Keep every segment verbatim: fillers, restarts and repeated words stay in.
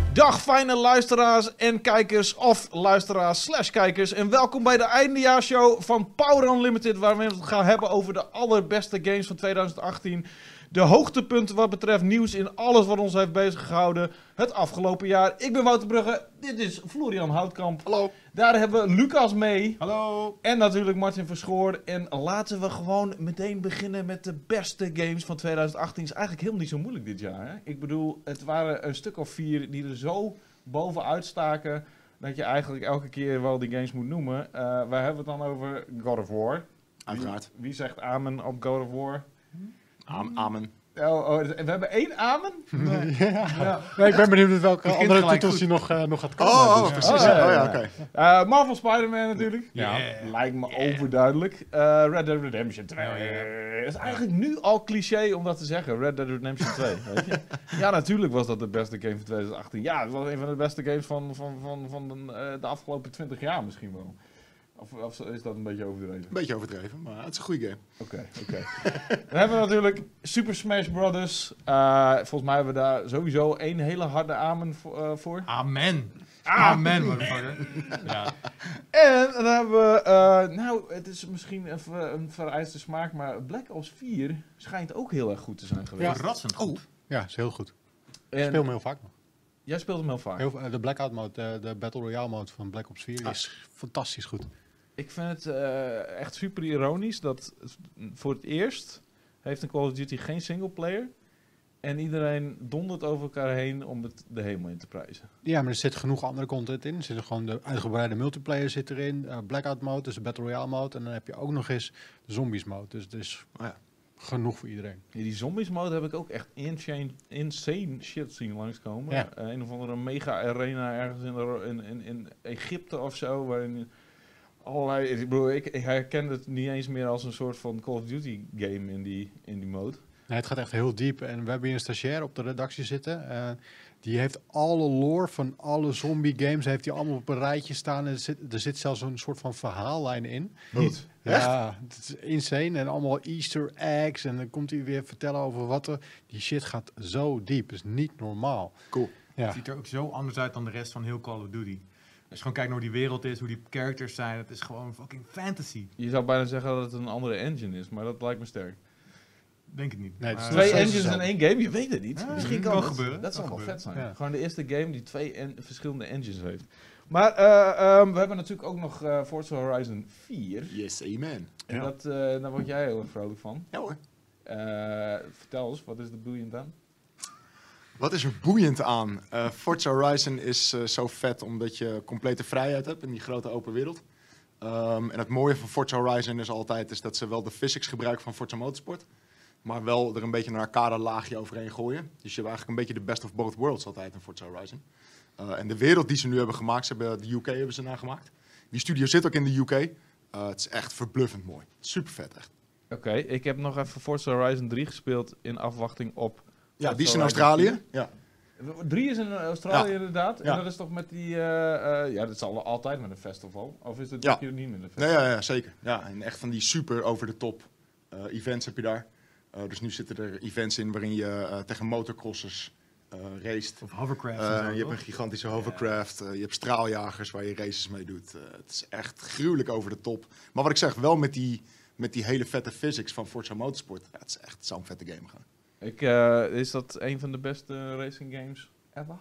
Dag fijne luisteraars en kijkers of luisteraars slash kijkers en welkom bij de eindejaarshow van Power Unlimited, waar we het gaan hebben over de allerbeste games van twintig achttien. De hoogtepunten wat betreft nieuws in alles wat ons heeft bezig gehouden het afgelopen jaar. Ik ben Wouter Brugge, dit is Florian Houtkamp. Hallo. Daar hebben we Lucas mee. Hallo. En natuurlijk Martin Verschoor. En laten we gewoon meteen beginnen met de beste games van twintig achttien. Is eigenlijk helemaal niet zo moeilijk dit jaar. Hè? Ik bedoel, het waren een stuk of vier die er zo bovenuit staken dat je eigenlijk elke keer wel die games moet noemen. Uh, wij hebben het dan over God of War. Uiteraard. Wie, wie zegt amen op God of War? Am amen. Oh, oh, we hebben één amen? Nee. Ja. Ja. Nee, ik ben benieuwd met welke Begint andere gelijk titels goed. hij nog, uh, nog gaat komen. Oh, oh, Dus, precies. Oh, Oh, ja, ja, ja. oké. Uh, Marvel Spider-Man natuurlijk. Ja. Yeah. Lijkt me overduidelijk. Uh, Red Dead Redemption twee. Oh, ja. Dat is eigenlijk nu al cliché om dat te zeggen. Red Dead Redemption twee. Weet je? Ja, natuurlijk was dat de beste game van twintig achttien. Ja, het was een van de beste games van, van, van, van de, uh, de afgelopen twintig jaar misschien wel. Of, of is dat een beetje overdreven? Een beetje overdreven, maar het is een goede game. Oké, oké. Dan hebben we natuurlijk Super Smash Brothers. Uh, volgens mij hebben we daar sowieso één hele harde amen vo- uh, voor. Amen. Ah. Amen, motherfucker. Ja. En dan hebben we, uh, nou, het is misschien even een vereiste smaak, maar Black Ops vier schijnt ook heel erg goed te zijn geweest. Verrassend goed. Oh. ja, is heel goed. Ik En speel hem heel vaak nog. jij speelt hem heel vaak. Heel, uh, de Blackout mode, uh, de Battle Royale mode van Black Ops vier Ah. is fantastisch goed. Ik vind het uh, echt super ironisch dat voor het eerst heeft een Call of Duty geen singleplayer. En iedereen dondert over elkaar heen om het de hemel in te prijzen. Ja, maar er zit genoeg andere content in. Er zit gewoon de uitgebreide multiplayer zit erin. Uh, Blackout mode, dus de Battle Royale mode. En dan heb je ook nog eens de zombies mode. Dus het is Oh ja. genoeg voor iedereen. Ja, die zombies mode heb ik ook echt insane, insane shit zien langskomen. Ja. Uh, een of andere mega arena ergens in, de, in, in, in Egypte of zo. Waarin allerlei, ik bedoel, ik, ik herken het niet eens meer als een soort van Call of Duty game in die, in die mode. Nee, het gaat echt heel diep. En we hebben hier een stagiair op de redactie zitten. Uh, die heeft alle lore van alle zombie games heeft hij allemaal op een rijtje staan. En er zit, er zit zelfs een soort van verhaallijn in. Niet. Ja, het is insane. En allemaal Easter eggs. En dan komt hij weer vertellen over wat er... Die shit gaat zo diep. Het is niet normaal. Cool. Ja. Het ziet er ook zo anders uit dan de rest van heel Call of Duty. Als je gewoon kijkt naar hoe die wereld is, hoe die characters zijn, het is gewoon fucking fantasy. Je zou bijna zeggen dat het een andere engine is, maar dat lijkt me sterk. Denk het niet. Nee, het is Maar- nog Twee steeds engines in hetzelfde. één game, je weet het niet. Ja, Misschien kan kan het gebeuren. Dat zou Kan wel vet zijn. gebeuren. Ja. Gewoon de eerste game die twee en, verschillende engines heeft. Maar uh, um, we hebben natuurlijk ook nog uh, Forza Horizon vier. Yes, amen. En Ja. dat, uh, daar word jij heel erg vrolijk van. Ja hoor. Uh, vertel eens, wat is de boeiend aan? Wat is er boeiend aan? Uh, Forza Horizon is uh, zo vet omdat je complete vrijheid hebt in die grote open wereld. Um, en het mooie van Forza Horizon is altijd is dat ze wel de physics gebruiken van Forza Motorsport. Maar wel er een beetje een arcade laagje overheen gooien. Dus je hebt eigenlijk een beetje de best of both worlds altijd in Forza Horizon. Uh, en de wereld die ze nu hebben gemaakt, ze hebben de U K hebben ze nagemaakt. Die studio zit ook in de U K. Uh, het is echt verbluffend mooi. Super vet echt. Oké, okay, ik heb nog even Forza Horizon drie gespeeld in afwachting op... Ja, die is Horizon in Australië. vier. Ja. drie is in Australië Ja. inderdaad. En Ja. dat is toch met die... Uh, uh, ja, dat is al altijd met een festival. Of is dat Ja. hier niet met een Nee, festival? ja, ja, zeker. Ja, en echt van die super over de top uh, events heb je daar. Uh, dus nu zitten er events in waarin je uh, tegen motorcrossers uh, racet. Of hovercraft. Uh, en zo, je hebt toch? een gigantische hovercraft, uh, je hebt straaljagers waar je races mee doet. Uh, het is echt gruwelijk over de top. Maar wat ik zeg, wel met die, met die hele vette physics van Forza Motorsport. Ja, het is echt zo'n vette game gaan. Ik, uh, is dat een van de beste racing games ever?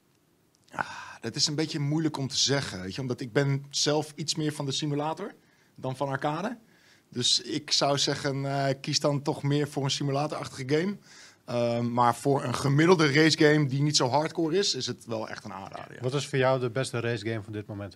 Dat is een beetje moeilijk om te zeggen, weet je, omdat ik ben zelf iets meer van de simulator dan van arcade. Dus ik zou zeggen, uh, kies dan toch meer voor een simulatorachtige game. Uh, maar voor een gemiddelde racegame die niet zo hardcore is, is het wel echt een aanrader. Ja. Wat is voor jou de beste racegame van dit moment?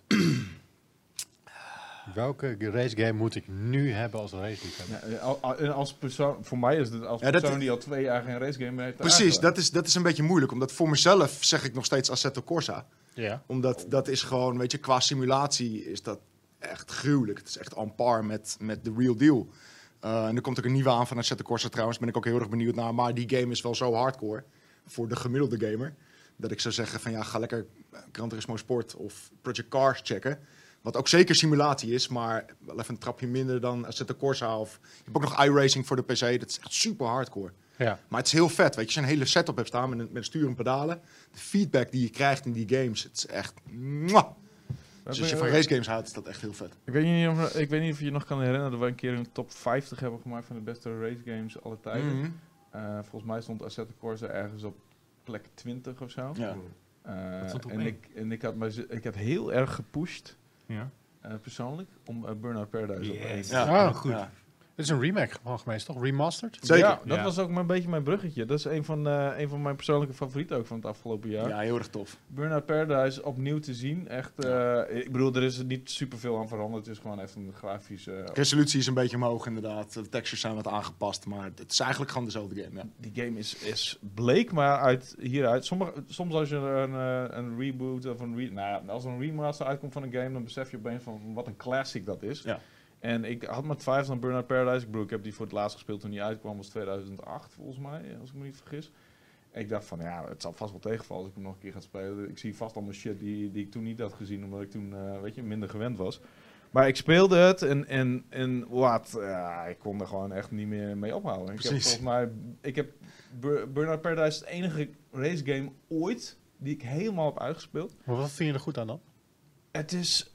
Welke racegame moet ik nu hebben als raceliefhebber? Ja, al- al- als persoon, voor mij is het als Ja, dat- persoon die al twee jaar geen racegame meer heeft. Precies, aangeraakt. dat is, dat is een beetje moeilijk. Omdat voor mezelf zeg ik nog steeds Assetto Corsa. Ja. Omdat dat is gewoon, weet je, qua simulatie is dat echt gruwelijk. Het is echt on par met, met de real deal. Uh, en er komt ook een nieuwe aan van Assetto Corsa trouwens. Ben ik ook heel erg benieuwd naar. Maar die game is wel zo hardcore voor de gemiddelde gamer. Dat ik zou zeggen van ja, ga lekker Gran Turismo Sport of Project Cars checken. Wat ook zeker simulatie is, maar wel even een trapje minder dan Assetto Corsa. Of, je hebt ook nog iRacing voor de P C. Dat is echt super hardcore. Ja. Maar het is heel vet, weet je. Als je een hele setup hebt staan met, een- met stuur en pedalen. De feedback die je krijgt in die games, het is echt... mwah. Dus als je van race games houdt, is dat echt heel vet. Ik weet, niet of, ik weet niet of je je nog kan herinneren dat we een keer een top vijftig hebben gemaakt van de beste race games aller tijden. Mhm. Uh, volgens mij stond Assetto Corsa ergens op plek twintig of zo. Ja. Uh, Dat stond op en één. ik, en ik, had mij, z- ik had heel erg gepusht, Ja. uh, persoonlijk, om uh, Burnout Paradise op één. Yes. Ja, Ja. goed. Ja. Het is een remake gewoon geweest, toch? Remastered? Zeker. Ja, dat Ja. was ook een beetje mijn bruggetje. Dat is een van, uh, een van mijn persoonlijke favorieten ook van het afgelopen jaar. Ja, heel erg tof. Burnout Paradise opnieuw te zien. Echt, uh, ik bedoel, er is niet superveel aan veranderd. Het is gewoon even een grafische... Uh, Resolutie is een beetje omhoog inderdaad. De textures zijn wat aangepast, maar het is eigenlijk gewoon dezelfde game. Ja. Die game is, is bleek, maar uit hieruit. Sommige, soms als je een, uh, een reboot of een... Re, nou ja, als er een remaster uitkomt van een game, dan besef je opeens van wat een classic dat is. Ja. En ik had met vijf van Burnout Paradise. Ik bedoel, ik heb die voor het laatst gespeeld toen die uitkwam. was tweeduizend acht volgens mij, als ik me niet vergis. En ik dacht van, ja, het zal vast wel tegenvallen als ik hem nog een keer ga spelen. Ik zie vast allemaal shit die, die ik toen niet had gezien, omdat ik toen, uh, weet je, minder gewend was. Maar ik speelde het en, en, en wat, ja, ik kon er gewoon echt niet meer mee ophouden. Ik heb Precies. volgens mij, ik heb Bur- Burnout Paradise het enige race game ooit die ik helemaal heb uitgespeeld. Maar wat vind je er goed aan dan? Het is,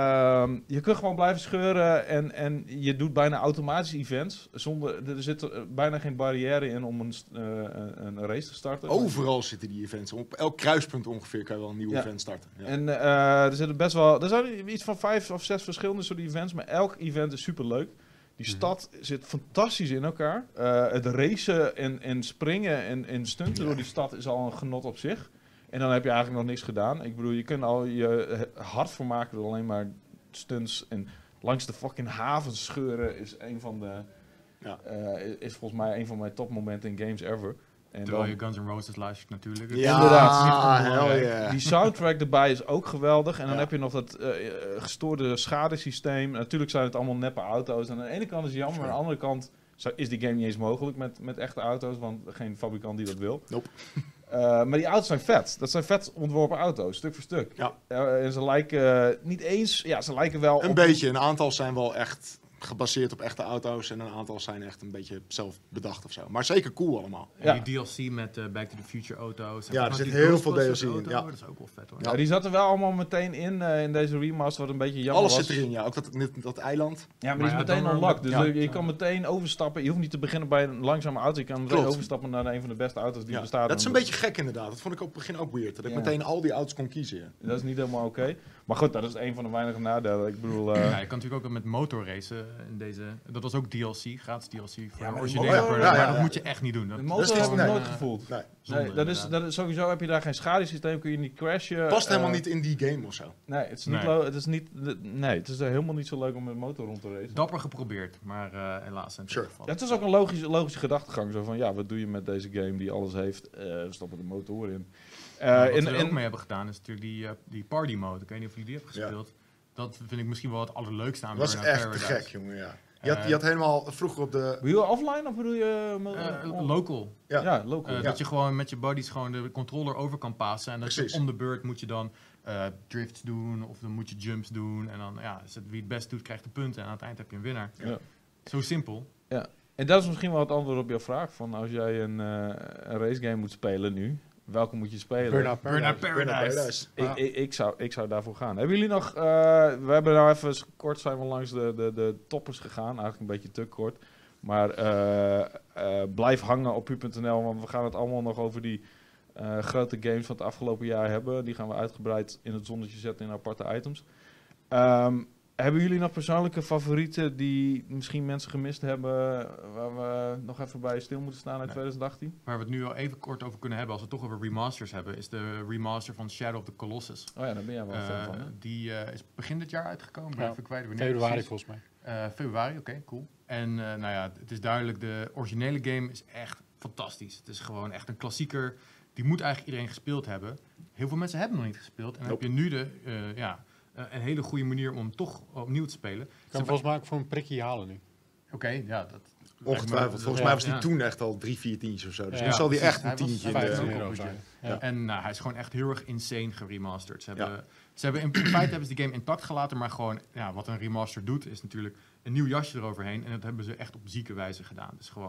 uh, je kunt gewoon blijven scheuren en, en je doet bijna automatische events. Zonder, er zit er bijna geen barrière in om een, uh, een race te starten. Overal zitten die events. Op elk kruispunt ongeveer kan je wel een nieuw Ja. event starten. Ja. En uh, er zitten best wel, er zijn iets van vijf of zes verschillende soorten events, maar elk event is superleuk. Die Mhm. stad zit fantastisch in elkaar. Uh, het racen en, en springen en, en stunten Ja. door die stad is al een genot op zich. En dan heb je eigenlijk nog niks gedaan. Ik bedoel, je kunt al je hart vermaken door alleen maar stunts. En langs de fucking haven scheuren is een van de... Ja. Uh, is volgens mij een van mijn topmomenten in games ever. En Terwijl dan- je Guns N' Roses luistert natuurlijk. Ja, Inderdaad. hell yeah. die soundtrack erbij is ook geweldig. En dan Ja. heb je nog dat uh, uh, gestoorde schadesysteem. Natuurlijk zijn het allemaal neppe auto's. En aan de ene kant is het jammer, maar aan de andere kant zou- is die game niet eens mogelijk met, met echte auto's. Want geen fabrikant die dat wil. Nope. Uh, maar die auto's zijn vet. Dat zijn vet ontworpen auto's, stuk voor stuk. Ja. Uh, en ze lijken uh, niet eens... Ja, ze lijken wel Een op- beetje. Een aantal zijn wel echt gebaseerd op echte auto's. En een aantal zijn echt een beetje zelf bedacht of zo. Maar zeker cool allemaal. En Ja. die D L C met uh, Back to the Future auto's. En Ja, er volgens zit mij die heel veel Ghostbusters D L C in, auto, ja. Dat is ook wel vet hoor. Ja, die zaten wel allemaal meteen in, uh, in deze remaster, wat een beetje jammer Alles was. zit erin, ja. Ook dat, dat, dat eiland. Ja, maar, Maar die is ja, meteen dan- unlocked. Dus ja. uh, je kan meteen overstappen. Je hoeft niet te beginnen bij een langzame auto. Je kan meteen Klopt. overstappen naar een van de beste auto's die Ja. bestaan. Dat is een En beetje gek inderdaad. Dat vond ik op het begin ook weird. Dat ik Ja. meteen al die auto's kon kiezen. Ja. Dat is niet helemaal oké. Maar goed, dat is een van de weinige nadelen. Ik bedoel... uh, Ja, je kan natuurlijk ook met motorracen in deze. Dat was ook D L C, gratis D L C voor Ja, de maar originele. die motor- Burnout, ja, ja, maar dat ja. moet je echt niet doen. Dat de dat motor is heb ik gewoon, nooit eh, gevoeld. Nee. zonde, Nee, dat is, inderdaad. dat is, sowieso heb je daar geen schadesysteem, kun je niet crashen. Past uh, helemaal niet in die game of zo. Nee, het is niet, Nee. lo- het is niet, nee, het is helemaal niet zo leuk om met de motor rond te racen. Dapper geprobeerd, maar uh, helaas. In Sure. Ja, het is ook een logische, logische gedachtegang. Zo van, ja, wat doe je met deze game die alles heeft? Uh, we stoppen de motor in. Uh, wat in, we er in- ook mee hebben gedaan is natuurlijk die, uh, die party mode. Ik weet niet of jullie die hebben Ja. gespeeld. Dat vind ik misschien wel het allerleukste aan Dat was Burnout echt te Paradise. gek, jongen. Ja. Je, had, Eh, je had helemaal vroeger op de... Bedoel je offline of bedoel je... mo- Uh, on- local. Ja. Ja, local. Uh, ja. Dat je gewoon met je buddies gewoon de controller over kan passen. En dat je Precies. om de beurt moet je dan uh, drifts doen of dan moet je jumps doen. En dan ja, is het wie het best doet krijgt de punten. En aan het eind heb je een winnaar. Ja. Zo simpel. En dat is misschien wel het antwoord op jouw vraag. Van als jij een, uh, een racegame moet spelen nu, welke moet je spelen? Burnout Burnout Paradise. Paradise. Paradise. Ik, Ah. ik, ik, zou, ik zou daarvoor gaan. Hebben jullie nog... uh, we hebben nou even kort zijn we langs de, de, de toppers gegaan. Eigenlijk een beetje te kort. Maar uh, uh, blijf hangen op pu punt n l. Want we gaan het allemaal nog over die uh, grote games van het afgelopen jaar hebben. Die gaan we uitgebreid in het zonnetje zetten in aparte items. Um, hebben jullie nog persoonlijke favorieten die misschien mensen gemist hebben, waar we nog even bij stil moeten staan uit Nee. twintig achttien? Waar we het nu al even kort over kunnen hebben, als we het toch over remasters hebben, is de remaster van Shadow of the Colossus. Oh ja, daar ben jij wel een fan Uh, van. Hè? die uh, is begin dit jaar uitgekomen. Ja. Even kwijt wanneer Februari precies. volgens mij. Uh, februari, oké, okay, cool. En uh, nou ja, het is duidelijk, de originele game is echt fantastisch. Het is gewoon echt een klassieker. Die moet eigenlijk iedereen gespeeld hebben. Heel veel mensen hebben hem nog niet gespeeld. En dan Nope. heb je nu de, uh, ja, uh, een hele goede manier om hem toch opnieuw te spelen. Ik Ze kan hem volgens mij ook voor een prikje halen nu. Oké, okay, ja, dat... Ongetwijfeld. Volgens Ja. mij was die Ja. toen echt al drie, vier tientjes of zo. Dus Ja, nu zal die precies. echt een Hij was tientje in vijftien de... ook euro op zijn. budget. Ja. En nou, hij is gewoon echt heel erg insane geremasterd. Ze hebben, Ja. ze hebben in, in feite hebben ze die game intact gelaten, maar gewoon ja, wat een remaster doet, is natuurlijk een nieuw jasje eroverheen. En dat hebben ze echt op zieke wijze gedaan. Dus gewoon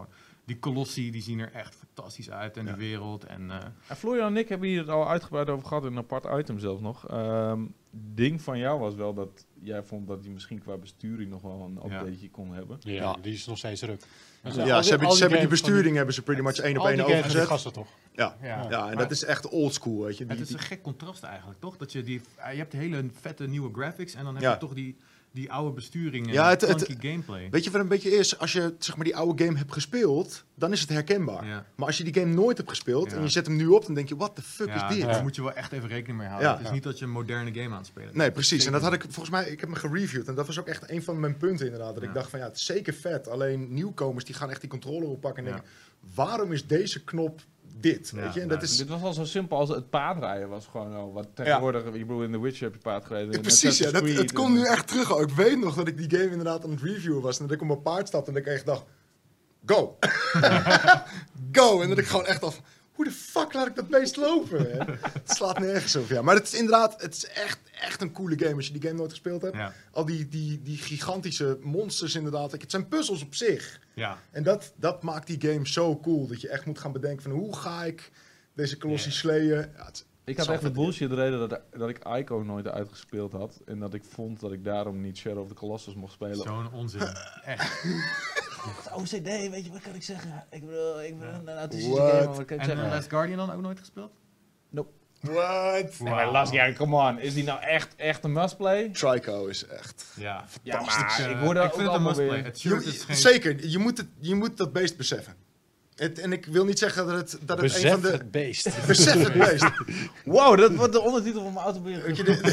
die kolossi, die zien er echt fantastisch uit. En Ja. die wereld. En, uh, En Florian en ik hebben hier het al uitgebreid over gehad in een apart item zelfs nog. Um, ding van jou was wel dat jij vond dat hij misschien qua besturing nog wel een updateje ja. kon hebben. Ja, Ja. die is nog steeds druk. Ja, ze hebben, ze hebben die besturing hebben ze pretty much één op één overgezet. Gasten, toch? Ja, Ja. ja, ja en Maar dat is echt oldschool, weet je. Die, het is die, een gek contrast eigenlijk, toch? Dat je, die, je hebt hele vette nieuwe graphics en dan heb Ja. je toch die, die oude besturing en Ja, het- het- funky gameplay. weet je wat een beetje is? Als je zeg maar die oude game hebt gespeeld, dan is het herkenbaar. Ja. Maar als je die game nooit hebt gespeeld Ja. en je zet hem nu op, dan denk je, what the fuck Ja, is dit? daar Ja. moet je wel echt even rekening mee houden. Ja. Het is Ja. niet dat je een moderne game aan het spelen bent. Nee, precies. En dat had Zeker ik volgens mij, ik heb me gereviewd en dat was ook echt een van mijn punten inderdaad. Dat Ja. ik dacht van ja, het is zeker vet. Alleen nieuwkomers die gaan echt die controller oppakken en Ja. denken, waarom is deze knop dit? Ja, Weet je? En ja. dat is Dit was al zo simpel als het paardrijden was gewoon al wat tegenwoordig. Ik bedoel, in The Witcher heb je paard gereden. Ja, in precies, ja. Assassin's Dat, Creed het komt en- nu echt terug. Oh, ik weet nog dat ik die game inderdaad aan het reviewen was en dat ik op mijn paard stapte en dat ik echt dacht, go. Go. En dat ik gewoon echt af, hoe de fuck laat ik dat beest lopen? Hè? Het slaat nergens op. Ja. Maar het is inderdaad, het is echt, echt een coole game als je die game nooit gespeeld hebt. Ja. Al die, die, die gigantische monsters inderdaad. Het zijn puzzels op zich. Ja. En dat, dat maakt die game zo cool. Dat je echt moet gaan bedenken van hoe ga ik deze kolossie slayen. Ja, het is- Ik had Zo echt de vet. bullshit reden dat, dat ik Ico nooit uitgespeeld had. En dat ik vond dat ik daarom niet Shadow of the Colossus mocht spelen. Zo'n onzin. Echt. O C D, weet je wat kan ik zeggen? Ik bedoel, ik ben Ja. een autistische What? gamer, wat kan ik En zeggen? uh, Last Guardian dan ook nooit gespeeld? What? Nee, maar Last, ja, come on. Is die nou echt, echt een must-play? Trico is echt... Ja. Ja, Fantastisch. maar Uh, ik hoor daar ik vind ook het een allemaal must-play. weer. Het shirt Je- is geen... Zeker, je moet, het, je moet dat beest beseffen. Het, en ik wil niet zeggen dat het, dat het een Besef van de... het beest. Besef het beest. Wow, dat wordt de ondertitel van mijn autobiografie. Weet je, de,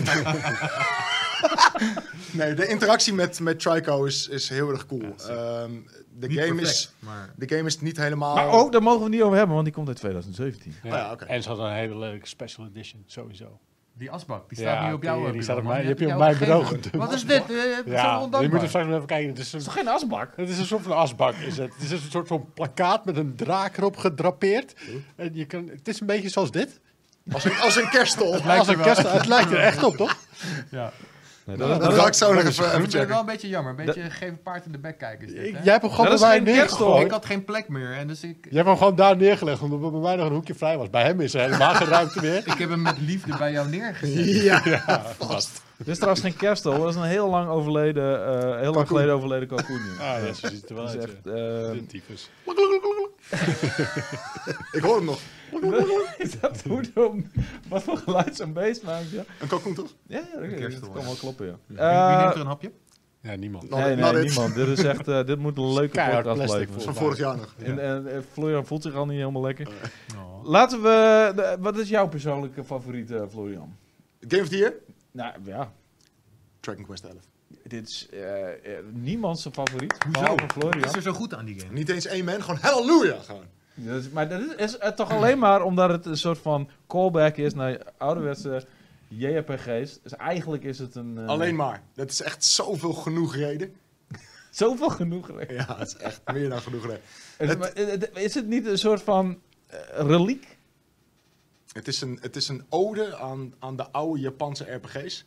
nee, de interactie met, met Trico is, is heel erg cool. Ja, zeker. Ehm, de, Niet game perfect, is, maar... de game is niet helemaal... Maar ook, daar mogen we het niet over hebben, want die komt uit twintig zeventien. Ja. Oh ja, oké. En ze hadden een hele leuke special edition, sowieso. Die asbak, die Ja, staat nu op jouw die- die bureau, staat op man. mij- die heb je op jou mijn bureau gegeven. gedumpt. Wat is dit? Uh, zo Ja, je ondankbaar. moet er straks nog even kijken. Het is, een, Is toch geen asbak? het is een soort van asbak. Is het. Het is een soort van plakkaat met een draak erop gedrapeerd. En je kan, het is een beetje zoals dit. Als een, als een kerststol. lijkt Als er een wel. kerst, het lijkt er echt op, toch? Ja. Nee, Dat, dat ga ik zo nog even, even Ik vind het wel checken. een beetje jammer. Een beetje geven paard in de bek kijken is dit, Ik- hè? Jij hebt hem gewoon Dat bij is mij geen kerststol. neergegooid. Ik had geen plek meer en dus ik... Jij hebt hem gewoon daar neergelegd, omdat er bij mij nog een hoekje vrij was. Bij hem is er helemaal geen ruimte meer. Ik heb hem met liefde bij jou neergezet. Ja, vast. Dit is trouwens geen kerstel, dat is een heel lang overleden, eh, heel lang Kalkoen. geleden overleden kalkoen. Ah, ja, zo ziet het er wel Dat is uit. echt, ja. eh, De tyfus. Ik hoor hem nog. is dat hoe de, wat voor geluid zo'n beest maakt, ja? Een kalkoen toch? Ja, ja, dat, kerstel, dat kan wel kloppen, ja. Wie, Eh, wie neemt er een hapje? Ja, niemand. Not- nee, not nee, it. niemand. Dit is echt, eh, dit moet een leuke Keihard podcast plastic blijven. Van vorig jaar nog. En, en, en Florian voelt zich al niet helemaal lekker. Oh. Laten we, de- wat is jouw persoonlijke favoriet, eh, Florian? Game of the Year? Nou, ja, Dragon Quest elf. dit is eh, eh, niemand zijn favoriet, Hoezo? behalve Wat Florian. is er zo goed aan die game? Niet eens één man, gewoon halleluja gewoon. Dat is, maar dat is, is het toch alleen maar omdat het een soort van callback is naar ouderwetse J R P G's. Dus eigenlijk is het een... eh, Alleen maar. Dat is echt zoveel genoeg reden. Zoveel genoeg. Is, Ja, het is echt meer dan genoeg reden. het, maar, eh, het- is het niet een soort van eh, reliek? Het is een, het is een ode aan, aan de oude Japanse R P G's.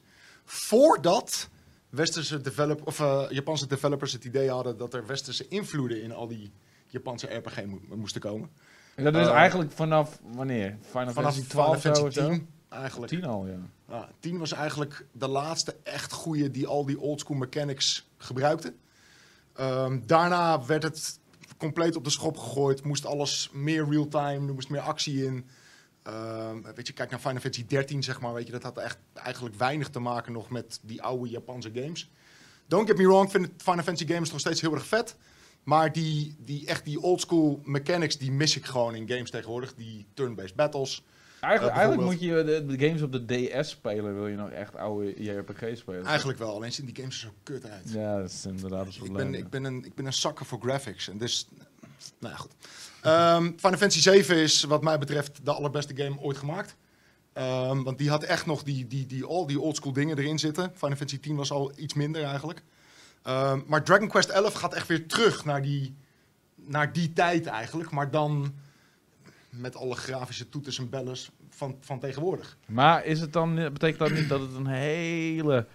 Voordat westerse develop, of, uh, Japanse developers het idee hadden dat er westerse invloeden in al die Japanse R P G mo- moesten komen. En dat is Eh, eigenlijk vanaf wanneer? Final Vanaf Fantasy Final twaalf zo of Fantasy zo? tien eigenlijk. tien al, ja. Ja, tien was eigenlijk de laatste echt goede die al die oldschool mechanics gebruikte. Ehm, daarna werd het compleet op de schop gegooid. Moest alles meer real-time, er moest meer actie in. Ehm, weet je, kijk naar Final Fantasy dertien, zeg maar. Weet je, dat had echt eigenlijk weinig te maken nog met die oude Japanse games. Don't get me wrong, ik vind het Final Fantasy games nog steeds heel erg vet. Maar die, die, echt die oldschool mechanics, die mis ik gewoon in games tegenwoordig. Die turn-based battles. Eigenlijk, Uh, eigenlijk moet bijvoorbeeld- je de, de games op de D S spelen, wil je nog echt oude J R P G spelen. Eigenlijk wel, alleen zien die games er zo kut uit. Ja, dat is inderdaad een Ik probleem. ben, ik, ben een, ik ben een zakker voor graphics. En dus, nou ja, goed. Ehm, Final Fantasy zeven is wat mij betreft de allerbeste game ooit gemaakt. Ehm, want die had echt nog die, die, die, al die oldschool dingen erin zitten. Final Fantasy tien was al iets minder eigenlijk. Ehm, maar Dragon Quest elf gaat echt weer terug naar die, naar die tijd eigenlijk. Maar dan met alle grafische toeters en bellen van, van tegenwoordig. Maar is het dan, betekent dat niet dat het een hele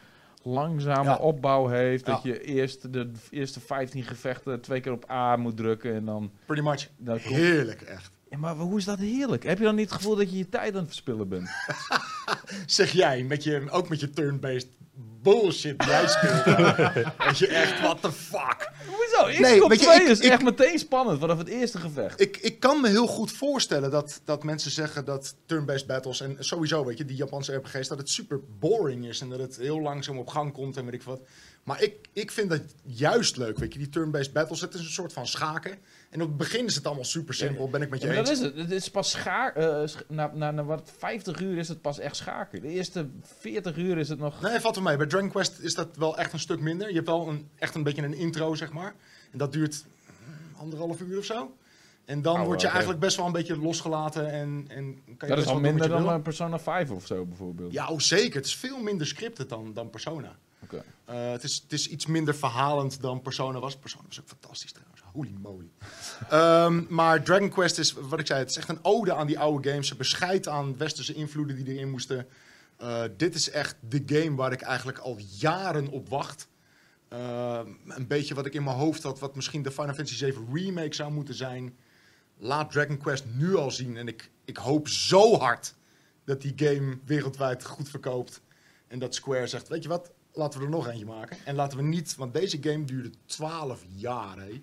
langzame Ja. opbouw heeft. Dat Ja. je eerst de eerste vijftien gevechten twee keer op A moet drukken en dan... Pretty much. dan komt... Heerlijk, echt. Ja, maar hoe is dat heerlijk? Heb je dan niet het gevoel dat je je tijd aan het verspillen bent? Zeg jij, met je, ook met je turn-based bullshit die jij speelt. Dat je echt, what the fuck. Hoezo? Nee, X COM weet je, twee ik- is ik- echt meteen spannend vanaf het eerste gevecht. Ik, ik kan me heel goed voorstellen dat, dat mensen zeggen dat turn-based battles en sowieso, weet je, die Japanse R P G's, dat het super boring is en dat het heel langzaam op gang komt en weet ik wat. Maar ik, ik vind dat juist leuk, weet je, die turn-based battles, het is een soort van schaken. En op het begin is het allemaal super simpel, ben ik met je Ja, maar eens. dat is het. Het is pas schaak. eh, sch- na, na, na wat vijftig uur is het pas echt schaken. De eerste veertig uur is het nog. Nee, valt wel mee. Bij Dragon Quest is dat wel echt een stuk minder. Je hebt wel een, echt een beetje een intro, zeg maar. En dat duurt mm, anderhalf uur of zo. En dan Oh, word je oké. eigenlijk best wel een beetje losgelaten en, en kan je Dat best is al wel doen minder wat je dan wil. een Persona vijf of zo bijvoorbeeld. Ja, oh, zeker. Het is veel minder scripted dan, dan Persona. Oké. Uh, het, is, het is iets minder verhalend dan Persona was. Persona was ook fantastisch trouwens. Holy moly. um, maar Dragon Quest is, wat ik zei, het is echt een ode aan die oude games. Ze bescheidt aan westerse invloeden die erin moesten. Uh, dit is echt de game waar ik eigenlijk al jaren op wacht. Uh, een beetje wat ik in mijn hoofd had, wat misschien de Final Fantasy zeven remake zou moeten zijn. Laat Dragon Quest nu al zien. En ik, ik hoop zo hard dat die game wereldwijd goed verkoopt. En dat Square zegt, weet je wat, laten we er nog eentje maken. En laten we niet, want deze game duurde twaalf jaar, hé.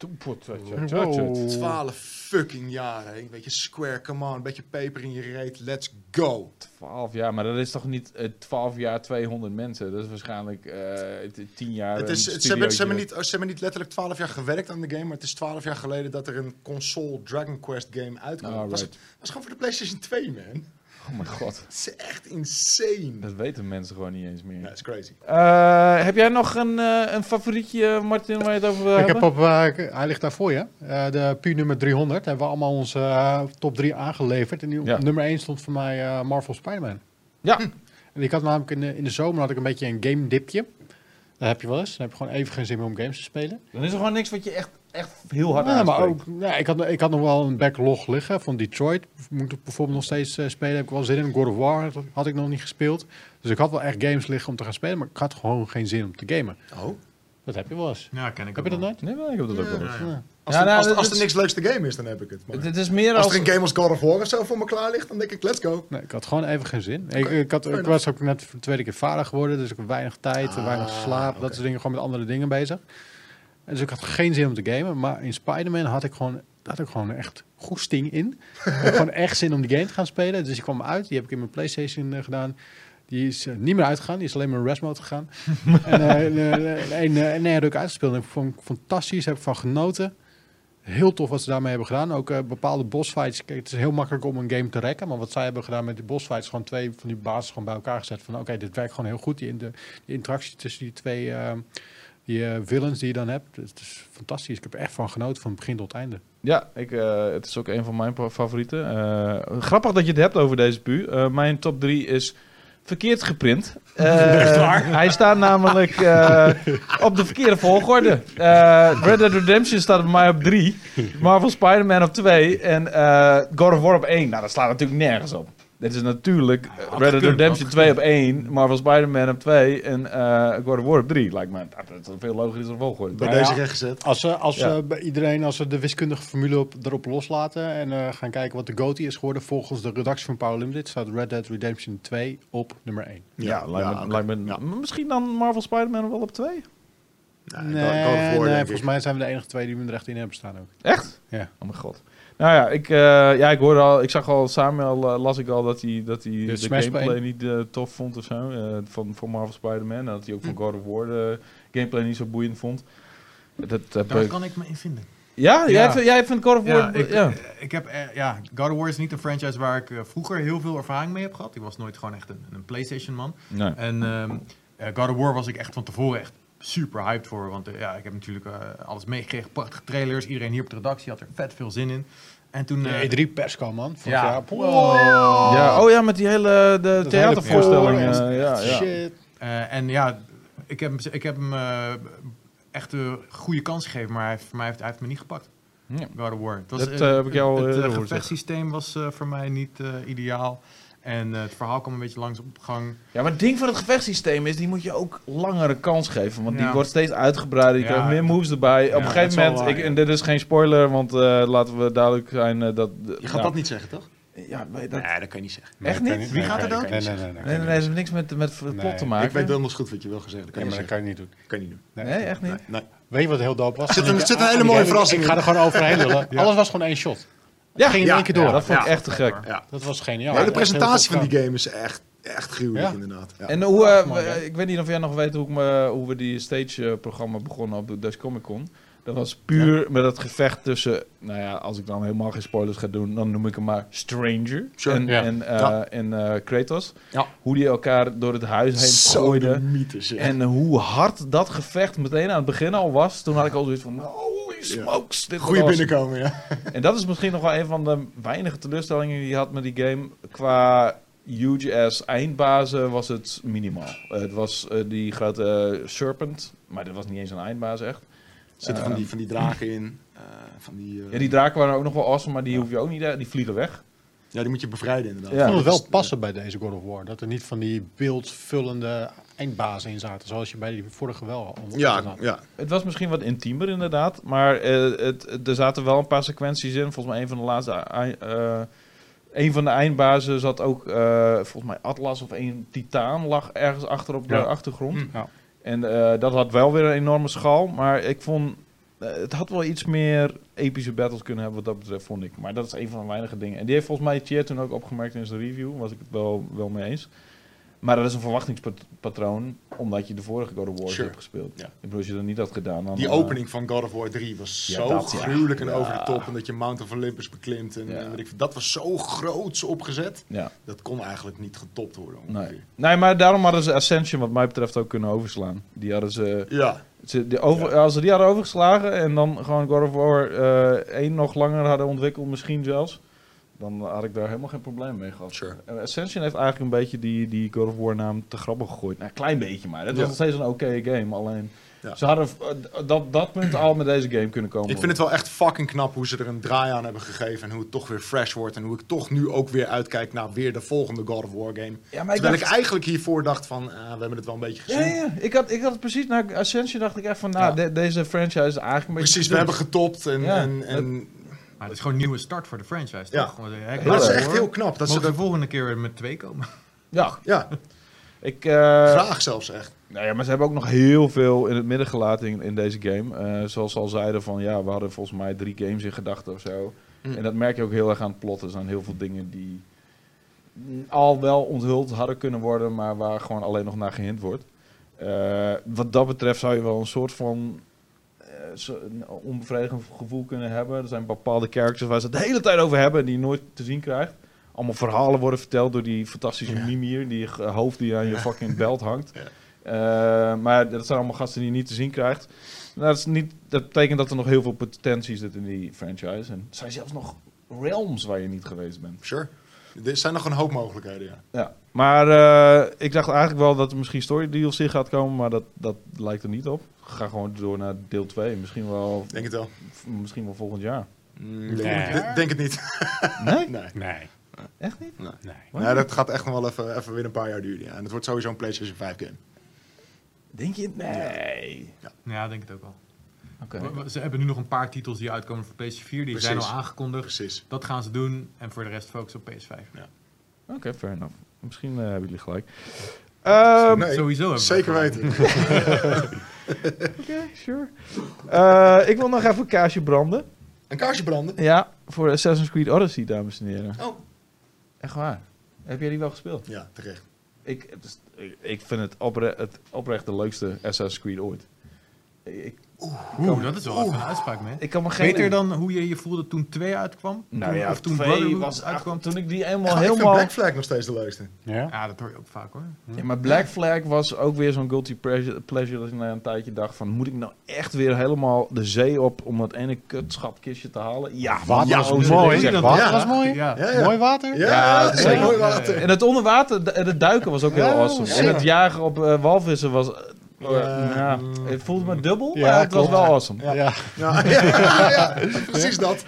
Wow. twaalf fucking jaar, hé. Weet je, Square, come on, een beetje peper in je reet, let's go. twaalf jaar, maar dat is toch niet uh, twaalf jaar tweehonderd mensen? Dat is waarschijnlijk uh, tien jaar. Het is, een het, ze, hebben, ze, hebben studiootje. niet, ze hebben niet letterlijk twaalf jaar gewerkt aan de game, maar het is twaalf jaar geleden dat er een console Dragon Quest game uitkwam. Ah, Dat was, right. dat was gewoon voor de PlayStation twee, man. Oh mijn god, Het is echt insane. dat weten mensen gewoon niet eens meer. Ja, dat is crazy. Uh, heb jij nog een, uh, een favorietje, Martin, waar je het over wil Ik hebben? heb op, uh, hij ligt daar voor je. Uh, de Pu nummer driehonderd. Hebben we allemaal onze uh, top drie aangeleverd. En die op Ja. nummer één stond voor mij uh, Marvel Spider-Man. Ja. En ik had namelijk in de, in de zomer had ik een beetje een game dipje. Dat heb je wel eens. Dan heb je gewoon even geen zin meer om games te spelen. Dan is er gewoon niks wat je echt, echt heel hard Ja, maar aanspreekt. ook, ja, ik, had, ik had nog wel een backlog liggen van Detroit. Moet ik bijvoorbeeld nog steeds uh, spelen. Heb ik wel zin in. God of War had, had ik nog niet gespeeld. Dus ik had wel echt games liggen om te gaan spelen. Maar ik had gewoon geen zin om te gamen. Oh. Dat heb je wel eens. Ja, ken ik Heb je ook dat wel. nooit? Nee, maar ik heb dat ook wel Ja. eens. Ja, ja. Ja. Als, Ja, er, nou, als, dat als er is- niks leuks te game is, dan heb ik het. Maar Het is meer als als... er een game als God of War of zo voor me klaar ligt, dan denk ik, let's go. Nee, ik had gewoon even geen zin. Ik, Oké, ik, had, fair ik was ook net voor de tweede keer vader geworden, dus ik heb weinig tijd, Ah, weinig slaap, dat oké. soort dingen, gewoon met andere dingen bezig. En dus ik had geen zin om te gamen, maar in Spider-Man had ik gewoon, had ik gewoon echt goesting in. Ik had gewoon echt zin om die game te gaan spelen, dus die kwam uit, die heb ik in mijn PlayStation uh, gedaan. Die is uh, niet meer uitgegaan, die is alleen maar in rest mode gegaan. en uh, en uh, nee, heb ik uitgespeeld en ik vond het fantastisch, heb ik van genoten. Heel tof wat ze daarmee hebben gedaan. Ook uh, bepaalde bossfights. Kijk, het is heel makkelijk om een game te rekken. Maar wat zij hebben gedaan met die bossfights... gewoon twee van die bases gewoon bij elkaar gezet. Van oké, okay, dit werkt gewoon heel goed. Die, de, die interactie tussen die twee uh, die, uh, villains die je dan hebt. Het is fantastisch. Ik heb er echt van genoten van begin tot einde. Ja, ik, uh, het is ook een van mijn favorieten. Uh, grappig dat je het hebt over deze pu. Uh, mijn top drie is... verkeerd geprint. Uh, hij staat namelijk uh, op de verkeerde volgorde. Uh, Red Dead Redemption staat bij mij op drie. Marvel Spider-Man op twee. En uh, God of War op één. Nou, dat slaat natuurlijk nergens op. Dit is natuurlijk uh, Red Dead gekund, Redemption had twee op één. Marvel Spider-Man op twee. En uh, God of War op drie. Lijkt me nou, dat is een veel logischer volgorde. Bij Nou deze ja. recht gezet. Als ze als, Ja. uh, bij iedereen, als ze de wiskundige formule op, erop loslaten... en uh, gaan kijken wat de GOTY is geworden... volgens de redactie van Power Limited... staat Red Dead Redemption twee op nummer één. Ja, lijkt me, oké. lijkt me Ja. misschien dan Marvel Spider-Man wel op twee? Nee, Nee, God- God of War, nee denk volgens ik. mij zijn we de enige twee die me er echt in hebben staan ook. Echt? Ja. Oh mijn god. Nou ja, ik, uh, ja, ik hoorde al, ik zag al Samuel, uh, las ik al dat hij dat hij De de, Smash gameplay Play. niet uh, tof vond of zo. Uh, van, van Marvel Spider-Man. En dat hij ook van Hm. God of War de gameplay niet zo boeiend vond. Dat heb Daar ik... kan ik me in vinden. Ja? Ja. Jij, vindt- jij vindt God of War... Ja, ik, ja. eh, ik heb, eh, ja, God of War is niet een franchise waar ik eh, vroeger heel veel ervaring mee heb gehad. Ik was nooit gewoon echt een, een PlayStation-man. Nee. En ehm, eh, God of War was ik echt van tevoren echt super hyped voor. Want eh, ja, ik heb natuurlijk eh, alles meegekregen. Prachtige trailers. Iedereen hier op de redactie had er vet veel zin in. En toen... De eh, E drie persco, man. Vorig Ja. jaar. Wow. Ja, oh ja, met die hele de Dat theatervoorstelling. hele uh, voor- ja, ja. Shit. eh, en ja, ik heb, hem- ik heb hem eh, echt een goede kans gegeven. Maar hij, heeft- voor mij heeft, hij heeft me niet gepakt. Ja. God of War. Het was, Dat, eh, eh, heb ik jou al het eerder het horen gevechtssysteem was eh, voor mij niet eh, ideaal. En uh, het verhaal kwam een beetje langs op gang. Ja, maar het ding van het gevechtssysteem is, die moet je ook langere kans geven. Want Ja. die wordt steeds uitgebreider, je Ja, krijgt meer moves erbij. ja, Op een gegeven dat is moment, wel ik, waar, en dit is geen spoiler, want uh, laten we duidelijk zijn uh, dat... Je gaat ja, dat niet zeggen, toch? Ja, weet je dat... Nee, dat kan je niet zeggen. Echt dat kan niet? je Wie Nee, gaat kan het je- ook? Nee, nee, nee. nee, Nee, nee, nee, dat heeft niks met, met het Nee. plot te maken. Ik weet donders goed wat je wil gaan zeggen. Dat kan Ja, je maar niet dat zeggen. kan je niet doen. Kan je niet doen. Nee, echt niet? Nee, nee. Weet je wat heel dope was? Zit een- Ik- zit een ah, hele ik- mooie ik- verrassing Ik ga in. er gewoon overheen lullen. Ja. Alles was gewoon één shot. Ja, ging in ja, één keer ja, door. dat vond ik Ja. echt te gek. Ja. Dat was geniaal. Ja, de Echt heel presentatie tof van die gedaan. game is echt, echt gruwelijk Ja. inderdaad. Ja. En hoe, Ja, uh, mooi, we- hè? ik weet niet of jij nog weet hoe, ik me, hoe we die stage-programma begonnen op de Dutch Comic Con. Dat was puur met het gevecht tussen, nou ja, als ik dan helemaal geen spoilers ga doen, dan noem ik hem maar Stranger Sure. en, Ja. en, uh, Ja. en uh, Kratos. Ja. Hoe die elkaar door het huis heen Zo de gooiden. mythes, ja. En hoe hard dat gevecht meteen aan het begin al was. Toen had ik al zoiets van, holy smokes. Dit Goeie was- binnenkomen, ja. En dat is misschien nog wel een van de weinige teleurstellingen die je had met die game. Qua huge-ass eindbazen was het minimaal. Uh, het was uh, die grote uh, Serpent, maar dat was niet eens een eindbaas echt. Er zitten van Uh, die, van die draken in. uh, van die, uh, Ja, die draken waren ook nog wel awesome, maar die hoef je ook niet, uh, die vliegen weg. ja, die moet je bevrijden inderdaad. Ja. Ik vond het Dat wel is- passen bij deze God of War. Dat er niet van die beeldvullende eindbazen in zaten. Zoals je bij die vorige wel al Ja, had. ja. Het was misschien wat intiemer inderdaad, maar uh, het, het- er zaten wel een paar sequenties in. Volgens mij een van de laatste... ei- uh, een van de eindbazen zat ook, uh, volgens mij Atlas of een Titaan lag ergens achter op de Ja. achtergrond. Hm. Ja. En uh, dat had wel weer een enorme schaal, maar ik vond... uh, het had wel iets meer epische battles kunnen hebben wat dat betreft, vond ik. Maar dat is een van de weinige dingen. En die heeft volgens mij Tjeerd toen ook opgemerkt in zijn review, was ik het wel, wel mee eens. Maar dat is een verwachtingspatroon, omdat je de vorige God of War Sure. hebt gespeeld. Ja. Ik bedoel, als je dat niet had gedaan... Dan, Die uh, opening van God of War drie was Ja, zo dat, ja. gruwelijk en Ja. over de top. En dat je Mount of Olympus beklimt. En, Ja. en weet ik, veel. Dat was zo groots opgezet. Ja. Dat kon eigenlijk niet getopt worden. Nee. ongeveer. nee, maar daarom hadden ze Ascension wat mij betreft ook kunnen overslaan. Die hadden ze... Ja, ze die over, Als ze die hadden overgeslagen en dan gewoon God of War uh, één nog langer hadden ontwikkeld, misschien zelfs... Dan had ik daar helemaal geen probleem mee gehad. Sure. En Ascension heeft eigenlijk een beetje die, die God of War naam te grappig gegooid. Nou, een klein beetje maar. Het was Ja. nog steeds een oké game. Alleen, Ja. ze hadden uh, dat, dat punt al met deze game kunnen komen. ik vind het wel echt fucking knap hoe ze er een draai aan hebben gegeven. En hoe het toch weer fresh wordt. En hoe ik toch nu ook weer uitkijk naar weer de volgende God of War game. Ja, maar ik Terwijl ik, dacht- eigenlijk hiervoor dacht van, ah, we hebben het wel een beetje gezien. Ja, ja, ik had, ik had het precies na Ascension dacht ik echt van, nou, Ja. de- deze franchise is eigenlijk een beetje... Precies, we hebben getopt. En, Ja, en, en, Maar het is gewoon een nieuwe start voor de franchise, Ja. toch? Gewoon zeggen, hè, Heel maar het is erg. echt heel knap. Dat ze Mogen dat, de volgende keer weer met twee komen? Ja, ja, ik... uh, graag zelfs echt. Nou ja, maar ze hebben ook nog heel veel in het midden gelaten in, in deze game. Eh, zoals ze al zeiden van, ja, we hadden volgens mij drie games in gedachten of zo. Mm. En dat merk je ook heel erg aan het plot. Er zijn heel veel dingen die al wel onthuld hadden kunnen worden, maar waar gewoon alleen nog naar gehint wordt. Eh, wat dat betreft zou je wel een soort van eh, zo- een onbevredigend gevoel kunnen hebben. Er zijn bepaalde characters waar ze het de hele tijd over hebben en die je nooit te zien krijgt. Allemaal verhalen worden verteld door die fantastische Ja. Mimir, die eh, hoofd die aan je Ja. fucking belt hangt. Ja. Eh, maar dat zijn allemaal gasten die je niet te zien krijgt. Nou, dat, is niet, dat betekent dat er nog heel veel potentie zit in die franchise. En er zijn zelfs nog realms waar je niet geweest bent. Sure. Er zijn nog een hoop mogelijkheden, ja. Ja. Maar uh, ik dacht eigenlijk wel dat er misschien story D L C gaat komen, maar dat, dat lijkt er niet op. Ga gewoon door naar deel twee. Misschien wel, Denk het wel. misschien wel volgend jaar. Mm, Nee. denk, denk- denk het niet. Nee? Nee. Nee. Echt niet? Nee. Nee, dat gaat echt nog wel even, even weer een paar jaar duren. Ja. En het wordt sowieso een PlayStation vijf game. Denk je? Nee. Ja, ik denk het ook wel. Oké. We- we- Ze hebben nu nog een paar titels die uitkomen voor P S vier. Die Precies. zijn al aangekondigd. Precies. Dat gaan ze doen. En voor de rest focussen op P S vijf. Oké, fair enough. Misschien uh, hebben jullie gelijk. Ehm, Nee, Sowieso hebben we zeker gelijk. weten. Oké, sure. Uh, ik wil nog even een kaarsje branden. Een kaarsje branden. Ja, voor Assassin's Creed Odyssey, dames en heren. Oh. Echt waar. Heb jij die wel gespeeld? Ja, terecht. Ik, het is- ik, ik vind het, opre het oprecht de leukste Assassin's Creed ooit. Ik, Oeh, dat is wel even een uitspraak, man. ik kan me geen... Beter dan hoe je je voelde toen twee uitkwam? Nou Toen- ja, of toen twee Brotherhood was uitkwam? toen ik die eenmaal Ja, ik vind helemaal... Black Flag nog steeds de leukste. Ja? Ja, dat hoor je ook vaak hoor. Ja, maar Black Flag was ook weer zo'n guilty pleasure, pleasure dat ik na een tijdje dacht van... Moet ik nou echt weer helemaal de zee op om dat ene kutschatkistje te halen? Ja, Water ja, was oh, mooi. zeg maar. Water Ja. was mooi. Ja. Ja, ja. Mooi water. Ja, Ja, ja, dat is mooi zeker. water. En het onderwater, en het duiken was ook heel Ja, awesome. ja. En het jagen op uh, walvissen was... Uh, ja, mm. het voelde me dubbel, Ja, maar het was klopt. wel awesome. Ja. Ja, ja, ja, ja, precies dat.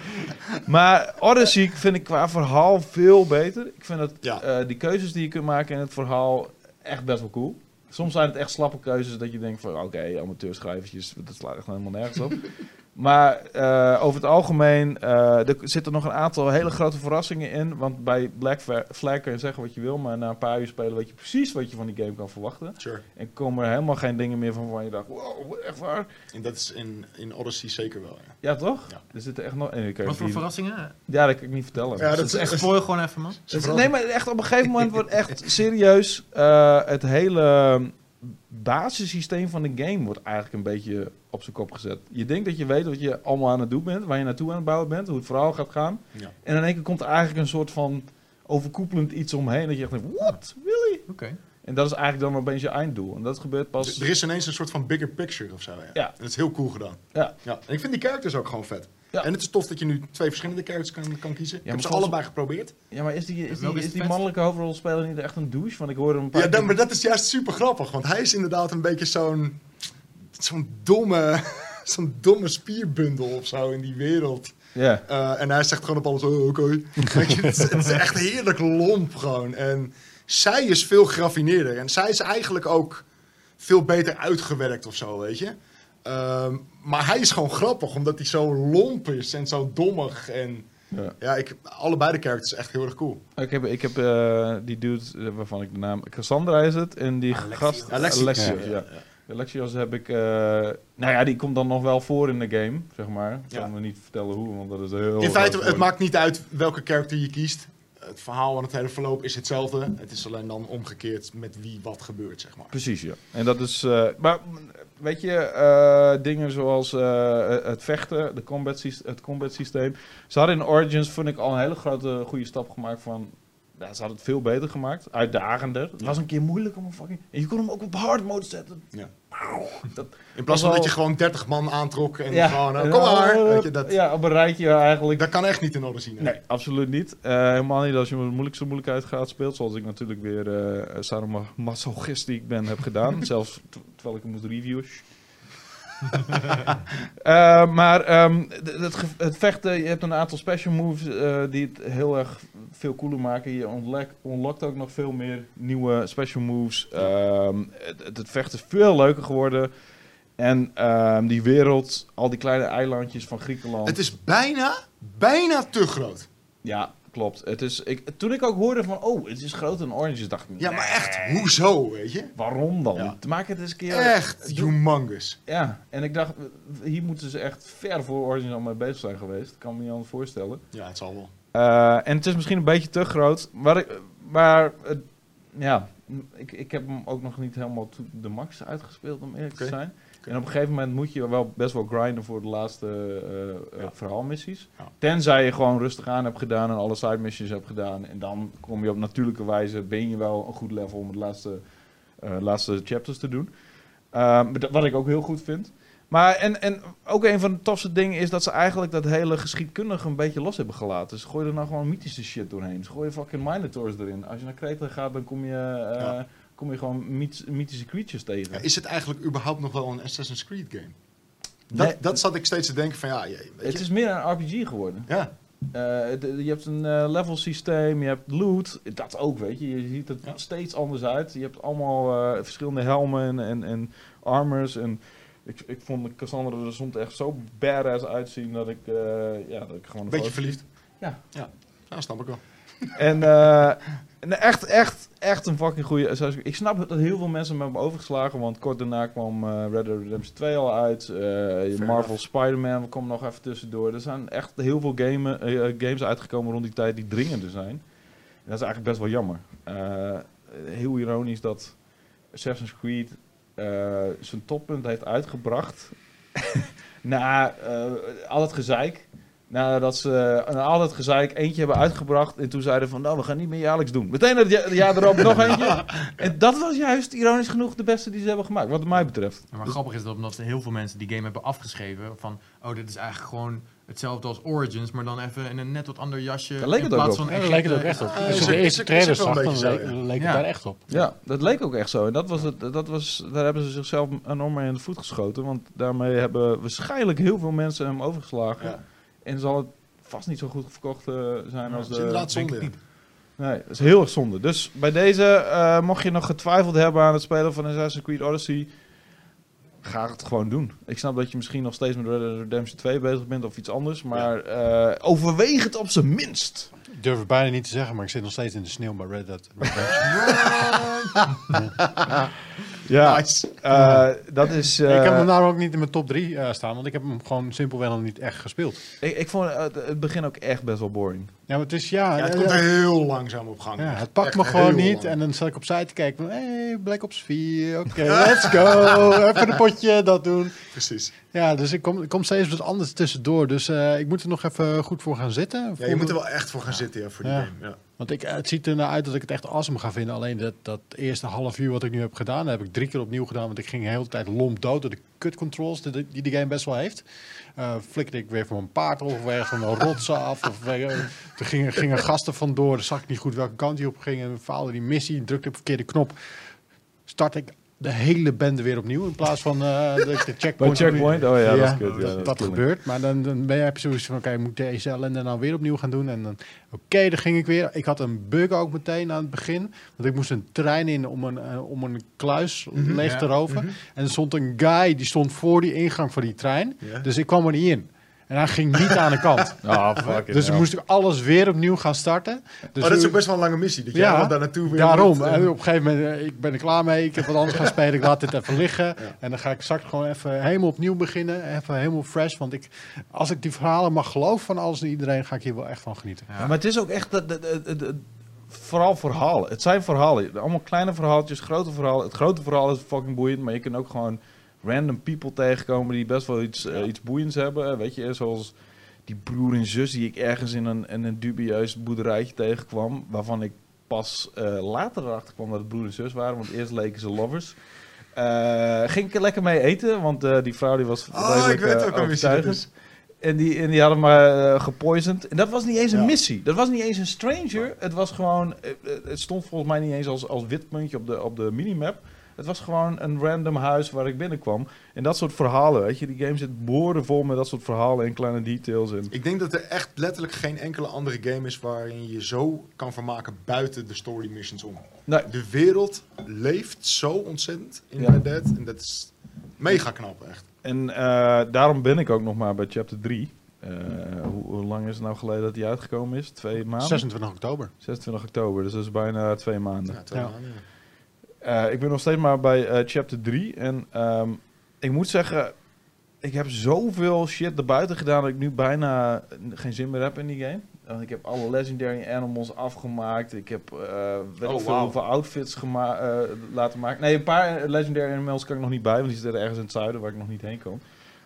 Maar Odyssey vind ik qua verhaal veel beter. Ik vind dat Ja. eh, die keuzes die je kunt maken in het verhaal echt best wel cool. Soms zijn het echt slappe keuzes dat je denkt van oké, okay, amateurschrijvertjes, dat slaat echt helemaal nergens op. Maar uh, over het algemeen uh, er zitten nog een aantal hele grote verrassingen in. Want bij Black Flag kun je zeggen wat je wil, maar na een paar uur spelen weet je precies wat je van die game kan verwachten. Sure. En komen er helemaal geen dingen meer van waarvan je dacht, wow, echt waar? En dat is in, in Odyssey zeker wel, ja. Ja, toch? Ja. Er zitten echt nog... en ik kan Wat je voor niet- verrassingen? Ja, dat kan ik niet vertellen. Ja, Dus dat het is echt... echt- Spoil gewoon even, man. het is- nee, maar echt op een gegeven moment wordt echt serieus... uh, het hele basissysteem van de game wordt eigenlijk een beetje op zijn kop gezet. Je denkt dat je weet wat je allemaal aan het doen bent, waar je naartoe aan het bouwen bent, hoe het verhaal gaat gaan. Ja. En in één keer komt er eigenlijk een soort van overkoepelend iets omheen dat je echt denkt, what? Really? Oké. En dat is eigenlijk dan opeens je einddoel. En dat gebeurt pas... Er is ineens een soort van bigger picture of zo, ja. Ja. En dat is heel cool gedaan. Ja. Ja. En ik vind die characters ook gewoon vet. Ja. En het is tof dat je nu twee verschillende characters kan, kan kiezen. ik maar heb ze volgens- allebei geprobeerd. Ja, maar is die, is die, Welke is is het die vetst? mannelijke hoofdrolspeler niet echt een douche? Want ik hoorde hem een paar Ja, keer- dan, maar dat is juist super grappig. Want hij is inderdaad een beetje zo'n... Zo'n domme... Zo'n domme spierbundel of zo in die wereld. Ja. Uh, en hij zegt gewoon op alles, oh, oké. Weet je, het, is- het is echt heerlijk lomp gewoon. En zij is veel geraffineerder. En zij is eigenlijk ook veel beter uitgewerkt of zo, weet je. Um, maar hij is gewoon grappig, omdat hij zo lomp is en zo dommig. En Ja. ja, ik, allebei de characters echt heel erg cool. Ik heb, ik heb uh, die dude, uh, waarvan ik de naam... Cassandra is het. En die Alexios. gast... Alexios. Alexios, ja. Alexios heb ik... Uh, nou ja, die komt dan nog wel voor in de game, zeg maar. Ik zal Ja. me niet vertellen hoe, want dat is heel... In feite, groot het woord. maakt niet uit welke character je kiest. Het verhaal en het hele verloop is hetzelfde. Het is alleen dan omgekeerd met wie wat gebeurt, zeg maar. Precies, ja. En dat is... Uh, maar weet je, uh, dingen zoals uh, het vechten, de combat syst- het combat systeem. Ze hadden in Origins, vond ik, al een hele grote goede stap gemaakt van... Ja, ze hadden het veel beter gemaakt, uitdagender. Het Ja. was een keer moeilijk om een fucking... En je kon hem ook op hard mode zetten. Ja. Dat, In plaats van was dat al- je gewoon dertig man aantrok en ja, gewoon, uh, en kom dan, maar. uh, Weet je, dat, Ja, op een rijtje eigenlijk. dat kan echt niet in Odyssey. Nee. Nee, absoluut niet. Uh, helemaal niet als je met de moeilijkste moeilijkheid gaat speelt. Zoals ik natuurlijk weer uh, sadomasochist die ik ben heb gedaan. Zelfs t- terwijl ik hem moest reviewen. uh, maar um, d- het, ge- het vechten, je hebt een aantal special moves uh, die het heel erg veel cooler maken. Je unlock, unlockt ook nog veel meer nieuwe special moves. Um, het, het vechten is veel leuker geworden. En um, die wereld, al die kleine eilandjes van Griekenland. Het is bijna, bijna te groot. Ja, klopt. Het is, ik, toen ik ook hoorde van, oh, het is groter dan Oranges, dacht ik, Ja, maar echt, hoezo, weet je? waarom dan? Ja. Maak het eens een keer... Echt Doe- humongous. Ja, en ik dacht, hier moeten ze echt ver voor Origins al mee bezig zijn geweest. Ik kan me niet anders voorstellen. Ja, het zal wel. Uh, en het is misschien een beetje te groot, maar, ik, maar uh, ja, ik, ik heb hem ook nog niet helemaal to de max uitgespeeld, om eerlijk Oké. te zijn. Oké. En op een gegeven moment moet je wel best wel grinden voor de laatste uh, uh, Ja. verhaalmissies. Ja. Tenzij je gewoon rustig aan hebt gedaan en alle side missions hebt gedaan. En dan kom je op natuurlijke wijze, ben je wel een goed level om het laatste, uh, laatste chapters te doen. Uh, wat ik ook heel goed vind. Maar en, en ook een van de tofste dingen is dat ze eigenlijk dat hele geschiedkundige een beetje los hebben gelaten. Ze gooien er nou gewoon mythische shit doorheen. Ze gooien fucking Minotaurs erin. Als je naar Kreta gaat, dan kom je, uh, Ja. kom je gewoon myth- mythische creatures tegen. Ja, is het eigenlijk überhaupt nog wel een Assassin's Creed game? Dat, Nee. dat zat ik steeds te denken van, ja, je, weet Het je. is meer een R P G geworden. Ja, Uh, het- je hebt een uh, level systeem, je hebt loot, dat ook, weet je. Je ziet het Ja. steeds anders uit. Je hebt allemaal uh, verschillende helmen en, en, en armors. En ik, ik vond Cassandra er soms echt zo badass uitzien dat ik, uh, ja, dat ik gewoon... een beetje verliefd. Ja. Ja, ja, snap ik wel. En, uh, en echt, echt, echt een fucking goede... Ik snap dat heel veel mensen me hebben overgeslagen, want kort daarna kwam uh, Red Dead Redemption twee al uit. Uh, Marvel enough. Spider-Man kwam nog even tussendoor. Er zijn echt heel veel game, uh, games uitgekomen rond die tijd die dringender zijn. En dat is eigenlijk best wel jammer. Uh, heel ironisch dat Assassin's Creed uh, zijn toppunt heeft uitgebracht. Na uh, al het gezeik. Nadat ze uh, altijd gezeik eentje hebben uitgebracht. En toen zeiden van, nou, we gaan niet meer jaarlijks doen. Meteen het ja- jaar erop nog eentje. En dat was juist, ironisch genoeg, de beste die ze hebben gemaakt. Wat mij betreft. Maar grappig is dat omdat heel veel mensen die game hebben afgeschreven van, oh, dit is eigenlijk gewoon hetzelfde als Origins, maar dan even in een net wat ander jasje. Daar leek het in ook plaats op. van Ja, echt, daar leek het ook eh, echt op. Ah, Als is je de het- eerste is trailer het wel een zag, dan beetje leek, zo, ja. leek het Ja. daar echt op. Ja, dat leek ook echt zo. En dat was het, dat was, daar hebben ze zichzelf enorm mee in de voet geschoten. Want daarmee hebben waarschijnlijk heel veel mensen hem overgeslagen. Ja. En zal het vast niet zo goed verkocht uh, zijn Ja, als dat is de... inderdaad denk zonde. ik ja. Nee, dat is heel erg zonde. Dus bij deze, uh, mocht je nog getwijfeld hebben aan het spelen van Assassin's Creed Odyssey, ga het gewoon doen. Ik snap dat je misschien nog steeds met Red Dead Redemption twee bezig bent of iets anders, maar uh, overweeg het op zijn minst. Ik durf het bijna niet te zeggen, maar ik zit nog steeds in de sneeuw bij Red Dead Redemption. Ja, Nice. uh, dat is... Uh, ik heb hem daarom ook niet in mijn top drie uh, staan, want ik heb hem gewoon simpelweg nog niet echt gespeeld. ik, ik vond uh, het begin ook echt best wel boring. Ja, maar het is ja... Ja, het ja, komt er heel langzaam op gang. ja, Echt- het pakt echt me gewoon heel niet lang. en dan zat ik opzij te kijken van, hé, hey, Black Ops vier, oké, let's go, even een potje, dat doen. Precies. Ja, dus ik kom, ik kom steeds wat anders tussendoor, dus uh, ik moet er nog even goed voor gaan zitten. Ja, Voor je moet er de- wel echt voor gaan zitten ja, voor die Ja. game. Ja. Want ik, het ziet er nou uit dat ik het echt awesome ga vinden. Alleen dat, dat eerste half uur wat ik nu heb gedaan, dat heb ik drie keer opnieuw gedaan. Want ik ging de hele tijd lomp dood door de cut controls die, die de game best wel heeft. Uh, flikkerde ik weer van mijn paard of weer van een rots af. Of weer, uh, toen gingen, gingen gasten vandoor. Dan zag ik niet goed welke kant die op ging. En faalde die missie, drukte op de verkeerde knop. Start ik de hele bende weer opnieuw. In plaats van uh, de, de checkpoint. Bij checkpoint? Oh ja, dat is kut. Ja, dat, dat dat is gebeurt. Maar dan, dan ben je, heb je zoiets van, oké, okay, moet deze ellende nou weer opnieuw gaan doen? En dan, oké, okay, dan ging ik weer. Ik had een bug ook meteen aan het begin. Want ik moest een trein in om een, uh, om een kluis Mhm, leeg ja. te roven. Mhm. En er stond een guy, die stond voor die ingang van die trein. Ja. Dus ik kwam er niet in. En hij ging niet aan de kant. Ah, fuck it, Dus ja. dan moest ik alles weer opnieuw gaan starten. Dus Maar dat is ook best wel een lange missie. Dat jij Ja, allemaal daar naartoe weer daarom. moet, eh, En op een gegeven moment, uh, ik ben er klaar mee. Ik heb wat anders gaan spelen. Ik laat dit even liggen. Ja. En dan ga ik straks gewoon even helemaal opnieuw beginnen. Even helemaal fresh. Want ik, als ik die verhalen mag geloven van alles en iedereen, ga ik hier wel echt van genieten. Ja. Ja, maar het is ook echt... Dat, dat, dat, dat- dat- vooral verhalen. Het zijn verhalen. Allemaal kleine verhaaltjes, grote verhalen. Het grote verhaal is fucking boeiend, maar je kunt ook gewoon random people tegenkomen die best wel iets, uh, iets boeiends hebben. Weet je, zoals die broer en zus die ik ergens in een, in een dubieus boerderijtje tegenkwam, waarvan ik pas uh, later erachter kwam dat het broer en zus waren, want eerst leken ze lovers. Uh, ging ik er lekker mee eten, want uh, die vrouw die was Oh, redelijk ik weet uh, ook al wie ze dat overtuigend. En die, en die hadden me uh, gepoisoned. En dat was niet eens een Ja. missie. Dat was niet eens een stranger. Het was gewoon... uh, uh, het stond volgens mij niet eens als, als wit puntje op de, op de minimap. Het was gewoon een random huis waar ik binnenkwam. En dat soort verhalen, weet je. Die game zit boordevol met dat soort verhalen en kleine details. En Ik denk dat er echt letterlijk geen enkele andere game is waarin je je zo kan vermaken buiten de story missions om. nee, De wereld leeft zo ontzettend in Ja. Red Dead. En dat is mega knap, echt. en uh, daarom ben ik ook nog maar bij chapter drie. Uh, hoe, hoe lang is het nou geleden dat die uitgekomen is? Twee maanden? zesentwintig oktober. zesentwintig oktober, dus dat is bijna twee maanden. Ja, twee Ja. maanden, ja. Uh, ik ben nog steeds maar bij uh, chapter drie. En um, ik moet zeggen, ik heb zoveel shit erbuiten gedaan dat ik nu bijna geen zin meer heb in die game. Uh, ik heb alle legendary animals afgemaakt. Ik heb uh, weet Oh, ik veel wauw. hoeveel outfits gema- uh, laten maken. Nee, een paar legendary animals kan ik nog niet bij, want die zitten ergens in het zuiden waar ik nog niet heen kom.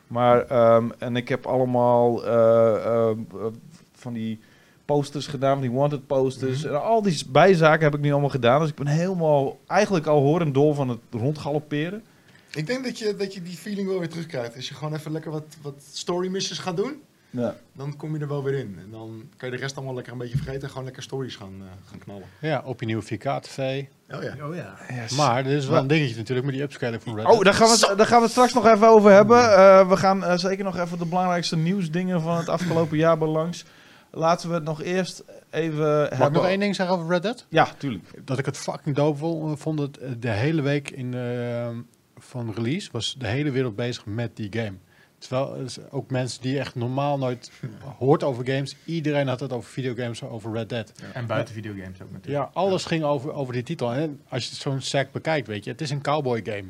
Maar, um, en ik heb allemaal uh, uh, uh, van die posters gedaan, van die wanted posters. Mhm. En al die bijzaken heb ik nu allemaal gedaan. Dus ik ben helemaal, eigenlijk al horendol van het rondgalopperen. Ik denk dat je, dat je die feeling wel weer terugkrijgt. Als je gewoon even lekker wat, wat story missions gaat doen, Ja. dan kom je er wel weer in. En dan kan je de rest allemaal lekker een beetje vergeten en gewoon lekker stories gaan, uh, gaan knallen. Ja, op je nieuwe vier K T V. Oh ja. Oh ja. Maar dit is wel Maar- een dingetje natuurlijk met die upscaling van Red Dead. Oh, daar gaan, we, daar gaan we het straks nog even over hebben. Uh, we gaan uh, zeker nog even de belangrijkste nieuwsdingen van het afgelopen jaar belangs. Laten we het nog eerst even Mag ik hebben. nog één ding zeggen over Red Dead? Ja, tuurlijk. Dat ik het fucking dope vo- vond. Dat eh, de hele week in, uh, van release was de hele wereld bezig met die game. Terwijl eh, ook mensen die echt normaal nooit hoort over games, iedereen had het over videogames, over Red Dead. En buiten videogames ook natuurlijk. Ja, alles ging over, over die titel. En als je zo'n sack bekijkt, weet je, het is een cowboy game.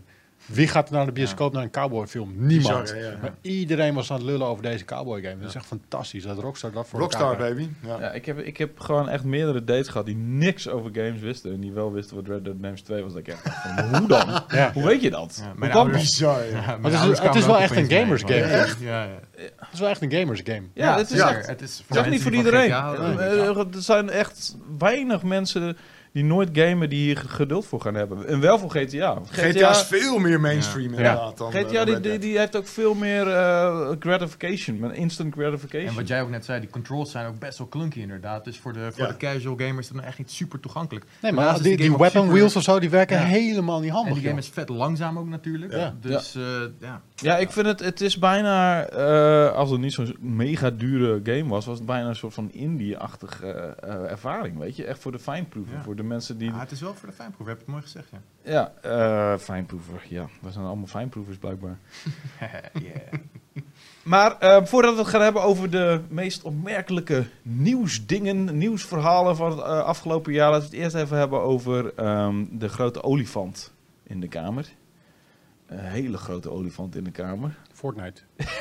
Wie gaat er naar de bioscoop naar een cowboyfilm? Niemand. Bizar, ja. Maar iedereen was aan het lullen over deze cowboy game. Dat is echt fantastisch dat Rockstar dat voor Rockstar, elkaar krijgt. baby. Ja. Ja, ik, heb, ik heb gewoon echt meerdere dates gehad die niks over games wisten. En die wel wisten wat Red Dead Redemption twee was. Dat ik echt dacht van, hoe dan? Ja. Hoe weet je dat? Ja, Hoe mijn kan ouders- dat? Bizar, ja. Ja, Maar mijn het is- ouders het is kwamen wel ook echt een opeens mee, gamers man. game. Echt? Ja, ja. Het is wel echt een gamers game. Ja, het is Ja. echt... Het is voor Het is echt mensen niet voor die van iedereen. G T A houden, Eh, denk ik. eh, Er zijn echt weinig mensen die nooit gamen die hier geduld voor gaan hebben. En wel voor G T A. G T A is veel meer mainstream Ja. inderdaad dan G eh, T A die, Red die, Dead. die heeft ook veel meer eh, gratification, met instant gratification. En wat jij ook net zei, die controls zijn ook best wel clunky inderdaad. Dus voor de, voor Ja. de casual gamers is het dan echt niet super toegankelijk. Nee, maar Daarnaast is die, de die game ook weapon super- wheels of zo, die werken Ja. helemaal niet En handig. die game joh. is vet langzaam ook natuurlijk. Ja. Dus eh, ja. Ja, ik vind het, het is bijna, eh, als het niet zo'n mega dure game was, was het bijna een soort van indie-achtige eh, eh, ervaring, weet je. Echt voor de fijnproever, Ja. voor de mensen die... Ah, het is wel voor de fijnproef, heb je het mooi gezegd, ja. Ja, eh fijnproever, ja. We zijn allemaal fijnproevers blijkbaar. yeah. Maar eh, voordat we het gaan hebben over de meest opmerkelijke nieuwsdingen, nieuwsverhalen van het eh, afgelopen jaar, laten we het eerst even hebben over ehm, de grote olifant in de kamer. Een hele grote olifant in de kamer. Fortnite.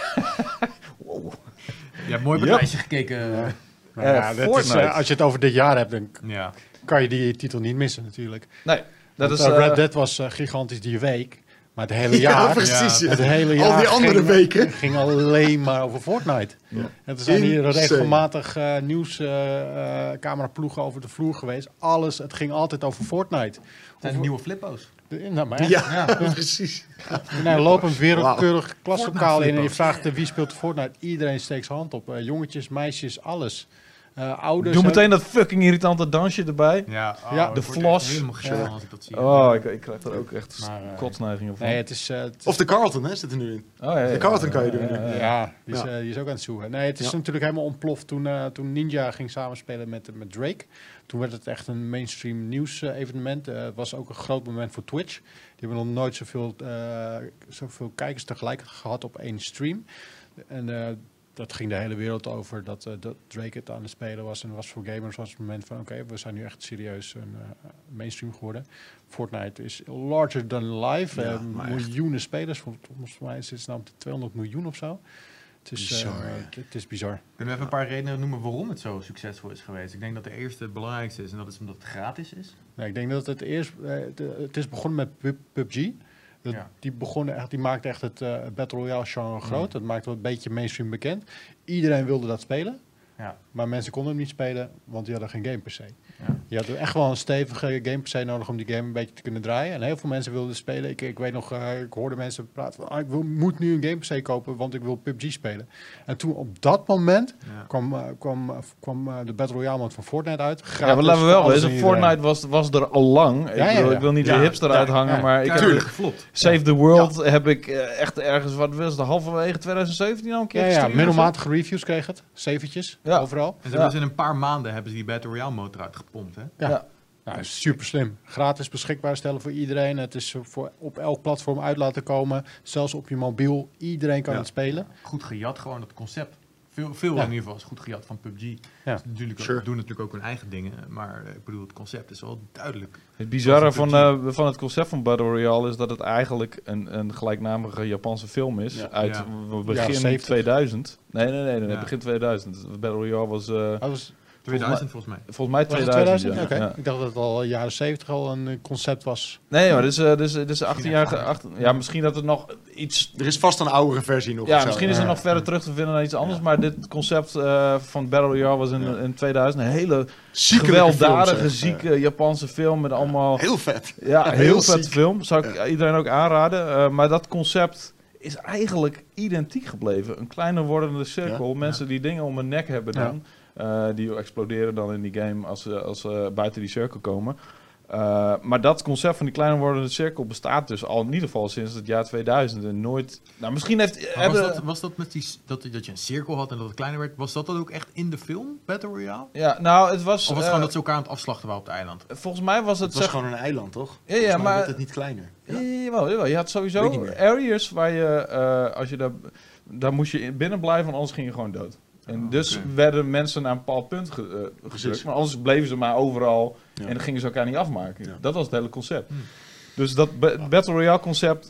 Wow. Je hebt mooi op het Yep. lijstje gekeken. Ja. Nou Eh, ja, dat is, Fortnite. eh, als je het over dit jaar hebt, dan ja. kan je die titel niet missen natuurlijk. Nee, dat Want, is... eh, eh, Red Dead was eh, gigantisch die week. Maar het hele Ja, jaar, precies. Ja. ja. het hele jaar Al die andere ging, weken. ging alleen maar over Fortnite. Ja. En er zijn hier Insane. regelmatig uh, nieuwscameraploegen over de vloer geweest. Alles, het ging altijd over Fortnite. Het zijn de nieuwe flippo's. De- nou, maar echt, Ja, precies. nou, loop een wereldkeurig Wauw. klaslokaal in en je Fortnite vraagt uh, wie speelt Fortnite. Iedereen steekt zijn hand op. Uh, jongetjes, meisjes, alles. Uh, ouders. Doe ook. meteen dat fucking irritante dansje erbij. Ja, oh, Ja, ik de word Floss. echt helemaal gezellig Ja. als ik dat zie. Oh, ik, ik krijg er ook echt Maar, uh, kotsneigingen van. Nee, het is... Uh, het is Of de Carlton, hè, zit er nu in. oh, ja, ja, de ja, Carlton ja, kan je ja, doen ja, nu. ja. Ja, die is, Ja. eh, die is ook aan het zoeken. Nee, het is Ja. natuurlijk helemaal ontploft toen, uh, toen Ninja ging samenspelen met, met Drake. Toen werd het echt een mainstream nieuws uh, evenement. Uh, het was ook een groot moment voor Twitch. Die hebben nog nooit zoveel, uh, zoveel kijkers tegelijk gehad op één stream. En uh, dat ging de hele wereld over, dat, uh, dat Drake het aan het spelen was. En was voor gamers was het moment van, oké, okay, we zijn nu echt serieus een uh, mainstream geworden. Fortnite is larger than life. Ja, uh, maar miljoenen spelers. Volgens mij is het nou op de tweehonderd miljoen of zo. Het is, Bizar, uh, ja. het, het is bizar. Kunnen we even een paar redenen noemen waarom het zo succesvol is geweest? Ik denk dat de eerste het belangrijkste is en dat is omdat het gratis is. Nou, ik denk dat het eerst... Uh, de, het is begonnen met P U B G. Dat, Ja. die, begonnen echt, die maakte echt het uh, Battle Royale genre groot. Dat maakte wel een beetje mainstream bekend. Iedereen wilde dat spelen. Ja. Maar mensen konden hem niet spelen, want die hadden geen game per se. Ja. Je had echt wel een stevige game per se nodig om die game een beetje te kunnen draaien. En heel veel mensen wilden spelen. Ik, ik weet nog, uh, ik hoorde mensen praten van, ah, ik wil, moet nu een game per se kopen, want ik wil P U B G spelen. En toen op dat moment Ja. kwam, uh, kwam, uh, kwam uh, de Battle Royale mode van Fortnite uit. Ja, maar laten we wel wezen, Fortnite was, was er al lang. Ik, Ja, ja, bedoel, ja. ik wil niet Ja, de hipster ja, uithangen, ja. maar ik heb Tuurlijk, geflopt. Save the World heb ik uh, echt ergens, wat was het, halverwege twintig zeventien al een keer Ja, ja, gestuurd of zo? middelmatige reviews kreeg het. Zeventjes, Ja. overal. En ze Ja. hebben dus in een paar maanden hebben ze die Battle Royale motor eruit gepompt, hè? Ja. Ja. Nou, super slim. Gratis beschikbaar stellen voor iedereen. Het is voor op elk platform uit laten komen. Zelfs op je mobiel. Iedereen kan Ja. het spelen. Goed gejat, gewoon dat concept. Veel, veel Ja. in ieder geval is goed gejat van P U B G. Ja. Ze natuurlijk ook- Sure. doen natuurlijk ook hun eigen dingen, maar eh, ik bedoel, het concept is wel duidelijk. Het bizarre Was van, het uh, van het concept van Battle Royale is dat het eigenlijk een, een gelijknamige Japanse film is. Ja. Uit Ja. w- begin Jaren zeventig. tweeduizend. Nee, nee, nee, nee, Ja. begin tweeduizend. Battle Royale was uh, Dat was, tweeduizend volgens mij. volgens mij was het tweeduizend. tweeduizend? ja. Oké. Ja. Ik dacht dat het al jaren zeventig al een eh, concept was. Nee, maar dit is, uh, dit is, dit is achttien jaar... Misschien ge- acht- ja, misschien dat het nog iets... Er is vast een oudere versie nog. of Ja, zo. misschien is het Ja. nog verder terug te vinden naar iets anders. Maar dit concept uh, van Battle Royale was in, Ja. in tweeduizend een hele Ziekelijke gewelddadige, film, zeg. zieke Japanse film met allemaal... Heel vet. Ja, heel, heel vet ziek. film. Zou ik Ja. iedereen ook aanraden. Uh, maar dat concept is eigenlijk identiek gebleven. Een kleiner wordende cirkel. Ja. Mensen die dingen om hun nek hebben Ja. dan. Uh, die exploderen dan in die game als ze als, ze buiten die cirkel komen. Uh, maar dat concept van die kleiner wordende cirkel bestaat dus al in ieder geval sinds het jaar tweeduizend. En nooit... Nou, misschien heeft... Maar was, hebben- dat, was dat met die, s- dat, dat je een cirkel had en dat het kleiner werd, was dat dan ook echt in de film, Battle Royale? Ja, nou, het was... Of was het uh, gewoon dat ze elkaar aan het afslachten waren op het eiland? Volgens mij was het... Het was zeg- gewoon een eiland, toch? Ja, ja, Volgens mij maar- werd het niet kleiner. Ja, jawel, jawel. Je had Weet sowieso niet meer. areas waar je, uh, als je daar, daar moest je in- binnen blijven, want anders ging je gewoon dood. En Oh, dus oké. werden mensen naar een bepaald punt ge, uh, Precies. gedrukt, maar anders bleven ze maar overal Ja. en dan gingen ze elkaar niet afmaken. Ja. Dat was het hele concept. Hmm. Dus dat ba- Battle Royale concept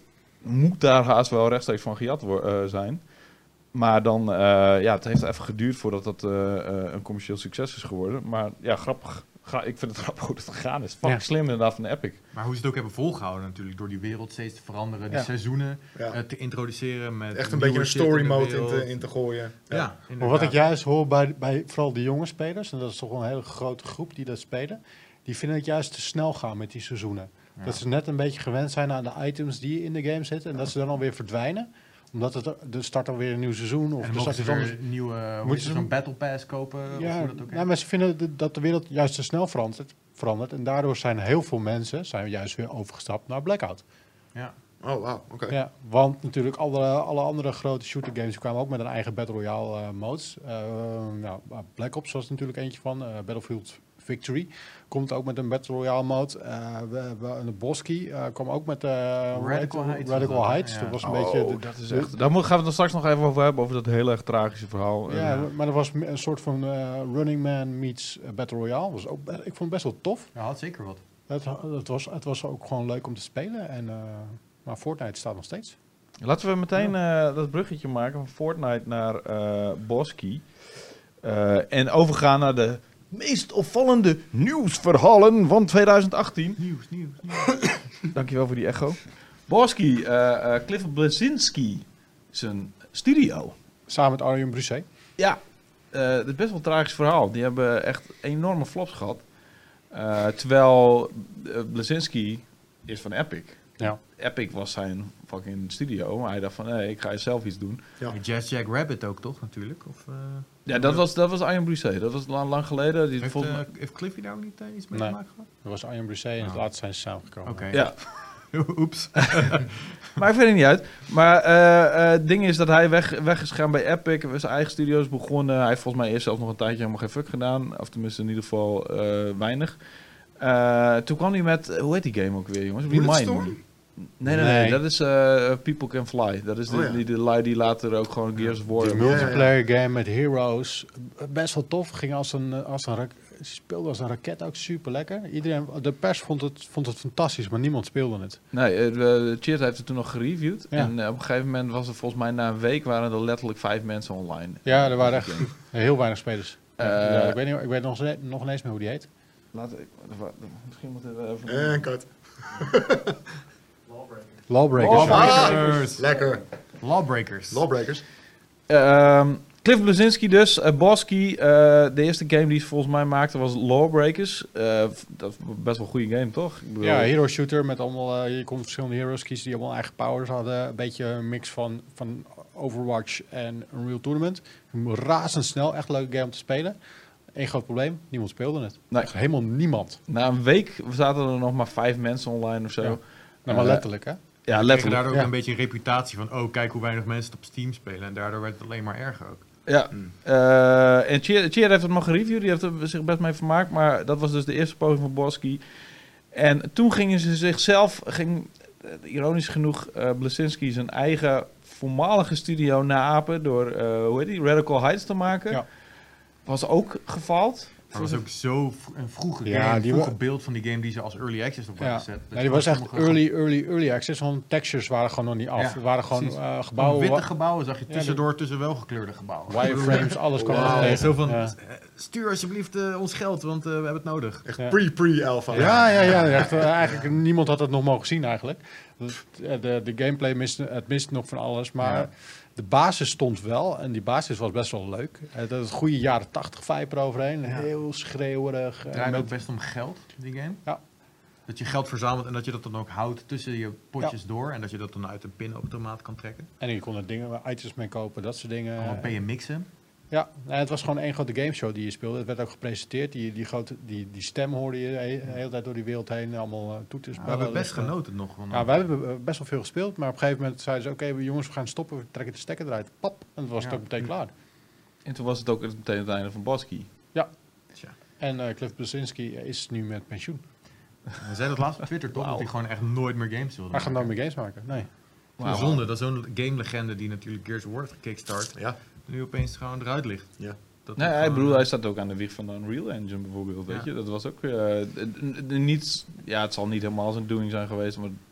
moet daar haast wel rechtstreeks van gejat wo- uh, zijn. Maar dan, uh, ja, het heeft even geduurd voordat dat uh, uh, een commercieel succes is geworden. Maar ja, grappig. Ga, ik vind het grappig hoe het gegaan is. Fucking Ja. slim inderdaad van Epic. Maar hoe ze het ook hebben volgehouden natuurlijk, door die wereld steeds te veranderen, die Ja. seizoenen Ja. uh, te introduceren met Echt een nieuwe beetje een shit story de mode in wereld. te, in te gooien. Ja, Ja. Maar inderdaad. wat ik juist hoor bij, bij vooral de jonge spelers, en dat is toch wel een hele grote groep die dat spelen, die vinden het juist te snel gaan met die seizoenen. Ja. Dat ze net een beetje gewend zijn aan de items die in de game zitten en dat ze dan alweer verdwijnen. Omdat het er er start alweer een nieuw seizoen of En er dan start mogen iets ze anders. weer een nieuwe, hoe Moeten heet ze het, zo'n doen? battle pass kopen, of Ja, hoe dat ook nou, heet. maar ze vinden de- dat de wereld juist te snel verandert, verandert en daardoor zijn heel veel mensen zijn juist weer overgestapt naar Blackout. Ja. Oh, wauw. Oké. Ja, want natuurlijk alle, alle andere grote shooter games kwamen ook met een eigen Battle Royale uh, modes. Uh, nou, Black Ops was natuurlijk eentje van, uh, Battlefield Victory komt ook met een Battle Royale mode. Uh, we, we, de Bosky uh, kwam ook met uh, Radical Heights was Radical dat, Heights. ja. Dat was een Oh, beetje... de- dat is de- echt... Daar moet- gaan we het er straks nog even over hebben, over dat hele erg tragische verhaal. Ja, En, uh, maar dat was een soort van uh, Running Man meets uh, Battle Royale. Was ook, be- ik vond het best wel tof. Ja, had zeker wat. Het, het, was, het was ook gewoon leuk om te spelen. En, uh, maar Fortnite staat nog steeds. Laten we meteen uh, dat bruggetje maken van Fortnite naar uh, Bosky. Uh, en overgaan naar de meest opvallende nieuwsverhalen van twintig achttien. Nieuws, nieuws, nieuws. Dankjewel voor die echo. Bosky, uh, uh, Cliff Bleszinski, zijn studio. Samen met Arjen Brusset. Ja, uh, het is best wel een tragisch verhaal. Die hebben echt enorme flops gehad. Uh, terwijl uh, Bleszinski is van Epic. Ja. Epic was zijn fucking studio. Maar hij dacht van, hey, ik ga zelf iets doen. Ja. Jazz Jack Rabbit ook, toch, natuurlijk? Of, uh, Ja, dat was, dat was Arjen Brusset. Dat was lang, lang geleden. Die heeft, volgens uh, mij- heeft Cliffy daar ook niet uh, iets mee Nee. te maken gehad? Dat was Arjen Brusset en Oh. later zijn ze samengekomen. Oké. Ja, Oeps. maar ik vind het niet uit. Maar eh, eh, het ding is dat hij weg, weg is gegaan bij Epic. Zijn eigen studio's begonnen. Hij heeft volgens mij eerst zelfs nog een tijdje helemaal geen fuck gedaan. Of tenminste in ieder geval eh, weinig. Uh, toen kwam hij met, hoe heet die game ook weer, jongens? Remind Bulletstorm? Me. Nee, nee, nee, Nee. dat is uh, People Can Fly. Dat is de, Oh, ja. die, de lui die later ook gewoon Gears of War Die hebben. multiplayer game met heroes. Best wel tof. Ging als een, als een, ra- speelde als een raket ook super lekker. Iedereen, de pers vond het, vond het fantastisch, maar niemand speelde het. Nee, uh, Cheers heeft het toen nog gereviewd. Ja. En uh, op een gegeven moment was er volgens mij na een week waren er letterlijk vijf mensen online. Ja, er waren Dat echt game. heel weinig spelers. Eh, ja, ik weet, niet, ik weet nog, ze- nog ineens meer hoe die heet. Laten we, misschien moeten we even... En cut. Lawbreakers. Oh, Lawbreakers. Lekker. Lawbreakers. Lawbreakers. Ehm, Cliff Bleszinski dus, uh, Bosky. Uh, de eerste game die ze volgens mij maakte was Lawbreakers. Uh, dat is best wel een goede game, toch? Ik bedoel, Ja, hero shooter met allemaal, uh, je kon verschillende heroes kiezen die allemaal eigen powers hadden. Een beetje een mix van, van Overwatch en Unreal Tournament. Razendsnel, echt een leuke game om te spelen. Eén groot probleem, niemand speelde het. Nee. Echt helemaal niemand. Na een week zaten er nog maar vijf mensen online of zo. Ja. Ja, Nou, maar Eh, letterlijk, hè? Kregen letterlijk. daardoor ook Ja. een beetje een reputatie van, oh, kijk hoe weinig mensen het op Steam spelen. En daardoor werd het alleen maar erger ook. Ja. Hmm. Uh, en Cheer, Cheer heeft het maar gereviewd. Die heeft er zich best mee vermaakt. Maar dat was dus de eerste poging van Bosky. En toen gingen ze zichzelf... Ging, uh, ironisch genoeg, uh, Bleszinski zijn eigen voormalige studio naapen... door, uh, hoe heet die, Radical Heights te maken. Ja. Was ook gefaald. Maar het was ook zo v- een vroege Ja, game, een die vroege wa- beeld van die game die ze als early access op hebben Ja. gezet. Nee, die was echt sommige- early, early, early access. Want textures waren gewoon nog niet af. Ja, Er waren gewoon precies. uh, Gewoon gebouwen... witte wa- gebouwen zag je Ja, tussendoor tussen wel gekleurde gebouwen. wireframes, alles kwam er Wauw. tegen. Zo van, Ja. eh, stuur alsjeblieft eh, ons geld, want eh, we hebben het nodig. Echt Ja. pre-pre-alpha. Ja, ja, ja. Echt, uh, eigenlijk, niemand had het nog mogen zien eigenlijk. De, de, de gameplay miste, het mist nog van alles, maar Ja. de basis stond wel. En die basis was best wel leuk. Het had een goede jaren tachtig vibe eroverheen. Ja. Heel schreeuwerig. Het en draait met- ook best om geld, die game. Ja. Dat je geld verzamelt en dat je dat dan ook houdt tussen je potjes door. En dat je dat dan uit een pinautomaat kan trekken. En je kon er dingen, items mee kopen, dat soort dingen. Allemaal ben je mixen. Ja, nou, het was gewoon één grote gameshow die je speelde. Het werd ook gepresenteerd. Die, die, grote, die, die stem hoorde je de he- de hele tijd door die wereld heen. Allemaal uh, toeters. we hebben best bellen, genoten nog. Van Ja, wij hebben uh, best wel veel gespeeld. Maar op een gegeven moment zeiden ze... Oké, jongens, we gaan stoppen. We trekken de stekker eruit. Pap. En dan was het Ja. ook meteen klaar. En toen was het ook meteen het einde van Bosky. Tja. En uh, Cliff Bleszinski is nu met pensioen. We zeiden dat laatst op Twitter toch, Wauw. dat hij gewoon echt nooit meer games wilde Hij gaat maken. nooit meer games maken. Nee. Wow. Zonde dat zo'n game-legende die natuurlijk Gears of War heeft gekickstart, Ja. nu opeens gewoon eruit ligt. Ja. Dat Nee, het hij, gewoon, bedoel, eh, hij staat ook aan de wieg van de Unreal Engine bijvoorbeeld, weet Ja. je. Dat was ook uh, niet... Ja, het zal niet helemaal zijn doing zijn geweest, maar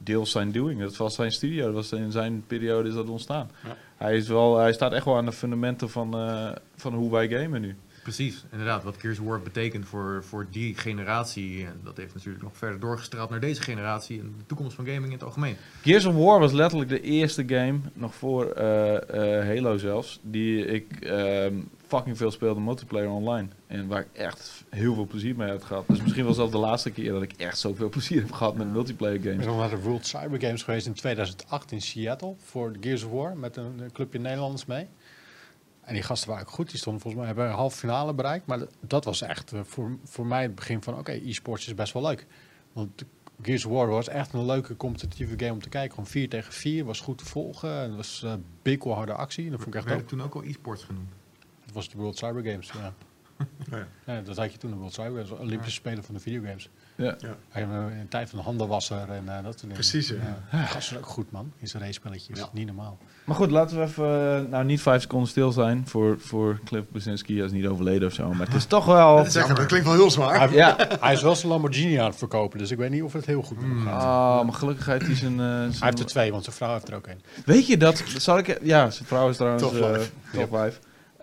deels zijn doing. Dat was zijn studio. Dat was in zijn periode is dat ontstaan. Ja. Hij, is wel, hij staat echt wel aan de fundamenten van, uh, van hoe wij gamen nu. Precies, inderdaad. Wat Gears of War betekent voor, voor die generatie. En dat heeft natuurlijk nog verder doorgestraald naar deze generatie. En de toekomst van gaming in het algemeen. Gears of War was letterlijk de eerste game, nog voor uh, uh, Halo zelfs, die ik uh, fucking veel speelde multiplayer online. En waar ik echt heel veel plezier mee heb gehad. Dus misschien was dat de laatste keer dat ik echt zoveel plezier heb gehad met multiplayer games. Ik ben nog naar de World Cyber Games geweest in tweeduizend acht in Seattle voor Gears of War. Met een, een clubje Nederlanders mee. En die gasten waren ook goed. Die stonden volgens mij, hebben een halve finale bereikt. Maar dat was echt uh, voor, voor mij het begin van, oké, okay, e-sports is best wel leuk. Want Gears of War was echt een leuke competitieve game om te kijken. Gewoon vier tegen vier, was goed te volgen. Het was uh, bikkelharde actie. Dat vond ik echt werd ook. toen ook al e-sports genoemd? Dat was de World Cyber Games, ja. Ja. Ja, dat had je toen, de World Cyber Games. Olympische ja. Spelen van de videogames. Ja. Ja. In een tijd van de handenwasser en uh, dat soort dingen. Precies, ja. Ja. Gast is ook goed, man. In zijn race-spelletjes. Ja. Niet normaal. Maar goed, laten we even, uh, nou niet vijf seconden stil zijn voor, voor Cliff Bleszinski. Hij is niet overleden of zo, maar het is toch wel... Dat, zeggen, dat klinkt wel heel zwaar. Hij, ja. hij is wel zijn Lamborghini aan het verkopen, dus ik weet niet of het heel goed met hem gaat. Ah, maar gelukkig heeft hij zijn... Uh, zijn... Hij heeft er twee, want zijn vrouw heeft er ook een. Weet je dat... Zal ik... Ja, zijn vrouw is trouwens... Top vijf. Uh, top vijf.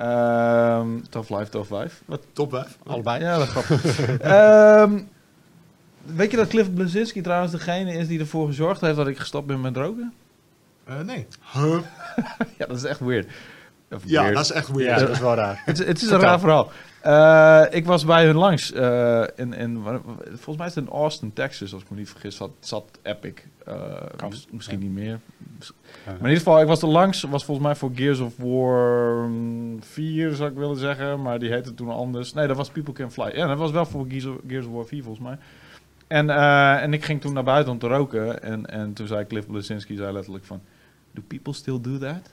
Um, top vijf, top vijf. Wat? Top vijf. Allebei. Ja, dat is grappig. um, weet je dat Cliff Bleszinski trouwens degene is die ervoor gezorgd heeft dat ik gestopt ben met roken? Uh, nee. Huh? Ja, dat is echt weird. Of Ja, weird. dat is echt weird. Ja, dat is wel raar. Het, het is een raar verhaal. Uh, ik was bij hun langs. Uh, in, in, volgens mij is het in Austin, Texas, als ik me niet vergis. Zat, zat Epic. Uh, mis, misschien ja. niet meer. Maar in ieder geval, ik was er langs. Was volgens mij voor Gears of War vier, zou ik willen zeggen. Maar die heette toen anders. Nee, dat was People Can Fly. Ja, dat was wel voor Gears of, Gears of War vier, volgens mij. En, uh, en ik ging toen naar buiten om te roken. En, en toen zei Cliff Bleszinski zei letterlijk van... Do people still do that?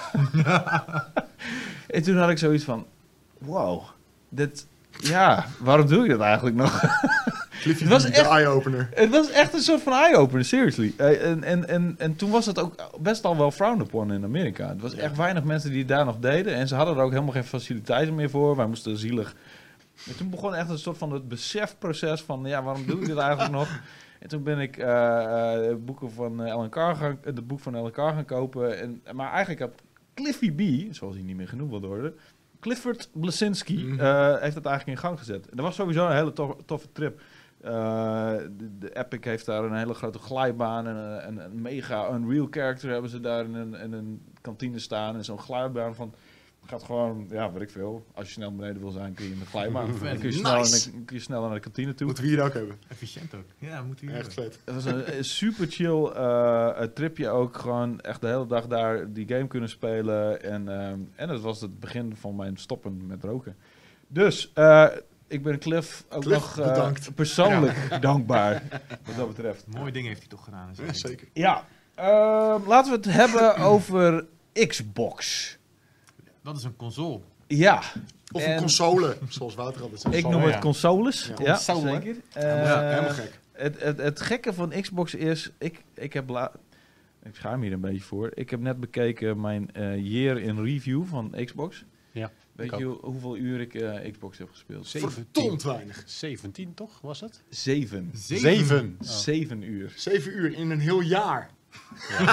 En toen had ik zoiets van... Wow, dit... Ja, waarom doe ik dat eigenlijk nog? Cliffy, het was de echt, eye-opener. Het was echt een soort van eye-opener, seriously. Uh, en, en, en, en toen was het ook best al wel frowned upon in Amerika. Het was ja. echt weinig mensen die het daar nog deden. En ze hadden er ook helemaal geen faciliteiten meer voor. Wij moesten zielig... En toen begon echt een soort van het besefproces van... Ja, waarom doe ik dit eigenlijk nog? En toen ben ik uh, uh, boeken van uh, Alan Carr gaan, uh, het boek van Alan Carr gaan kopen. En, maar eigenlijk had Cliffy B, zoals hij niet meer genoemd wil worden... Clifford Bleszinski mm-hmm. uh, heeft dat eigenlijk in gang gezet. En dat was sowieso een hele tof, toffe trip. Uh, de, de Epic heeft daar een hele grote glijbaan en een, een, een mega Unreal character hebben ze daar in een, in een kantine staan. En zo'n glijbaan van... gaat gewoon, ja, weet ik veel. Als je snel beneden wil zijn, kun je met glijbaan. Dan kun je, snel nice. de, kun je snel naar de kantine toe. Moeten we hier ook hebben. Efficiënt ook. Ja, moeten we hier Echt vet. Het was een, een super chill uh, tripje ook. Gewoon echt de hele dag daar die game kunnen spelen. En, um, en het was het begin van mijn stoppen met roken. Dus, uh, ik ben Cliff ook Cliff, nog uh, persoonlijk ja. dankbaar. Wat dat betreft. Mooie dingen heeft hij toch gedaan. Ja, zeker. Ja. Uh, laten we het hebben over Xbox. Dat is een console. Ja. Of en een console, zoals Wouter altijd zegt. Ik noem ja. het consoles. Ja, ja console. zeker. Uh, ja, helemaal gek. Het, het, het gekke van Xbox is... Ik, ik heb... La- ik schaam hier een beetje voor. Ik heb net bekeken mijn uh, year in review van Xbox. Ja. Weet je hoe, hoeveel uur ik uh, Xbox heb gespeeld? Verdomd weinig. zeventien toch, was het? Zeven. Zeven? Zeven, oh. Zeven uur. Zeven uur in een heel jaar. Ja.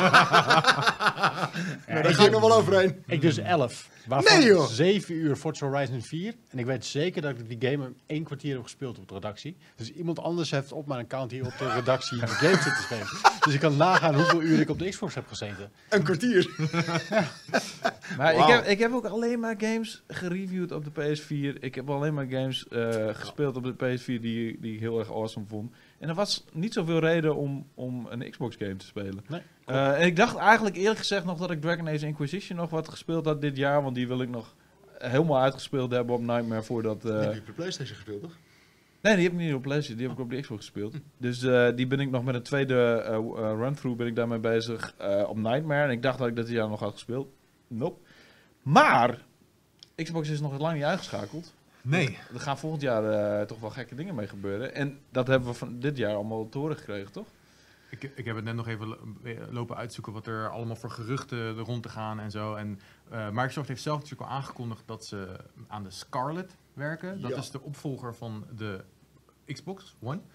Nou, daar ga ik nog wel overheen. Ik dus elf. Waarvan nee, joh. zeven uur Forza Horizon vier. En ik weet zeker dat ik die game één kwartier heb gespeeld op de redactie. Dus iemand anders heeft op mijn account hier op de redactie de game zitten spelen. Dus ik kan nagaan hoeveel uur ik op de Xbox heb gezeten. Een kwartier. Ja. Maar wow. ik, heb, ik heb ook alleen maar games gereviewd op de P S vier. Ik heb alleen maar games uh, gespeeld op de P S vier die, die ik heel erg awesome vond. En er was niet zoveel reden om, om een Xbox game te spelen. Nee, uh, en ik dacht eigenlijk eerlijk gezegd nog dat ik Dragon Age Inquisition nog wat gespeeld had dit jaar. Want die wil ik nog helemaal uitgespeeld hebben op Nightmare voordat... Uh... Die heb je op de PlayStation gespeeld, toch? Nee, die heb ik niet op PlayStation. Die heb ik op de Xbox gespeeld. Dus uh, die ben ik nog met een tweede uh, uh, run-through ben ik daarmee bezig uh, op Nightmare. En ik dacht dat ik dat dit jaar nog had gespeeld. Nope. Maar Xbox is nog lang niet uitgeschakeld. Nee. Er gaan volgend jaar uh, toch wel gekke dingen mee gebeuren. En dat hebben we van dit jaar allemaal te horen gekregen, toch? Ik, ik heb het net nog even lopen uitzoeken wat er allemaal voor geruchten er rond te gaan en zo. En uh, Microsoft heeft zelf natuurlijk al aangekondigd dat ze aan de Scarlett werken. Dat ja. is de opvolger van de Xbox One.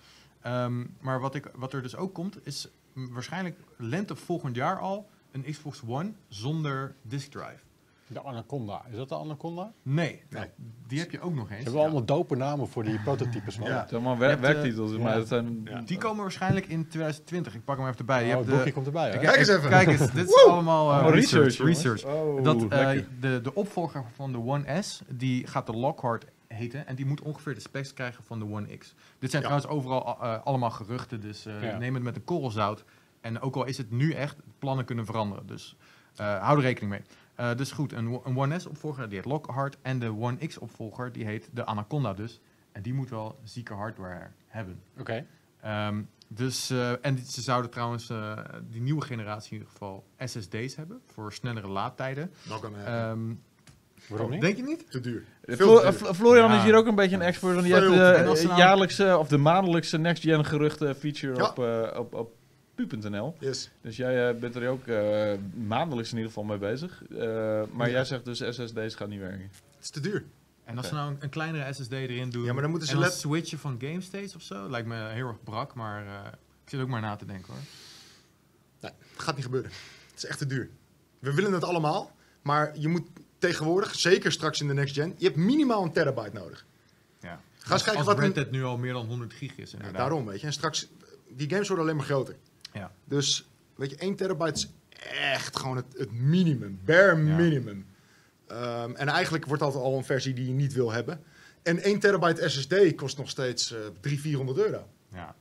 Um, maar wat, ik, wat er dus ook komt, is m, waarschijnlijk lente volgend jaar al een Xbox One zonder disk drive. De Anaconda. Is dat de Anaconda? Nee, Nee. die heb je ook nog eens. Ze hebben allemaal dope namen voor die prototypes. Van. Ja. Het zijn allemaal Je wer- hebt, eh, werktitels, ja. maar dat zijn... Ja. Die komen waarschijnlijk in twintig twintig. Ik pak hem even erbij. Je Oh, hebt het de, boekje komt erbij, hè? ik- Kijk eens ik- even. Kijk eens, dit is allemaal uh, Oh, research. research, jongens. research. Oh, Dat, uh, lekker. de, de opvolger van de One S, die gaat de Lockhart heten. En die moet ongeveer de specs krijgen van de One X. Dit zijn Ja. trouwens overal uh, allemaal geruchten. Dus uh, Ja. neem het met een korrel zout. En ook al is het nu echt, plannen kunnen veranderen. Dus uh, hou er rekening mee. Uh, dus goed, een, een One S opvolger die heet Lockhart. En de One X opvolger die heet de Anaconda dus. En die moet wel zieke hardware hebben. Oké. Um, dus, uh, en die- ze zouden trouwens uh, die nieuwe generatie in ieder geval S S D's hebben. Voor snellere laadtijden. Nog een uh, Um, Waarom niet? denk je niet? te duur. Eh, Veel Flo- te eh, duur. Fl- Florian Ja. is hier ook een beetje een expert, want die Veel heeft te de duur. En als ze nou- jaarlijkse of de maandelijkse next-gen geruchten feature Ja. op, uh, op, op pu punt n l. Yes. Dus jij uh, bent er ook uh, maandelijks in ieder geval mee bezig. Uh, maar Ja. jij zegt dus S S D's gaan niet werken. Het is te duur. En als Oké. ze nou een, een kleinere S S D erin doen. Ja, maar dan moeten ze en dan let- switchen van game states of zo. Lijkt me heel erg brak, maar uh, ik zit ook maar na te denken hoor. Nee, het gaat niet gebeuren. Het is echt te duur. We willen het allemaal, maar je moet tegenwoordig, zeker straks in de next gen, je hebt minimaal een terabyte nodig. Ja. Ga eens Als- kijken als wat Red een- Dead nu al meer dan honderd gig is Ja, inderdaad. daarom, weet je. En straks, die games worden alleen maar groter. Ja. Dus, weet je, één terabyte is echt gewoon het, het minimum. Bare Ja. minimum. Um, en eigenlijk wordt dat al een versie die je niet wil hebben. En één terabyte S S D kost nog steeds uh, driehonderd, vierhonderd euro. Ja.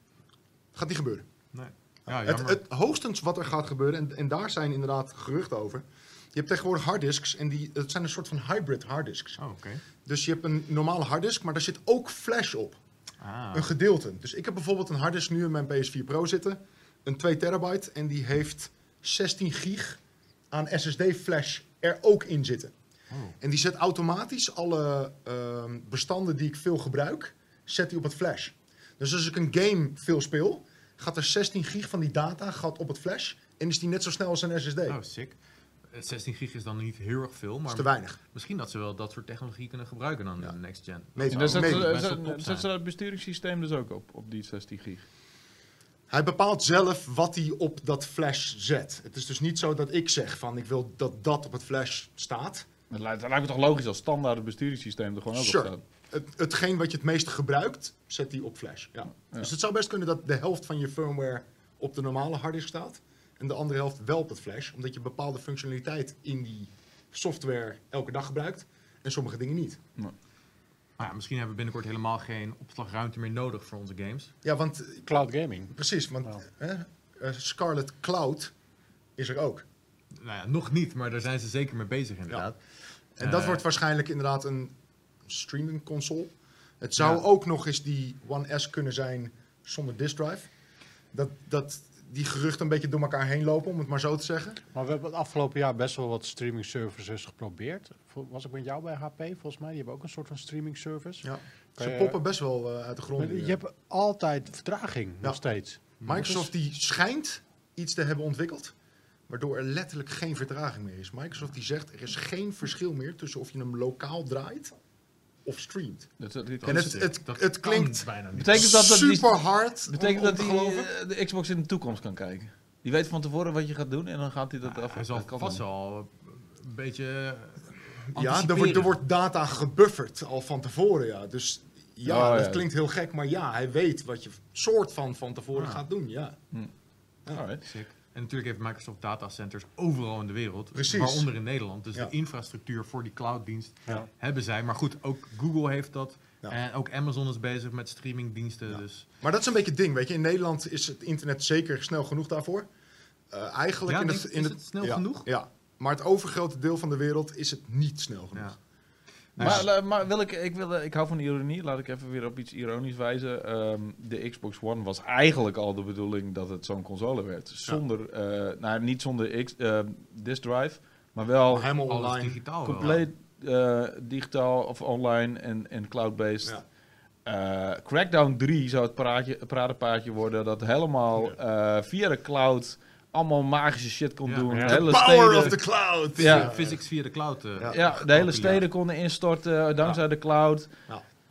Gaat niet gebeuren. Nee. Ja, het, jammer. het hoogstens wat er gaat gebeuren, en, en daar zijn inderdaad geruchten over. Je hebt tegenwoordig harddisks en die, het zijn een soort van hybrid harddisks. Oh, oké. Dus je hebt een normale harddisk, maar daar zit ook flash op. Ah. Een gedeelte. Dus ik heb bijvoorbeeld een harddisk nu in mijn P S vier Pro zitten. Een twee terabyte en die heeft zestien gig aan S S D-flash er ook in zitten. Oh. En die zet automatisch alle uh, bestanden die ik veel gebruik, zet die op het flash. Dus als ik een game veel speel, gaat er zestien gig van die data gaat op het flash en is die net zo snel als een S S D. Oh, sick. Eh, zestien gig is dan niet heel erg veel, Dat maar is te weinig. misschien dat ze wel dat soort technologie kunnen gebruiken dan Ja. in de next gen. Nee, En dat dan is zet mede. ze- best wel zet- top zet zijn. ze dat besturingssysteem dus ook op, op die zestien gig. Hij bepaalt zelf wat hij op dat flash zet. Het is dus niet zo dat ik zeg van ik wil dat dat op het flash staat. Dat lijkt, dat lijkt me toch logisch als standaard het besturingssysteem er gewoon ook Sure. op staat. Het, hetgeen wat je het meest gebruikt, zet hij op flash. Ja. Ja. Dus het zou best kunnen dat de helft van je firmware op de normale harddisk staat. En de andere helft wel op het flash. Omdat je bepaalde functionaliteit in die software elke dag gebruikt. En sommige dingen niet. Maar ja, misschien hebben we binnenkort helemaal geen opslagruimte meer nodig voor onze games. Ja, want Cloud gaming. precies. Want Nou. hè, uh, Scarlet Cloud is er ook. Nou ja, nog niet, maar daar zijn ze zeker mee bezig inderdaad. En dat Eh, wordt waarschijnlijk inderdaad een streaming console. Het zou Ja. ook nog eens die One S kunnen zijn zonder disk drive. Dat, dat die geruchten een beetje door elkaar heen lopen, om het maar zo te zeggen. Maar we hebben het afgelopen jaar best wel wat streaming services geprobeerd. Vo- Was ik met jou bij H P volgens mij? Die hebben ook een soort van streaming service. Ja. Kan Ze je- poppen best wel uh, uit de grond. Maar nu, je hè. hebt altijd vertraging, Ja. nog steeds. Microsoft die schijnt iets te hebben ontwikkeld, waardoor er letterlijk geen vertraging meer is. Microsoft die zegt, er is geen verschil meer tussen of je hem lokaal draait of streamt. Dat, dat, dat- En het, het, dat het kan klinkt bijna niet. betekent dat dat die, super hard betekent om, om dat te die geloven. eh, de Xbox in de toekomst kan kijken? Die weet van tevoren wat je gaat doen en dan gaat hij dat Ja, af. hij zal dat kan vast dan. wel een beetje Ja, er anticiperen. wordt, er wordt data gebufferd al van tevoren, ja. Dus ja, Oh, dat ja. klinkt heel gek, maar ja, hij weet wat je soort van van tevoren Ah. gaat doen, ja. Alright. Sick. En natuurlijk heeft Microsoft datacenters overal in de wereld. Precies. Waaronder in Nederland. Dus Ja. de infrastructuur voor die clouddienst Ja. hebben zij. Maar goed, ook Google heeft dat. Ja. En ook Amazon is bezig met streamingdiensten. Ja. Dus Maar dat is een beetje het ding, weet je. In Nederland is het internet zeker snel genoeg daarvoor. Uh, eigenlijk Ja, in denk- het, is in het snel ja, genoeg? Ja, maar het overgrote deel van de wereld is het niet snel genoeg. ja. Maar, la- maar wil ik, ik, wil, ik hou van ironie, laat ik even weer op iets ironisch wijzen. Ehm, de Xbox One was eigenlijk al de bedoeling dat het zo'n console werd. Zonder, eh, nou niet zonder X, eh, disk drive, maar wel Maar helemaal Alles online. digitaal wel. compleet eh, digitaal of online en, en cloud-based. Ja. Eh, Crackdown drie zou het praatje, pratenpaardje worden dat helemaal eh, via de cloud allemaal magische shit kon Ja. doen. Ja. De hele Power steden, of the cloud! Ja. Physics via de cloud. eh, Ja. ja, de hele steden konden instorten dankzij de cloud. Ja.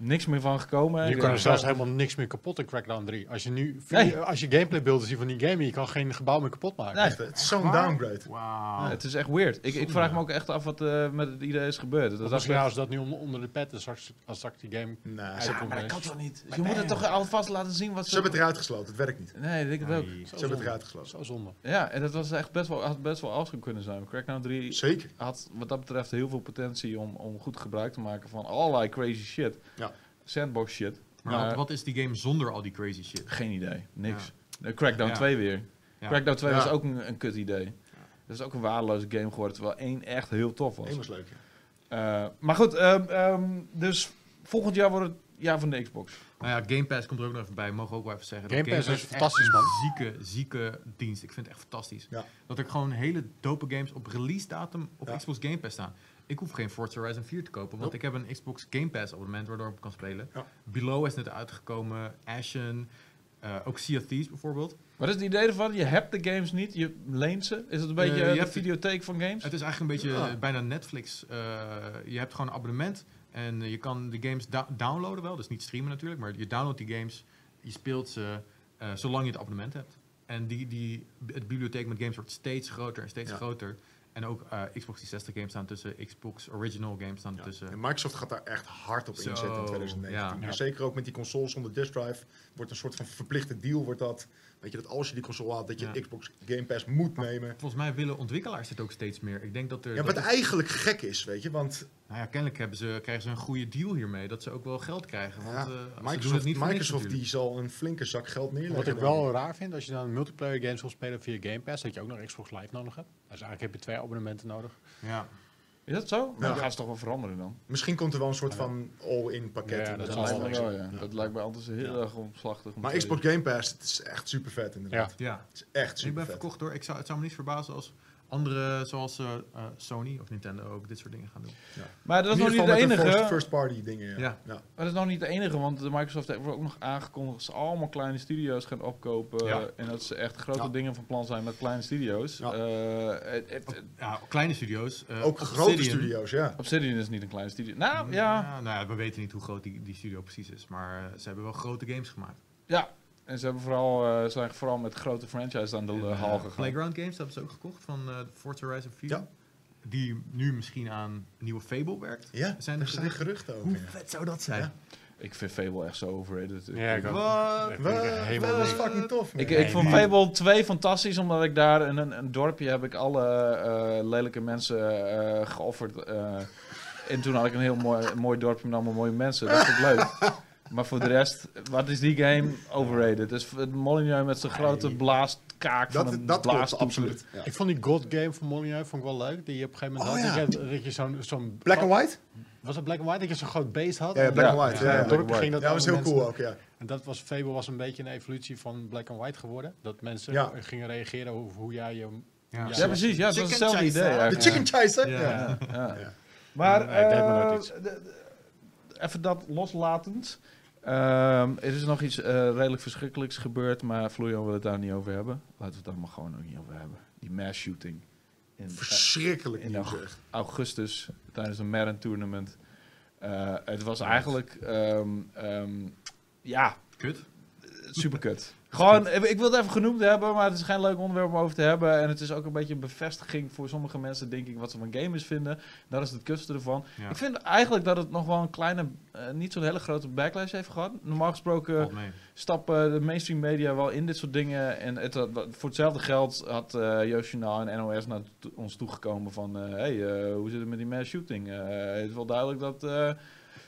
niks meer van gekomen. Je Ik- kan er ja. zelfs helemaal niks meer kapot in Crackdown drie. Als je nu Nee. als je gameplaybeelden ziet van die game, je kan geen gebouw meer kapot maken. Nee. Echt, het is zo'n Waar? downgrade. Wauw. Ja, het is echt weird. Ik, ik Zonde. vraag me ook echt af wat uh, met het idee is gebeurd. Dat Of dacht misschien ik- als dat nu on- onder de pet is, straks, als straks die game... Nee, Ja, ze, Ja, maar dat kan is. toch niet? Je moet het toch alvast laten zien wat ze ze... hebben het eruit gesloten, het werkt niet. Nee, dat denk ik het ook. Nee. Ze hebben het eruit gesloten. Zo zonde. Ja, en dat was echt best wel, had best wel awesome kunnen zijn. Crackdown drie Zeker. had wat dat betreft heel veel potentie om, om goed gebruik te maken van allerlei crazy shit. Ja. Sandbox shit. Maar Maar wat, wat is die game zonder al die crazy shit? geen idee. Niks. Eh, Crackdown Ja. twee weer. Ja. Crackdown twee Ja. was ook een, een kut idee. Dat is ook een waardeloze game geworden, terwijl één echt heel tof was. Eén was leuk, ja. Eh, maar goed, ehm, ehm, dus volgend jaar wordt het jaar van de Xbox. Nou ja, Game Pass komt er ook nog even bij, mogen we ook wel even zeggen. Game Dat Pass is echt fantastisch, een man. Zieke, zieke dienst. Ik vind het echt fantastisch. Ja. Dat er gewoon hele dope games op release datum op Ja. Xbox Game Pass staan. Ik hoef geen Forza Horizon vier te kopen, want Nope. ik heb een Xbox Game Pass abonnement waardoor ik kan spelen. Ja. Below is net uitgekomen, Ashen, eh, ook Sea of Thieves bijvoorbeeld. Wat is het idee ervan? Je hebt de games niet, je leent ze. Is het een beetje Eh, je eh, de hebt- videotheek van games? Het is eigenlijk een beetje Ja. eh, bijna Netflix. Eh, je hebt gewoon een abonnement en eh, je kan de games da- downloaden wel, dus niet streamen natuurlijk, maar je downloadt die games, je speelt ze eh, zolang je het abonnement hebt. En die, die, het bibliotheek met games wordt steeds groter en steeds Ja. groter. En ook eh, Xbox driehonderdzestig games staan tussen, Xbox Original games staan Ja. tussen. En Microsoft gaat daar echt hard op Zo, inzetten in twintig negentien. ja. Maar Ja. zeker ook met die consoles zonder disk drive wordt een soort van verplichte deal. Wordt dat, weet je, dat als je die console had, dat je Ja. Xbox Game Pass moet nemen. Volgens mij willen ontwikkelaars dit ook steeds meer. Ik denk dat er. Ja, dat wat is- eigenlijk gek is, weet je, want nou ja, kennelijk hebben ze, krijgen ze een goede deal hiermee. Dat ze ook wel geld krijgen. Want, ja, eh, ze doen het Microsoft, niet voor niks Microsoft die natuurlijk. zal een flinke zak geld neerleggen. Wat ik denk wel raar vind, als je dan multiplayer games wil spelen via Game Pass, dat je ook nog Xbox Live nodig hebt. Dus eigenlijk heb je twee abonnementen nodig. Ja. Is dat zo? Nou, dan Ja. gaan ze toch wel veranderen dan? Misschien komt er wel een soort Ja. van all-in pakket. Ja, in dat de zal lijkt wel me Xbox. wel, ja. Ja. Dat lijkt me altijd heel Ja. erg omslachtig. om Maar te- Xbox Game Pass, het is echt super vet inderdaad. ja. Het is echt Ik super ben vet. verkocht hoor. Ik zou, het zou me niet verbazen als andere, zoals eh, eh, Sony of Nintendo, ook dit soort dingen gaan doen. Maar dat In is nog ieder niet de geval met enige. First, first party dingen, ja. Ja. Ja. Dat is nog niet de enige, want de Microsoft heeft ook nog aangekondigd dat ze allemaal kleine studio's gaan opkopen. Ja. En dat ze echt grote Ja. dingen van plan zijn met kleine studio's. Ja. Eh, het- het- het- Ja, kleine studio's. eh, Ook grote Obsidian. studio's, ja. Obsidian is niet een kleine studio. Nou, ja. nou ja, we weten niet hoe groot die, die studio precies is, maar eh, ze hebben wel grote games gemaakt. Ja. En ze hebben vooral, eh, zijn vooral met grote franchises aan de En, uh, eh, hal gegaan. Playground Games hebben ze ook gekocht van eh Forza Horizon vier. Ja. Die nu misschien aan nieuwe Fable werkt. Ja, Zijn er er zijn geruchten over. Hoe ja. vet zou dat zijn? Ja. Ik vind Fable echt zo overrated. Ja, ik ook. Wat? Ik Wat? vind het helemaal Dat was niks. fucking tof. man. Ik, Nee, ik vond die- Fable twee fantastisch, omdat ik daar in een, een dorpje heb ik alle eh, lelijke mensen eh, geofferd. eh, en toen had ik een heel mooi, mooi dorpje met allemaal mooie mensen. Dat vond ik leuk. Maar voor de rest, wat is die game? Overrated. Dus het Molyneux met zijn grote Nee. blaaskaak van Dat, een dat klopt, blaastoeter. absoluut. Ja. Ik vond die God game van Molyneux vond ik wel leuk. Die je op een gegeven moment Oh, had. ja. Dat je, dat je zo'n... zo'n Black and white? Was het Black and White? Dat je zo'n groot beest had? Ja, ja, Black Ja, and white. ja, Ja, in ja. het Black dorpje and ging dat Ja, dat was alle heel mensen- cool ook, ja. En dat was, Fable was een beetje een evolutie van Black and White geworden. Dat mensen Ja. gingen reageren over hoe jij je... Ja. Ja, precies. Ja, het was Chicken hetzelfde idee chaser. De eigenlijk. chicken chaser? Ja. Ja. Ja. Ja. Maar Nee, dat heeft me nooit eh, iets. de- de- even dat loslatend. Ehm, er is nog iets eh, redelijk verschrikkelijks gebeurd, maar Florian wil het daar niet over hebben. Laten we het daar maar gewoon ook niet over hebben. Die mass shooting in eh, Verschrikkelijk In nieuws de- echt. augustus tijdens een Madden tournament. Eh, het was eigenlijk, ehm, ehm, ja, Kut. super kut. Gewoon, ik ik wil het even genoemd hebben, maar het is geen leuk onderwerp om over te hebben. En het is ook een beetje een bevestiging voor sommige mensen, denk ik, wat ze van gamers vinden. Dat is het kutste ervan. Ja. Ik vind eigenlijk dat het nog wel een kleine, eh, niet zo'n hele grote backlash heeft gehad. Normaal gesproken Valt mee. stappen de mainstream media wel in dit soort dingen. En het, had- voor hetzelfde geld had eh Joost Journaal en N O S naar to- ons toegekomen van... hé, hey, eh, hoe zit het met die mass shooting? Eh, het is wel duidelijk dat eh, eh,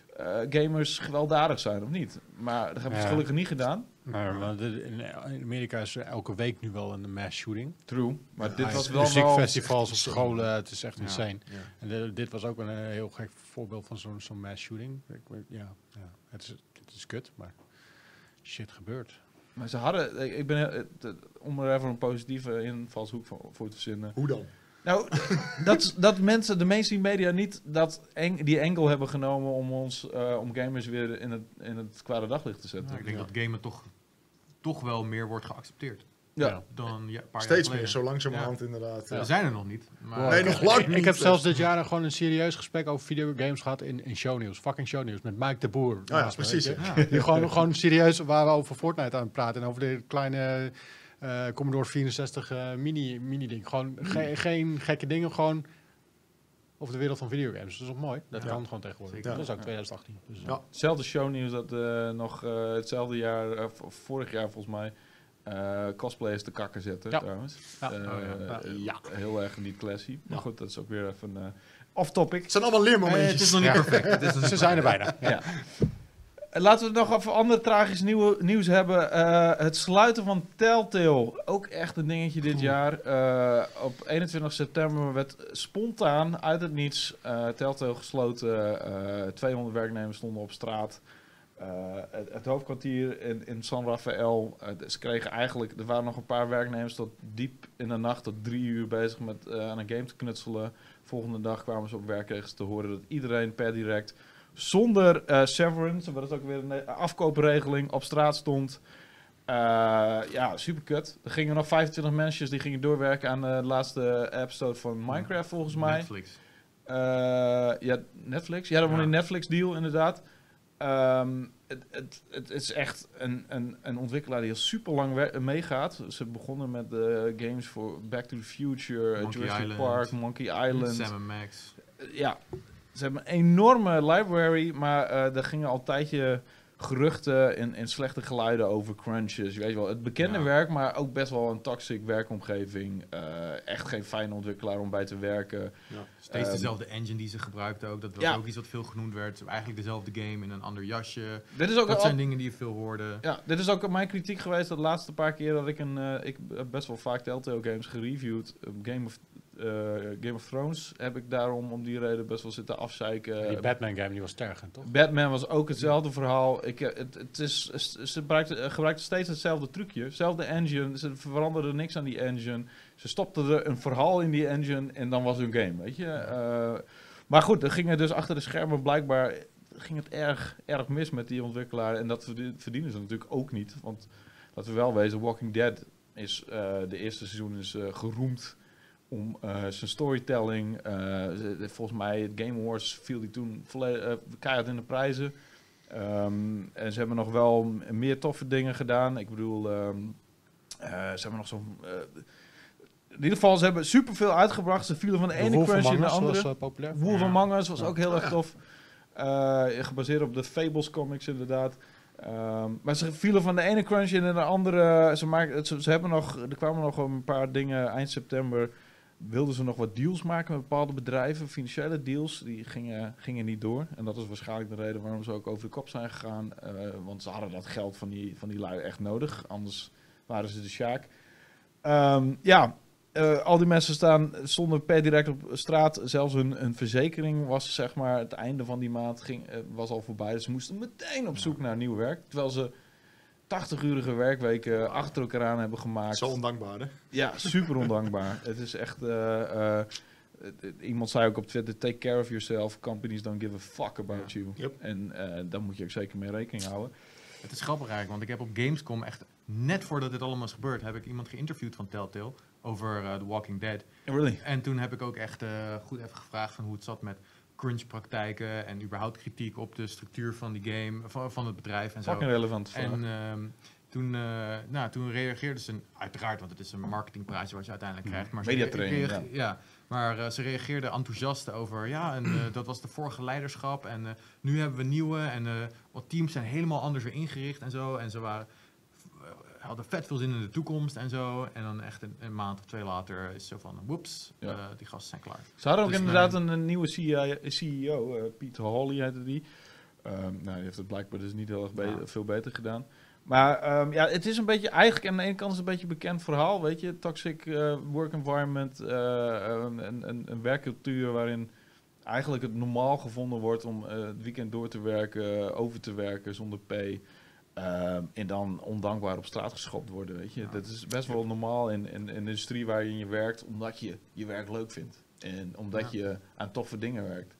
gamers gewelddadig zijn, of niet? Maar dat hebben ze Ja. gelukkig niet gedaan. Maar, maar de- in Amerika is er elke week nu wel een mass shooting. True. Maar Ja, dit hij was is wel wel... Muziekfestivals op scholen, het is echt Ja. insane. Ja. En de- dit was ook een eh, heel gek voorbeeld van zo'n zo'n mass shooting. Ik, weet- ja, ja, het is, het is kut, maar shit gebeurt. Maar ze hadden... Ik, ik ben, heel- het- het- om er even een positieve invalshoek voor, voor te verzinnen. Hoe dan? Nou, dat, dat mensen, de mainstream media, niet dat eng, die angle hebben genomen om ons, eh, om gamers weer in het, in het kwade daglicht te zetten. Nou, ik denk Ja. dat gamen toch, toch wel meer wordt geaccepteerd. Ja. Ja. dan ja, een paar Steeds jaar meer, geleden. zo langzamerhand inderdaad. We Ja. zijn er nog niet. Maar Nee, nog lang Ik, niet. ik heb zelfs dit jaar nog gewoon een serieus gesprek over videogames gehad in, in shownieuws. Fucking shownieuws. Met Mike de Boer. Oh ja, naast me, precies. weet je. ja. Die gewoon, gewoon serieus waren we over Fortnite aan het praten. En over de kleine eh, Commodore vierenzestig eh, mini, mini ding. Gewoon ge- geen gekke dingen. Gewoon over de wereld van videogames. Dat is ook mooi. Dat Ja. kan gewoon tegenwoordig. Zeker. Dat is ook Ja. twintig achttien. Dus, eh, Ja. Hetzelfde shownieuws dat eh, nog eh, hetzelfde jaar, eh, v- vorig jaar volgens mij, eh, cosplayers te kakken zetten Ja. trouwens. Ja. Eh, Oh, ja. eh, Ja. Heel erg niet classy. Maar Ja. goed, dat is ook weer even eh, off-topic. Het zijn allemaal Eh, leermomentjes. het is nog niet Ja. perfect. Het is nog niet Ze zijn er perfect. bijna. Ja. Eh, Laten we nog even ander tragisch nieuwe, nieuws hebben. Eh, het sluiten van Telltale. Ook echt een dingetje dit jaar. Eh, op eenentwintig september werd spontaan uit het niets eh, Telltale gesloten. Eh, tweehonderd werknemers stonden op straat. Eh, het, het hoofdkwartier in, in San Rafael. eh, ze kregen eigenlijk, er waren nog een paar werknemers tot diep in de nacht, tot drie uur bezig met eh, aan een game te knutselen. Volgende dag kwamen ze op werk, kregen ze te horen dat iedereen per direct zonder eh, severance, wat het ook weer een eh, afkoopregeling, op straat stond. Eh, ja, super kut. Er gingen nog vijfentwintig mensen die gingen doorwerken aan de laatste episode van Minecraft volgens mij. Netflix. Eh, ja, Netflix. Ja, dat was Ja. een Netflix-deal inderdaad. Ehm, het, het, het is echt een, een, een ontwikkelaar die al super lang we- meegaat. Ze begonnen met de games voor Back to the Future, Monkey Jurassic Island. Park, Monkey Island. Sam en Max. Ja, ze hebben een enorme library, maar eh er gingen al een tijdje geruchten en, en slechte geluiden over crunches. Je weet wel, het bekende Ja. werk, maar ook best wel een toxic werkomgeving. Eh, echt geen fijne ontwikkelaar om bij te werken. Steeds Ehm, dezelfde engine die ze gebruikten ook. Dat was ja. ook iets wat veel genoemd werd. Eigenlijk dezelfde game in een ander jasje. Dit is ook Dat al- zijn dingen die je veel hoorde. Ja, dit is ook mijn kritiek geweest. De laatste paar keer dat ik een... eh, ik heb best wel vaak Telltale games gereviewd. Eh, Game of, eh, Game of Thrones heb ik daarom om die reden best wel zitten afzeiken. Die Batman game die was tergend, toch? Batman was ook hetzelfde verhaal. Ik, eh, het, het is, ze gebruikten, gebruikten steeds hetzelfde trucje. Hetzelfde engine. Ze veranderden niks aan die engine. Ze stopten er een verhaal in die engine en dan was hun game, weet je. Eh, maar goed, er gingen dus achter de schermen blijkbaar... ging het erg, erg mis met die ontwikkelaar. En dat verdi- verdienen ze natuurlijk ook niet. Want laten we wel wezen, Walking Dead is... eh, de eerste seizoen is eh, geroemd om eh, zijn storytelling. Eh, ze- volgens mij, het Game Awards viel die toen volle- eh, keihard in de prijzen. Ehm, en ze hebben nog wel m- meer toffe dingen gedaan. Ik bedoel, ehm, eh, ze hebben nog zo'n... eh, in ieder geval, ze hebben superveel uitgebracht. Ze vielen van de, De ene Wolf crunch in de Among Us andere. was uh, populair. Wolf Ja. Among Us was Ja. ook heel erg tof. Eh, gebaseerd op de Fables comics inderdaad. Ehm, maar ze vielen van de ene crunch in de andere. Ze, maken, ze, ze hebben nog, er kwamen nog een paar dingen eind september. Wilden ze nog wat deals maken met bepaalde bedrijven, financiële deals, die gingen, gingen niet door. En dat is waarschijnlijk de reden waarom ze ook over de kop zijn gegaan. Eh, want ze hadden dat geld van die, van die lui echt nodig, anders waren ze de sjaak. Ehm, ja, eh, al die mensen staan, stonden per direct op straat. Zelfs hun, hun verzekering was, zeg maar, het einde van die maand ging, eh, was al voorbij. Dus ze moesten meteen op zoek naar nieuw werk. Terwijl ze tachtig-urige werkweken achter elkaar aan hebben gemaakt. Zo ondankbaar, hè? Ja, super ondankbaar. Het is echt... eh, eh, iemand zei ook op Twitter, take care of yourself. Companies don't give a fuck about you. Yep. En eh, daar moet je ook zeker mee rekening houden. Het is grappig eigenlijk, want ik heb op Gamescom echt net voordat dit allemaal is gebeurd, heb ik iemand geïnterviewd van Telltale over eh, The Walking Dead. Really? En toen heb ik ook echt eh, goed even gevraagd van hoe het zat met crunchpraktijken en überhaupt kritiek op de structuur van die game, van, van het bedrijf en zo. Fucking relevant vraag. En ehm, toen, eh, nou, toen reageerden ze, uiteraard, want het is een marketingpraatje wat je uiteindelijk krijgt. Maar ze Mediatraining, reage- ja. Maar eh, ze reageerden enthousiast over, ja, en eh, dat was de vorige leiderschap. En eh, nu hebben we nieuwe en eh, wat teams zijn helemaal anders weer ingericht en zo. En ze waren, eh, hadden vet veel zin in de toekomst en zo. En dan echt een, een maand of twee later is het zo van, woeps, Ja. eh, die gasten zijn klaar. Ze hadden ook Dus inderdaad nee. een, een nieuwe C E O, uh, Pete Hawley heette die. Ehm, nou, die heeft het blijkbaar dus niet heel erg be- Ja. veel beter gedaan. Maar ehm, ja, het is een beetje, eigenlijk aan de ene kant is het een beetje een bekend verhaal, weet je. Toxic eh, work environment, eh, een, een, een, een werkcultuur waarin eigenlijk het normaal gevonden wordt om eh, het weekend door te werken, over te werken zonder pay. Ehm, en dan ondankbaar op straat geschopt worden, weet je. Ja. Dat is best wel normaal in, in, in de industrie waarin je werkt, omdat je je werk leuk vindt. En omdat Ja. je aan toffe dingen werkt.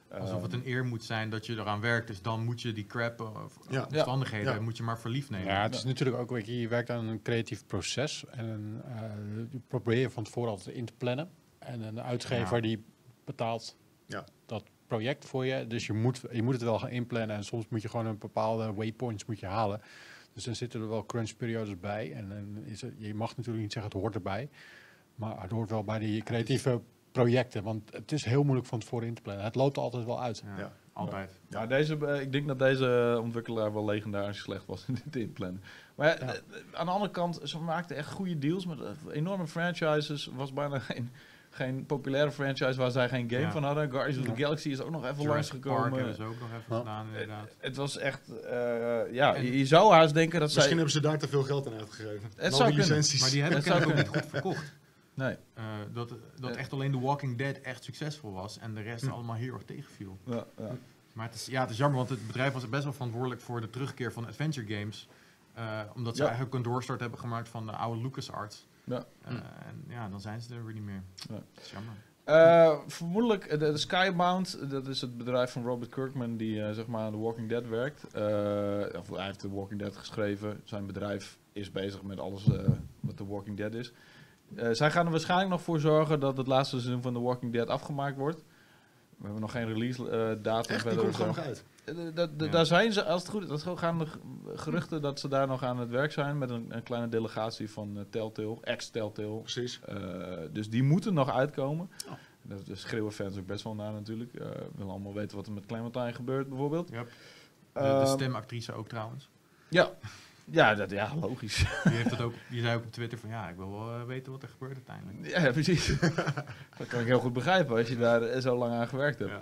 Alsof het een eer moet zijn dat je eraan werkt. Dus dan moet je die crap, uh, Ja. omstandigheden, Ja. moet je maar voor lief nemen. Ja, het is natuurlijk ook, weet je, je werkt aan een creatief proces. En uh, je probeer je van tevoren altijd in te plannen. En een uitgever Ja. die betaalt Ja. dat project voor je. Dus je moet, je moet het wel gaan inplannen. En soms moet je gewoon een bepaalde waypoints moet je halen. Dus dan zitten er wel crunchperiodes bij. En, en is het, je mag natuurlijk niet zeggen het hoort erbij. Maar het hoort wel bij die creatieve projecten. Want het is heel moeilijk van tevoren in te plannen. Het loopt er altijd wel uit. Ja, Ja. altijd. Ja, deze, eh, ik denk dat deze ontwikkelaar wel legendarisch slecht was in dit inplannen. Maar ja, Ja. eh, aan de andere kant, ze maakten echt goede deals met eh, enorme franchises. Was bijna geen, geen populaire franchise waar zij geen game Ja. van hadden. Guardians of Ja. the Galaxy is ook nog even Jurassic Park langsgekomen. hebben ze ook nog even Ja. gedaan, inderdaad. Het was echt, eh, ja, En- je, je zou haast denken dat Misschien zij... hebben ze daar te veel geld aan uitgegeven. Het Al zou die kunnen. licenties. Maar die hebben Dat zou kennelijk ook kunnen. niet goed verkocht. Nee. Uh, dat dat Eh. echt alleen The Walking Dead echt succesvol was en de rest Hm. allemaal heel erg tegenviel. Ja, ja. Maar het is, ja, het is jammer, want het bedrijf was best wel verantwoordelijk voor de terugkeer van adventure games. Uh, omdat ze Ja. eigenlijk een doorstart hebben gemaakt van de oude LucasArts. Ja. Uh, En ja, dan zijn ze er weer niet meer. Ja. Dat is jammer. Eh, vermoedelijk, eh, de, de Skybound, dat is het bedrijf van Robert Kirkman die eh, zeg maar aan The Walking Dead werkt. Eh, of hij heeft The Walking Dead geschreven. Zijn bedrijf is bezig met alles eh, wat The Walking Dead is. Eh, zij gaan er waarschijnlijk nog voor zorgen dat het laatste seizoen van The Walking Dead afgemaakt wordt. We hebben nog geen release eh, datum Echt, die verder. komt of gewoon zo. nog uit. Eh, dat- dat- Ja. Daar zijn ze, als het goed is, dat gaan de g- geruchten dat ze daar nog aan het werk zijn met een, een kleine delegatie van eh, Telltale, ex-Telltale. Precies. Uh, dus die moeten nog uitkomen. Oh. Dat daar schreeuwen fans ook best wel naar natuurlijk. Uh, we willen allemaal weten wat er met Clementine gebeurt bijvoorbeeld. Yep. De, de Ehm, stemactrice ook trouwens. Ja, ja, dat, ja logisch. Die, heeft dat ook, die zei ook op Twitter van ja, ik wil wel eh, weten wat er gebeurt uiteindelijk. Ja, precies. Dat kan ik heel goed begrijpen als je daar eh, zo lang aan gewerkt hebt. Ja.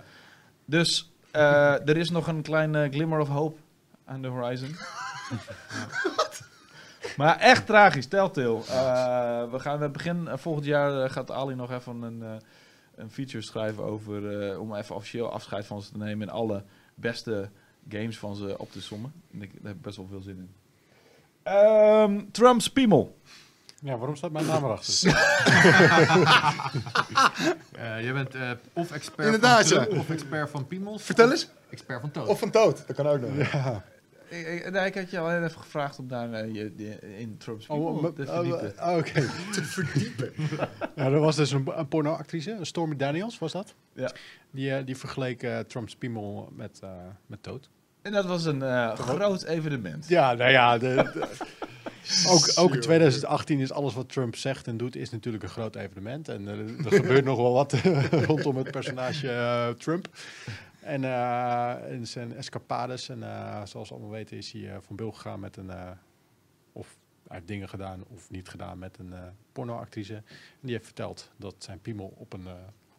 Dus uh, er is nog een kleine glimmer of hope aan de horizon. Maar echt tragisch, Telltale. Uh, we gaan we begin uh, volgend jaar uh, gaat Ali nog even een, uh, een feature schrijven over uh, om even officieel afscheid van ze te nemen en alle beste games van ze op te sommen. En ik, daar heb ik best wel veel zin in. Um, Trump's piemel. Ja, waarom staat mijn naam erachter? Uh, jij bent uh, of expert Inderdaad, van ja. Trump, of expert van piemels. Vertel of eens. Expert van toad. Of van Toad, dat kan ook nog. Ja. Ik, ik, nee, ik had je al even gevraagd om daar uh, je, je, in Trump's piemel Oh, te oh, verdiepen. oh, Oké. Te verdiepen. Ja, er was dus een, een pornoactrice, Stormy Daniels was dat. Ja. Die, uh, die vergeleek uh, Trump's piemel met, uh, met Toad. En dat was een uh, groot evenement. Ja, nou ja. De, de, ook, ook in twintig achttien is alles wat Trump zegt en doet, is natuurlijk een groot evenement. En uh, er gebeurt nog wel wat rondom het personage uh, Trump. En, uh, en zijn escapades. En uh, zoals we allemaal weten is hij uh, van bil gegaan met een... Uh, of hij heeft dingen gedaan of niet gedaan met een uh, pornoactrice. En die heeft verteld dat zijn piemel op een... Uh,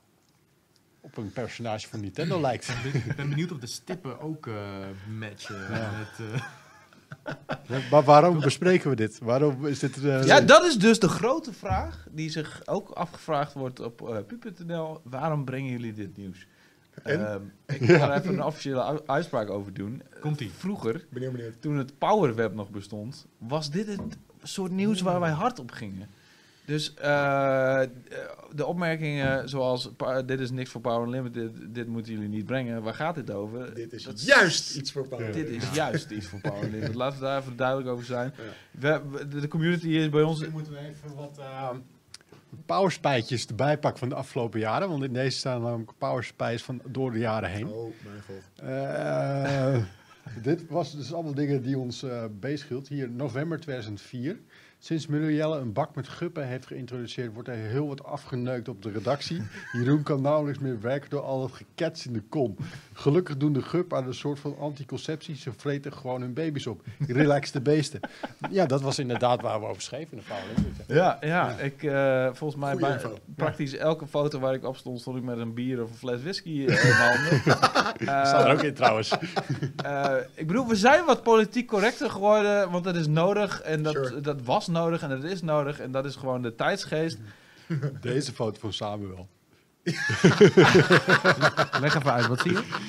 op een personage van Nintendo lijkt. Ik ben benieuwd of de stippen ook uh, matchen. Ja. Met, uh, Maar waarom bespreken we dit? Waarom is dit... Uh, Ja, dat is dus de grote vraag die zich ook afgevraagd wordt op uh, pu punt n l. Waarom brengen jullie dit nieuws? En? Um, ik ga er even een officiële u- uitspraak over doen. Komt-ie. Vroeger, Benieuwd, benieuwd. toen het Powerweb nog bestond, was dit het soort nieuws waar wij hard op gingen. Dus uh, de opmerkingen zoals, pa- dit is niks voor Power Unlimited, dit moeten jullie niet brengen. Waar gaat dit over? Dit is Dat- juist iets voor Power. Dit is juist iets voor Power Unlimited. Laten we daar even duidelijk over zijn. Ja. We, we- de, de community is bij ons... Dan moeten we even wat uh, powerspijtjes erbij pakken van de afgelopen jaren. Want in deze staan namelijk powerspijs van door de jaren heen. Oh, mijn god. Uh, dit was dus allemaal dingen die ons uh, bezighield. Hier november tweeduizend vier. Sinds Murielle een bak met guppen heeft geïntroduceerd, wordt er heel wat afgeneukt op de redactie. Jeroen kan nauwelijks meer werken door al het gekets in de kom. Gelukkig doen de gup aan een soort van anticonceptie. Ze vreten gewoon hun baby's op. Relax de beesten. Ja, dat was inderdaad waar we over schreven in de Power. Ja, ja, ik uh, volgens mij Goeie bij info. praktisch elke foto waar ik op stond, stond ik met een bier of een fles whisky uh, in mijn handen. Uh, Staat er ook in trouwens. uh, ik bedoel, we zijn wat politiek correcter geworden, want dat is nodig en dat, Sure. dat was nodig en dat is nodig en dat is gewoon de tijdsgeest. Deze foto van Samuel. leg even uit, wat zie je?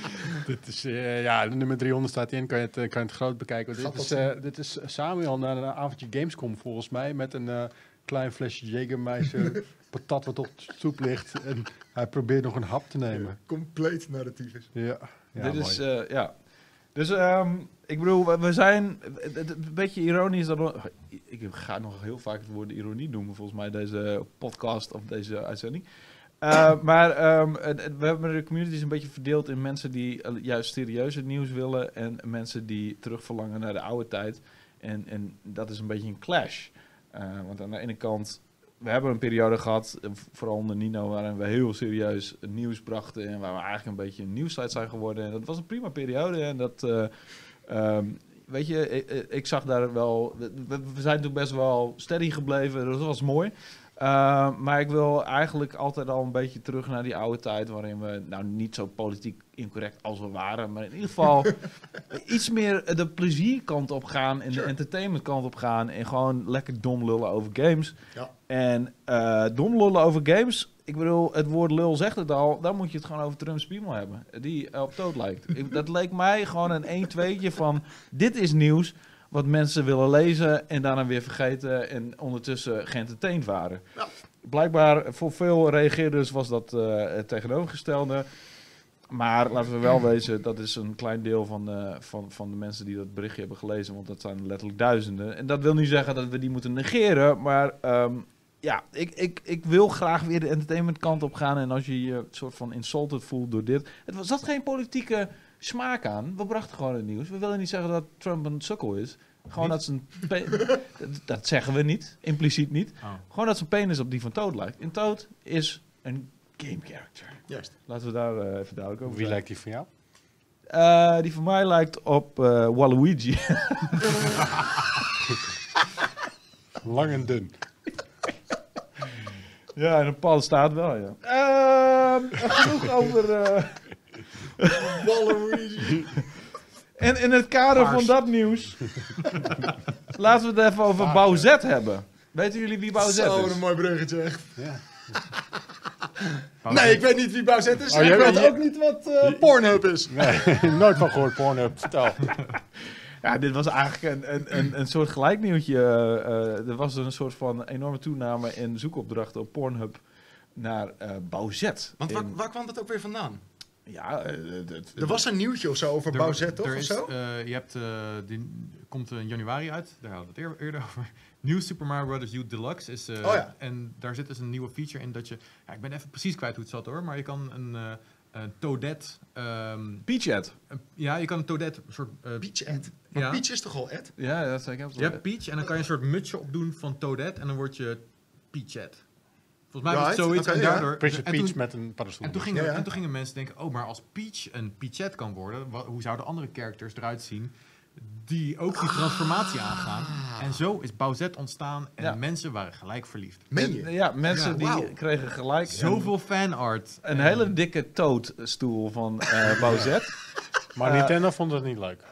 Dit is, uh, ja, de nummer driehonderd staat in, kan je het, uh, kan je het groot bekijken. Dit Gaat is, dat uh, dit is Samuel naar een avondje Gamescom volgens mij, met een uh, klein flesje Jägermeister patat wat op de stoep ligt. En hij probeert nog een hap te nemen. Ja, compleet narratief is. Ja, ja Dit mooi. is, uh, ja. Dus, um, ik bedoel, we, we zijn, het, het, een beetje ironisch, dat, ik ga nog heel vaak het woord ironie noemen, volgens mij, deze podcast of deze uitzending. Uh, maar um, we hebben de communities een beetje verdeeld in mensen die uh, juist serieuze nieuws willen en mensen die terugverlangen naar de oude tijd. En, en dat is een beetje een clash. Uh, want aan de ene kant, we hebben een periode gehad, vooral onder Nino, waarin we heel serieus nieuws brachten en waar we eigenlijk een beetje een nieuwssite zijn geworden. En dat was een prima periode. En dat, uh, um, weet je, ik, ik zag daar wel, we, we zijn toen best wel steady gebleven, dat was mooi. Uh, maar ik wil eigenlijk altijd al een beetje terug naar die oude tijd, waarin we nou niet zo politiek incorrect als we waren, maar in ieder geval iets meer de plezierkant op gaan en sure. de entertainmentkant op gaan en gewoon lekker dom lullen over games. Ja. En uh, dom lullen over games, ik bedoel, het woord lul zegt het al, dan moet je het gewoon over Trump Spiemel hebben, die op dood lijkt. ik, dat leek mij gewoon een één tweetje van, dit is nieuws wat mensen willen lezen en daarna weer vergeten en ondertussen geëntertained waren. Ja. Blijkbaar voor veel reageerders was dat uh, het tegenovergestelde. Maar laten we wel wezen, dat is een klein deel van, uh, van, van de mensen die dat berichtje hebben gelezen, want dat zijn letterlijk duizenden. En dat wil niet zeggen dat we die moeten negeren, maar um, ja, ik, ik, ik wil graag weer de entertainmentkant op gaan. En als je je soort van insulted voelt door dit, het was dat geen politieke smaak aan. We brachten gewoon het nieuws. We willen niet zeggen dat Trump een sukkel is. Gewoon niet? Dat zijn... Pe- dat zeggen we niet. Impliciet niet. Oh. Gewoon dat zijn penis op die van Toad lijkt. En Toad is een game character. Juist. Laten we daar uh, even duidelijk over Wie zijn. lijkt die van jou? Uh, die van mij lijkt op uh, Waluigi. Lang en dun. Ja, in een bepaalde staat wel, ja. Uh, genoeg over... Uh, Waluigi. En in het kader Paars. van dat nieuws, laten we het even over Bowsette hebben. Weten jullie wie Bowsette Zo, is? een mooi bruggetje echt. Ja. Nee, ik weet niet wie Bowsette is. Oh, ik jij weet weet- ook niet wat uh, Pornhub is. Nee, nooit van gehoord, Pornhub. Vertel. Ja, dit was eigenlijk een, een, een, een soort gelijknieuwtje. Uh, er was een soort van enorme toename in zoekopdrachten op Pornhub naar uh, Bowsette. Want waar, In- waar kwam dat ook weer vandaan? Ja, uh, het- het- Er was een nieuwtje of zo over Bowsette, toch? er Of is, zo? uh, je hebt, uh, die komt in januari uit, daar hadden we het eer- eerder over. New Super Mario Bros. U Deluxe is... Uh, Oh ja. En daar zit dus een nieuwe feature in dat je... Ja, ik ben even precies kwijt hoe het zat hoor, maar je kan een, uh, een Toadette... Um, Peachette. een- ja, je kan een Toadette een soort... Uh, Peach Ed. Maar ja. Peach is toch al Ed? Ja, dat zei ik ook. Je hebt Peach en dan kan je een soort mutsje opdoen van Toadette en dan word je Peachette. Volgens mij was het Right, zoiets oké, en ja. daardoor... Princess en Peach toen- met een paddenstoel. En toen, gingen, Ja, ja. en toen gingen mensen denken, oh, maar als Peach een Peachette kan worden, wa- hoe zouden andere characters eruit zien die ook die transformatie aangaan? En zo is Bowsette ontstaan en Ja. mensen waren gelijk verliefd. Meen je? En, ja, mensen Ja, die wauw. kregen gelijk Zoveel fanart. een, een hele dikke toadstoel van uh, Bowsette. Maar Uh, Nintendo vond het niet leuk.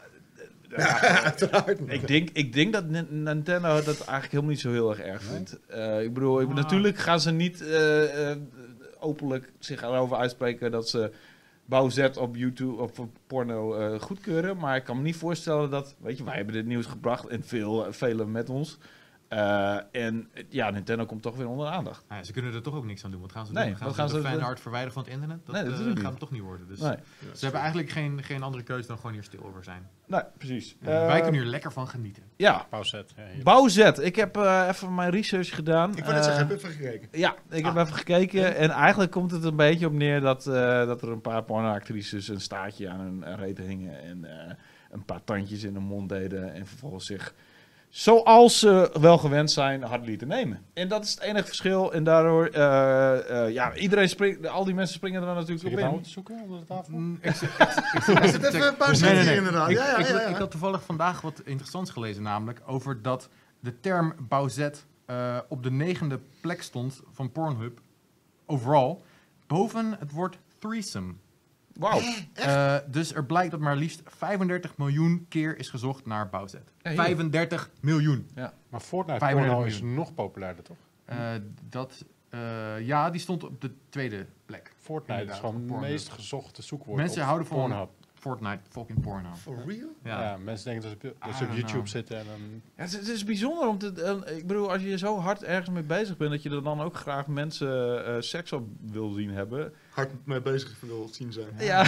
Uiteraard niet. Ik denk, ik denk dat Ni- Nintendo dat eigenlijk helemaal niet zo heel erg erg vindt. Uh, ik bedoel, ik, natuurlijk gaan ze niet uh, uh, openlijk zich erover uitspreken dat ze Bowsette op YouTube of op porno uh, goedkeuren. Maar ik kan me niet voorstellen dat, weet je, wij hebben dit nieuws gebracht en veel, velen met ons. Uh, en ja, Nintendo komt toch weer onder de aandacht. Nou ja, ze kunnen er toch ook niks aan doen. Wat gaan ze Nee, doen? Gaan wat ze gaan de ze- fanart verwijderen van het internet? Dat Nee, dat uh, natuurlijk gaat niet. hem toch niet worden. Dus Nee, ze hebben eigenlijk geen, geen andere keuze dan gewoon hier stil over zijn. nee precies. En Uh, wij kunnen hier lekker van genieten. Ja, Bowsette. Ja, hier. Bowsette. Ik heb uh, even mijn research gedaan. Ik wou net Uh, zeggen, heb even gekeken. Ja, ik heb Ah. even gekeken en eigenlijk komt het een beetje op neer dat, uh, dat er een paar pornoactrices een staartje aan hun uh, reet hingen en uh, een paar tandjes in hun mond deden en vervolgens zich, zoals ze wel gewend zijn, hard lieten nemen. En dat is het enige verschil en daardoor, uh, uh, ja, iedereen springt, al die mensen springen er dan natuurlijk Zit je op het nou in. te zoeken onder de tafel? Mm, ik zit- ik zit- ik zit- Is het even een paar Nee, centen nee, nee. inderdaad? Ik, Ja, ja, ik, ja, ja. ik had toevallig vandaag wat interessants gelezen, namelijk over dat de term Bowsette uh, op de negende plek stond van Pornhub, overal, boven het woord threesome. Wauw. Uh, dus er blijkt dat maar liefst vijfendertig miljoen keer is gezocht naar Bowsette. Ja, hier. vijfendertig miljoen. Maar Fortnite vijfhonderd porno is miljoen. nog populairder, toch? Uh, dat, uh, ja, die stond op de tweede plek. Fortnite is Inderdaad, gewoon op het Pornhub. meest gezochte zoekwoord Mensen op houden van- Pornhub. Fortnite fucking porno. For real? Ja. Ja. mensen denken dat ze, dat I ze op don't YouTube know. zitten en dan... Ja, het, is, het is bijzonder om te... eh, ik bedoel, als je zo hard ergens mee bezig bent... dat je er dan ook graag mensen eh, seks op wil zien hebben. Hard mee bezig wil zien zijn. Ja.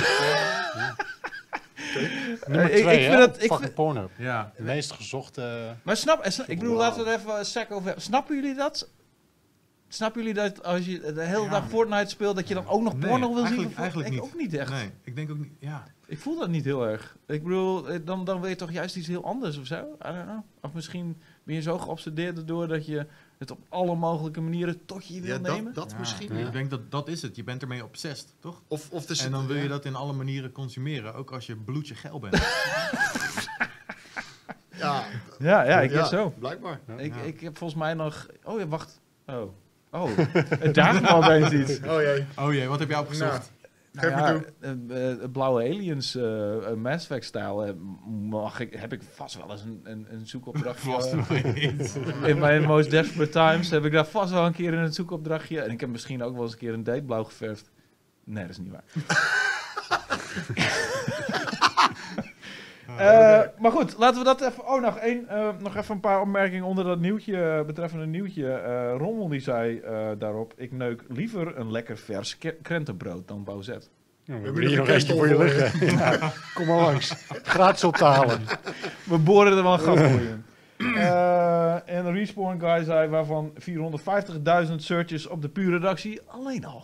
Nummer Eh, ik- twee, ik hè? vind dat- ik Fucking vind- Pornhub. Ja. De meest gezochte... Maar snap... eh, snap- ik bedoel, Wauw. laten we er even een sec over hebben. Snappen jullie dat? Snappen jullie dat als je de hele Ja. dag Fortnite speelt... dat je dan ook nog Nee, porno wil zien? eigenlijk- Of- eigenlijk ik niet. ook niet echt. Nee, ik denk ook niet. Ja. Ik voel dat niet heel erg. Ik bedoel, eh, dan, dan wil je toch juist iets heel anders of zo? I don't know. Of misschien ben je zo geobsedeerd erdoor dat je het op alle mogelijke manieren tot je wil Ja, nemen? dat, dat Ja, misschien. Ja. Ik denk dat dat is het. Je bent ermee obsessed, toch? Of, of er zit- En dan wil je ja. dat in alle manieren consumeren. Ook als je bloedje geil bent. Ja, Ja, ja, ik denk zo. Blijkbaar. Ik, Ja. ik heb volgens mij nog... Oh ja, wacht. Oh. Oh, het daagt me opeens iets. Oh jee. Oh jee, wat heb jij opgezocht? Geef me Nou ja, toe. eh, eh, blauwe aliens, eh eh, Mass Effect stijl, eh, mag ik, heb ik vast wel eens een, een, een zoekopdrachtje. Vast nog eens. In mijn most desperate times heb ik daar vast wel een keer in een zoekopdrachtje. En ik heb misschien ook wel eens een keer een date blauw geverfd. Nee, dat is niet waar. Eh, maar goed, laten we dat even... Oh, nog, één, eh, nog even een paar opmerkingen onder dat nieuwtje, eh, betreffende nieuwtje. Eh Rommel die zei eh, daarop... Ik neuk liever een lekker vers ke- krentenbrood dan Bauzet. Ja, we hebben hebben hier hier nog een eentje voor je liggen. Ja, kom maar langs. Gratis op te halen. We boren er wel een gat voor je. Eh, en Respawn Guy zei waarvan vierhonderdvijftigduizend searches op de pure redactie alleen al.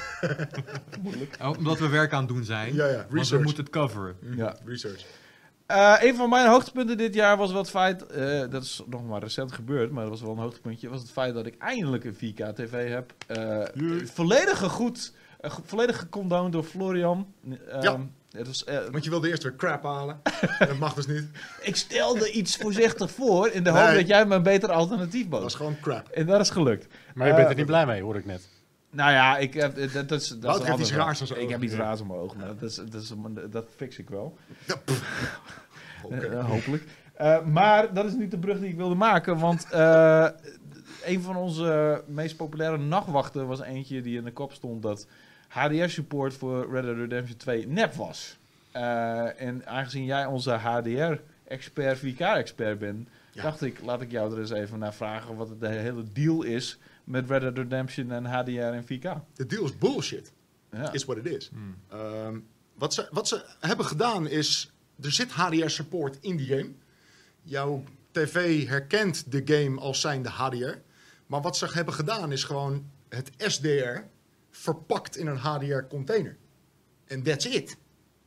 Moeilijk. Oh, omdat we werk aan het doen zijn. Ja, ja. Want we Research. moeten het coveren. Ja. Research. Eh, een van mijn hoogtepunten dit jaar was wel het feit, eh, dat is nog maar recent gebeurd, maar dat was wel een hoogtepuntje, was het feit dat ik eindelijk een vier K tv heb. Eh volledig goed, uh, volledig gecondoned door Florian. Eh, Ja. Het was, eh, Want je wilde eerst weer crap halen. Dat mag dus niet. ik stelde iets voorzichtig voor in de hoop Nee. dat jij me een beter alternatief Dat bood. was gewoon crap. En dat is gelukt. Maar je bent er Eh, niet blij mee, hoor ik net. Nou ja, ik heb, dat, dat is, dat is Wouter een heeft iets ander raars aan verhaal. zijn Ik ogen. heb iets Ja. raars aan mijn ogen, maar dat, is, dat, is, dat fix ik wel. Ja, pff. Oké. Eh, hopelijk. Eh, maar dat is niet de brug die ik wilde maken, want eh, een van onze meest populaire nachtwachten was eentje die in de kop stond dat H D R-support voor Red Dead Redemption twee nep was. Eh, en aangezien jij onze H D R-expert, vier K-expert bent, Ja. dacht ik, laat ik jou er eens even naar vragen wat de hele deal is met Red Dead Redemption en H D R en vier K. De deal is bullshit. Ja. Is what it is. Hmm. Ehm, wat, ze, wat ze hebben gedaan is... Er zit H D R-support in die game. Jouw tv herkent de game als zijnde H D R. Maar wat ze hebben gedaan is gewoon het S D R verpakt in een H D R-container. En that's it.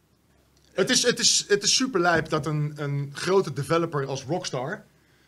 Het is, het is, het is super lijp dat een, een grote developer als Rockstar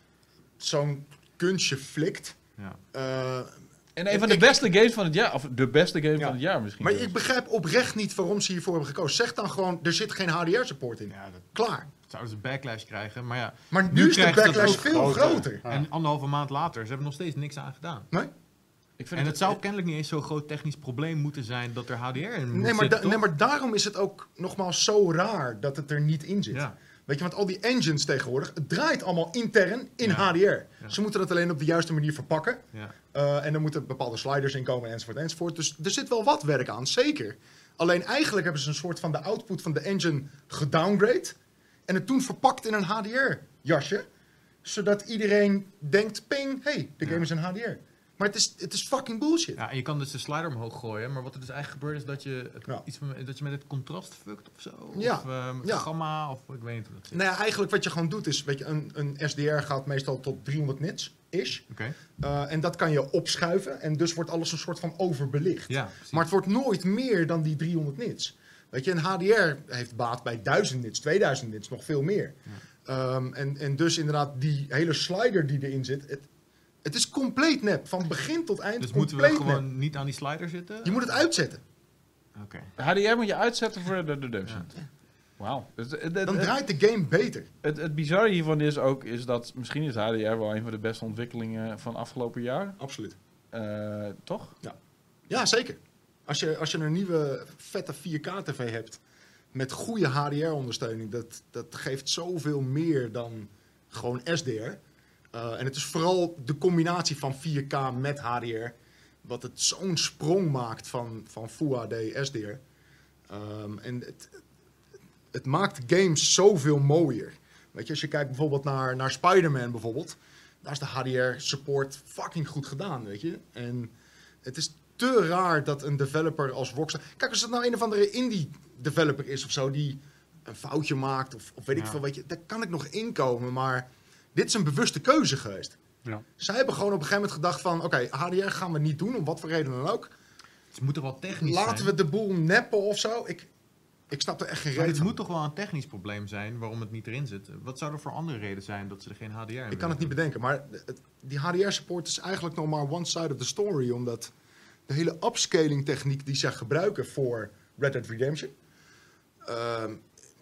zo'n kunstje flikt. Ja. Eh, En een van de Ik- beste games van het jaar, of de beste game Ja. van het jaar misschien. maar wel. ik begrijp oprecht niet waarom ze hiervoor hebben gekozen. Zeg dan gewoon, er zit geen H D R-support in. Ja, dat Klaar. zouden ze backlash krijgen. Maar ja, Maar nu, Nu is de krijgt het backlash ook veel groter. groter. Ja. en anderhalve maand later, ze hebben nog steeds niks aan gedaan. Nee? Ik vind En het zou kennelijk niet eens zo'n groot technisch probleem moeten zijn dat er H D R in moet Nee maar, zitten, da- nee, toch? maar daarom is het ook nogmaals zo raar dat het er niet in zit. Ja. Weet je, want al die engines tegenwoordig, het draait allemaal intern in Ja. H D R. Ja. Ze moeten dat alleen op de juiste manier verpakken. Ja. Uh, en er moeten bepaalde sliders in komen, enzovoort, enzovoort. Dus er zit wel wat werk aan, zeker. Alleen eigenlijk hebben ze een soort van de output van de engine gedowngrade. En het toen verpakt in een H D R-jasje. Zodat iedereen denkt, ping, hey, de game Ja. is een H D R. Maar het is, het is fucking bullshit. Ja, en je kan dus de slider omhoog gooien, maar wat er dus eigenlijk gebeurt is dat je, het, Ja. iets van, dat je met het contrast fuckt of zo. Ja. Of ehm, Ja. gamma, of ik weet niet hoe dat zit. Nou ja, eigenlijk wat je gewoon doet is, weet je, een, een S D R gaat meestal tot driehonderd nits, ish. Oké. Uh, en dat kan je opschuiven en dus wordt alles een soort van overbelicht. Ja, precies. Maar het wordt nooit meer dan die driehonderd nits. Weet je, een H D R heeft baat bij duizend nits, tweeduizend nits, nog veel meer. Um, en, en dus inderdaad, die hele slider die erin zit, het, het is compleet nep. Van begin tot eind Dus moeten compleet we nep. gewoon niet aan die slider zitten? Je moet het uitzetten. Oké. H D R moet je uitzetten voor Red Dead Redemption. Wauw. Het, het, het, Dan het, draait de game beter. het, het bizarre hiervan is ook is dat misschien is H D R wel een van de beste ontwikkelingen van afgelopen jaar. Absoluut. Uh, toch? Ja, zeker. Als je, als je een nieuwe vette vier K tv hebt met goede H D R-ondersteuning, dat, dat geeft zoveel meer dan gewoon S D R. Uh, en het is vooral de combinatie van vier K met H D R, wat het zo'n sprong maakt van, van Full H D S D R. Um, en het, het maakt games zoveel mooier. Weet je, als je kijkt bijvoorbeeld naar, naar Spider-Man bijvoorbeeld. Daar is de H D R-support fucking goed gedaan, weet je. En het is te raar dat een developer als Rockstar... Kijk, als het nou een of andere indie-developer is of zo... die een foutje maakt of, of weet ik Ja. veel, weet je... daar kan ik nog inkomen, maar dit is een bewuste keuze geweest. Ja. Zij hebben gewoon op een gegeven moment gedacht van... oké, okay, H D R gaan we niet doen, om wat voor reden dan ook. Het moet toch wel technisch Laten zijn? we de boel neppen of zo. Ik, ik snap er echt geen Maar reden het van. moet toch wel een technisch probleem zijn waarom het niet erin zit? Wat zou er voor andere reden zijn dat ze er geen H D R in Ik kan het niet bedenken, maar het, die H D R-support is eigenlijk nog maar one side of the story. Omdat de hele upscaling techniek die zij gebruiken voor Red Dead Redemption... ehm,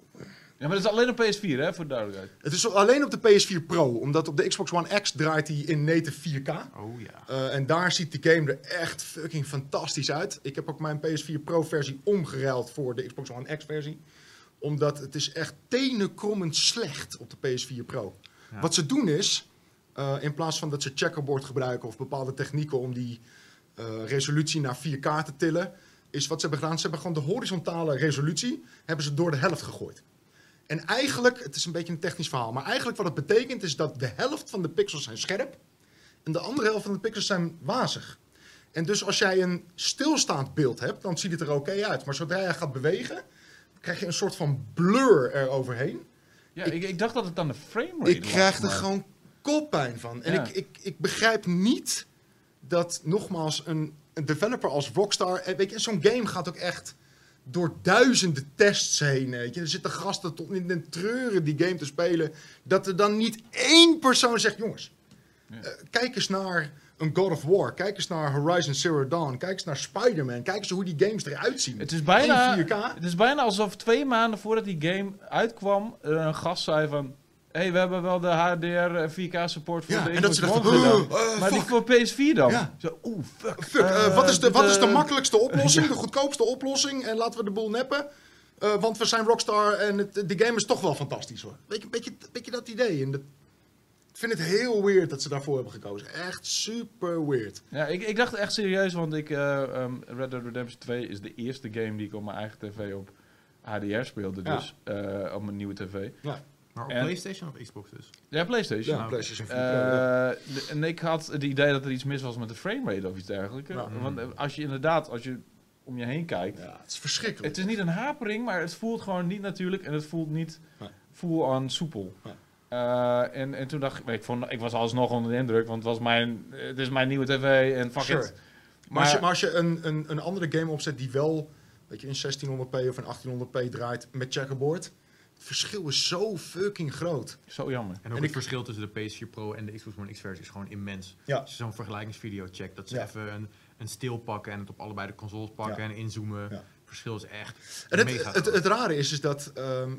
Ja, maar dat is alleen op P S vier, hè, voor de duidelijkheid. het is alleen op de P S vier Pro, omdat op de Xbox One X draait hij in native vier K. Oh ja. Uh, en daar ziet de game er echt fucking fantastisch uit. Ik heb ook mijn P S vier Pro versie omgeruild voor de Xbox One X versie. Omdat het is echt tenenkrommend slecht op de P S vier Pro. Ja. Wat ze doen is, uh, in plaats van dat ze checkerboard gebruiken of bepaalde technieken om die uh, resolutie naar vier K te tillen, is wat ze hebben gedaan. Ze hebben gewoon de horizontale resolutie hebben ze door de helft gegooid. En eigenlijk, het is een beetje een technisch verhaal, maar eigenlijk wat het betekent is dat de helft van de pixels zijn scherp en de andere helft van de pixels zijn wazig. En dus als jij een stilstaand beeld hebt, dan ziet het er oké uit. Maar zodra je gaat bewegen, krijg je een soort van blur eroverheen. Ja, Ik- ik, ik dacht dat het aan de framerate Ik lag, krijg er maar- gewoon koppijn van. En Ja. ik, ik, ik begrijp niet dat, nogmaals, een, een developer als Rockstar... eh, Weet je, zo'n game gaat ook echt door duizenden tests heen. Weet je. Er zitten gasten tot in de treuren die game te spelen. Dat er dan niet één persoon zegt... Jongens, Ja. eh, kijk eens naar een God of War. Kijk eens naar Horizon Zero Dawn. Kijk eens naar Spider-Man. Kijk eens hoe die games eruit zien. Het is, bijna, In vier K. het is bijna alsof twee maanden voordat die game uitkwam, er een gast zei van... Hé, hey, we hebben wel de H D R vier K support voor Ja, de en dat Xbox ze One dachten... gedaan. "Oh, uh, Maar die fuck." voor P S vier dan? Ja. Zo, oeh, fuck. Fuck, eh, Eh, wat, is de, wat is de eh, makkelijkste oplossing? De goedkoopste oplossing? En laten we de boel neppen. Eh, want we zijn Rockstar en het, de game is toch wel fantastisch hoor. Weet je, beetje, beetje dat idee. En dat, ik vind het heel weird dat ze daarvoor hebben gekozen. Echt super weird. Ja, ik, ik dacht echt serieus, want ik, eh, um, Red Dead Redemption twee is de eerste game die ik op mijn eigen tv op H D R speelde. Ja. Dus eh, op mijn nieuwe tv. Maar op En- PlayStation of Xbox dus? Ja, PlayStation. Ja, oké. PlayStation vier Pro. ja. Eh, de- en ik had het idee dat er iets mis was met de framerate of iets dergelijks. Ja. Want eh, als je inderdaad, als je om je heen kijkt, Ja, het is verschrikkelijk. het is niet een hapering, maar het voelt gewoon niet natuurlijk en het voelt niet Nee. full-on soepel. Nee. Eh, en, en toen dacht ik, ik, vond, ik was alsnog onder de indruk, want het, was mijn, het is mijn nieuwe tv en fuck Sure. it. Maar, als je, Maar- maar als je een, een, een andere game opzet die wel weet je, in zestienhonderd p of in achttienhonderd p draait met checkerboard. Het verschil is zo fucking groot. Zo jammer. En ook En het ik- verschil tussen de P S vier Pro en de Xbox One X versie is gewoon immens. Ja. Als je zo'n vergelijkingsvideo checkt, dat ze Ja. even een, een stil pakken en het op allebei de consoles pakken Ja. en inzoomen. Ja. Het verschil is echt En het, mega het, groot. het rare is, is dat ehm,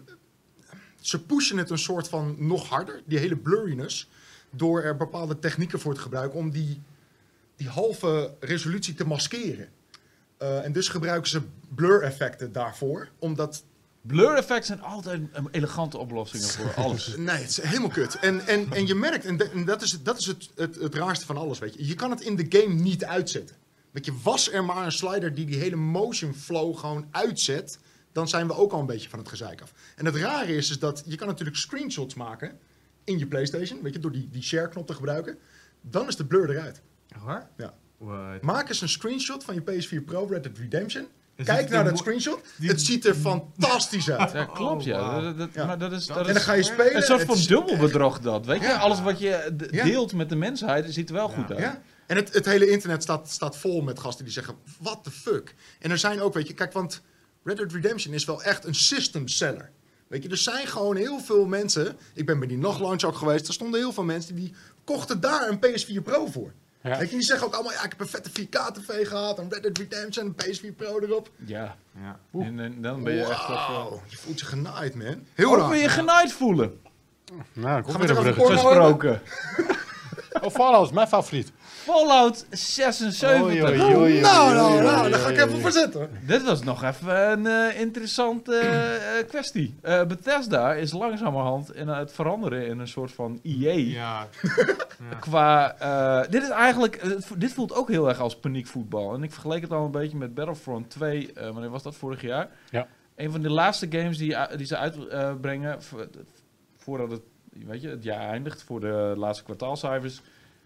ze pushen het een soort van nog harder, die hele blurriness, door er bepaalde technieken voor te gebruiken om die, die halve resolutie te maskeren. Eh, en dus gebruiken ze blur-effecten daarvoor, omdat... Blur effects zijn altijd een elegante oplossingen voor alles. Nee, het is helemaal kut. En, en, en je merkt, en, de- en dat is, dat is het, het, het raarste van alles, weet je. Je kan het in de game niet uitzetten. Weet je, was er maar een slider die die hele motion flow gewoon uitzet, dan zijn we ook al een beetje van het gezeik af. En het rare is, is dat je kan natuurlijk screenshots maken in je PlayStation, weet je, door die, die share-knop te gebruiken. Dan is de blur eruit. Echt waar? Ja. What? Maak eens een screenshot van je P S vier Pro Red Dead Redemption. Is Kijk het naar een dat mo- screenshot. die- Het ziet er fantastisch uit. Ja, klopt, ja. Oh, wauw. Dat, dat- Ja. Maar dat is, dat En is dan ga je spelen. een soort het van is- dubbelbedrog dat, weet je? Ja. Alles wat je d- Ja. deelt met de mensheid ziet er wel Ja. goed uit. Ja. En het, het hele internet staat, staat vol met gasten die zeggen, what the fuck? En er zijn ook, weet je, kijk, want Red Dead Redemption is wel echt een system seller. Weet je, er zijn gewoon heel veel mensen, ik ben bij die nog launch ook geweest, er stonden heel veel mensen die kochten daar een P S vier Pro voor. Ja. Weet je, die zeggen ook allemaal, ja, ik heb een vette vier K tv gehad, een Red Dead Redemption, een P S vier Pro erop. Ja. Ja. En, en dan ben je echt... Wow, even- je voelt je genaaid, man. Heel Ook raar. weer je genaaid voelen. Nou, ik kom Gaan we weer het een over bruggetje. porno Gesproken. Oh, Fallout is mijn favoriet. Fallout zesenzeventig. Oei, oei, oei, oei, Nou, nou, oei, nou, oei, daar ga ik oei, even oei. voor zitten. Dit was nog even een eh, interessante eh, kwestie. Eh, Bethesda is langzamerhand in het veranderen in een soort van E A. Ja. Ja. Qua, eh, dit is eigenlijk, eh, vo- dit voelt ook heel erg als paniekvoetbal. En ik vergeleek het al een beetje met Battlefront twee, eh, wanneer was dat, vorig jaar? Ja. een van de laatste games die, die ze uitbrengen, uh, voordat het, weet je, het jaar eindigt, voor de laatste kwartaalcijfers.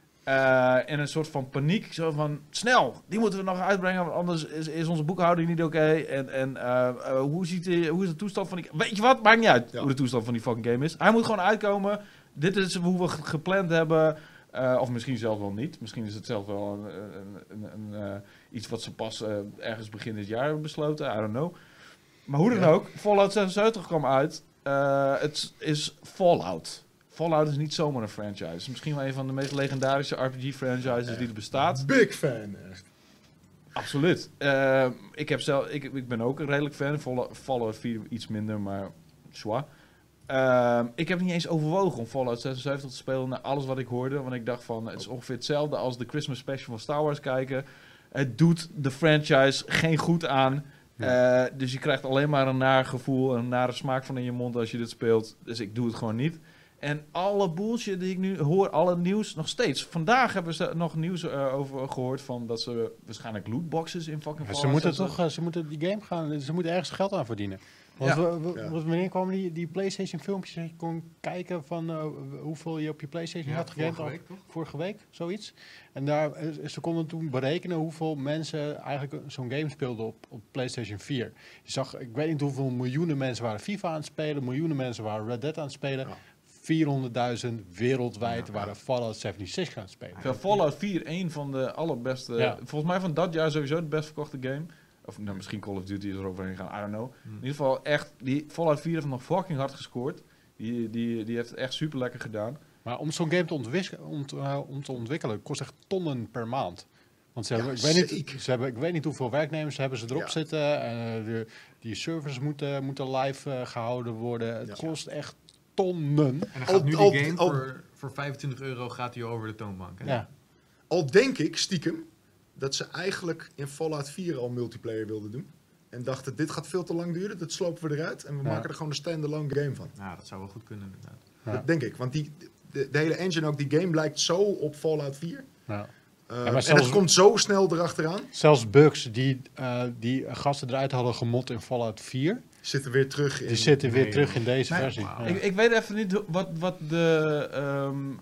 Uh, en een soort van paniek, zo van, snel, die moeten we nog uitbrengen, want anders is, is onze boekhouding niet oké. Okay. En, en uh, uh, hoe, ziet die, hoe is de toestand van die... Weet je wat, maakt niet uit ja. hoe de toestand van die fucking game is. Hij moet gewoon uitkomen, dit is hoe we gepland hebben, uh, of misschien zelfs wel niet. Misschien is het zelf wel een, een, een, een, uh, iets wat ze pas uh, ergens begin dit jaar hebben besloten, I don't know. Maar hoe dan ja. ook, Fallout zesenzeventig kwam uit, uh, het is Fallout. Fallout is niet zomaar een franchise. Het is misschien wel een van de meest legendarische R P G-franchises ja, die er bestaat. Big fan, echt. Absoluut. Uh, ik, heb zelf, ik, ik ben ook een redelijk fan. Fallout, Fallout vier iets minder, maar zwaar. Uh, ik heb niet eens overwogen om Fallout zesenzeventig te spelen naar alles wat ik hoorde. Want ik dacht van, het is ongeveer hetzelfde als de Christmas special van Star Wars kijken. Het doet de franchise geen goed aan. Ja. Uh, dus je krijgt alleen maar een naar gevoel, een nare smaak van in je mond als je dit speelt. Dus ik doe het gewoon niet. En alle bullshit die ik nu hoor, alle nieuws, nog steeds. Vandaag hebben ze nog nieuws uh, over gehoord van dat ze waarschijnlijk lootboxes in fucking Fallout. Ze moeten toch, uh, ze moeten die game gaan, ze moeten ergens geld aan verdienen. Want ja. we, we, ja. wanneer kwamen die, die PlayStation filmpjes dat je kon kijken van uh, hoeveel je op je PlayStation ja, had gegamed? Vorige week, toch? Vorige week, zoiets. En daar, uh, ze konden toen berekenen hoeveel mensen eigenlijk zo'n game speelden op, op PlayStation vier. Je zag, ik weet niet hoeveel miljoenen mensen waren FIFA aan het spelen, miljoenen mensen waren Red Dead aan het spelen. Ja. vierhonderdduizend wereldwijd ja, ja. waren Fallout zevenenzestig gaan spelen. Ja, Fallout vier, een van de allerbeste... Ja. Volgens mij van dat jaar sowieso de best verkochte game. Of nou, misschien Call of Duty is er overheen gegaan, I don't know. Hmm. In ieder geval echt, die Fallout vier heeft nog fucking hard gescoord. Die, die, die heeft het echt super lekker gedaan. Maar om zo'n game te, ontwis- ont, uh, om te ontwikkelen, kost echt tonnen per maand. Want ze hebben, ja, ik, weet niet, ze hebben, ik weet niet hoeveel werknemers hebben ze erop ja. zitten. Uh, de, die servers moeten, moeten live uh, gehouden worden. Het ja. kost echt tonnen. En dan gaat al, nu die al, game al, voor, voor vijfentwintig euro gaat hij over de toonbank. Hè? Ja. Al denk ik stiekem dat ze eigenlijk in Fallout vier al multiplayer wilden doen. En dachten, dit gaat veel te lang duren, dat slopen we eruit. En we ja. maken er gewoon een standalone game van. Ja, dat zou wel goed kunnen inderdaad. Ja. Dat denk ik, want die, de, de hele engine ook, die game lijkt zo op Fallout vier. Ja. Uh, ja, maar zelfs, en het komt zo snel erachteraan. Zelfs bugs die, uh, die gasten eruit hadden gemod in Fallout vier... zitten weer terug in... Die zitten weer nee, terug in deze nee, versie. Wow. Ja. Ik, ik weet even niet wat, wat de... Um,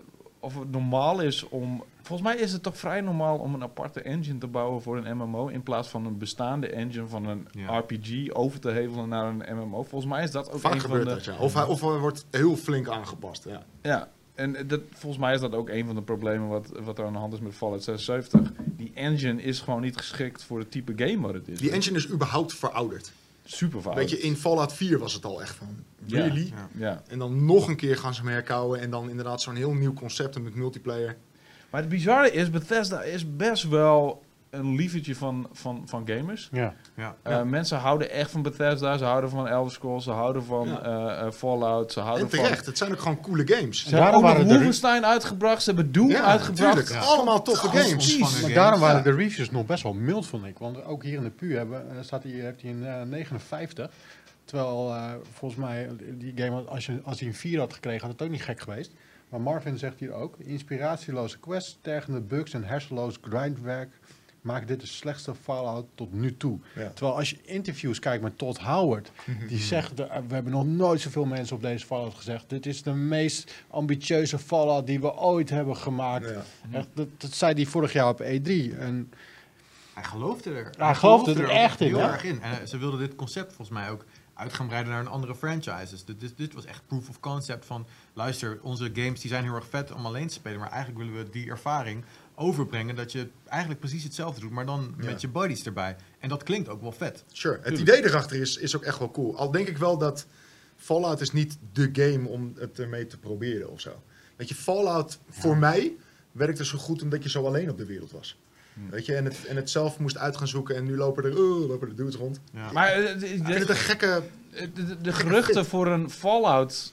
of het normaal is om... Volgens mij is het toch vrij normaal om een aparte engine te bouwen voor een M M O... in plaats van een bestaande engine van een ja. R P G over te hevelen naar een M M O. Volgens mij is dat ook Vaak een van de... Dat, ja. Of hij, of hij wordt heel flink aangepast, ja. Ja. En dat, volgens mij is dat ook een van de problemen wat, wat er aan de hand is met Fallout zesenzeventig. Die engine is gewoon niet geschikt voor het type game wat het is. Die engine is überhaupt verouderd. Super verouderd. Weet je, in Fallout vier was het al echt van, really? Ja, ja. En dan nog een keer gaan ze hem herkouwen en dan inderdaad zo'n heel nieuw concept met multiplayer. Maar het bizarre is, Bethesda is best wel een lievertje van, van, van gamers. Ja. Ja. Uh, ja. Mensen houden echt van Bethesda, ze houden van Elder Scrolls, ze houden van ja. uh, uh, Fallout, ze houden en terecht, van... het zijn ook gewoon coole games. Ze hebben ook nog Wolfenstein uitgebracht, ze hebben Doom ja, uitgebracht. Ja. Allemaal toffe ja, games. Precies. Maar daarom waren ja. de reviews nog best wel mild, vond ik. Want ook hier in de P U hebben, uh, staat hij, heeft hij een uh, negenenvijftig. Terwijl uh, volgens mij die game, als, je, als hij een vier had gekregen, had het ook niet gek geweest. Maar Marvin zegt hier ook, inspiratieloze quests, tergende bugs en hersenloos grindwerk maakt dit de slechtste Fallout tot nu toe. Ja. Terwijl als je interviews kijkt met Todd Howard, die zegt, we hebben nog nooit zoveel mensen op deze Fallout gezegd, dit is de meest ambitieuze Fallout die we ooit hebben gemaakt. Ja. Echt, dat, dat zei hij vorig jaar op E drie. En hij geloofde er. Hij, hij geloofde er, er echt in. Heel erg in. En ze wilden dit concept volgens mij ook uit gaan breiden naar een andere franchises. Dit, dit, dit was echt proof of concept van, luister, onze games die zijn heel erg vet om alleen te spelen, maar eigenlijk willen we die ervaring overbrengen dat je eigenlijk precies hetzelfde doet, maar dan ja. met je buddies erbij. En dat klinkt ook wel vet. Sure. Het Tuurlijk. idee erachter is, is ook echt wel cool. Al denk ik wel dat Fallout is niet de game om het ermee te proberen of zo. Weet je, Fallout ja. voor mij werkte zo goed omdat je zo alleen op de wereld was. Hm. Weet je, en het, en het zelf moest uit gaan zoeken en nu lopen er, uh, lopen er dudes rond. Ja. Maar uh, de, ik vind het een gekke... De, de, de geruchten voor een Fallout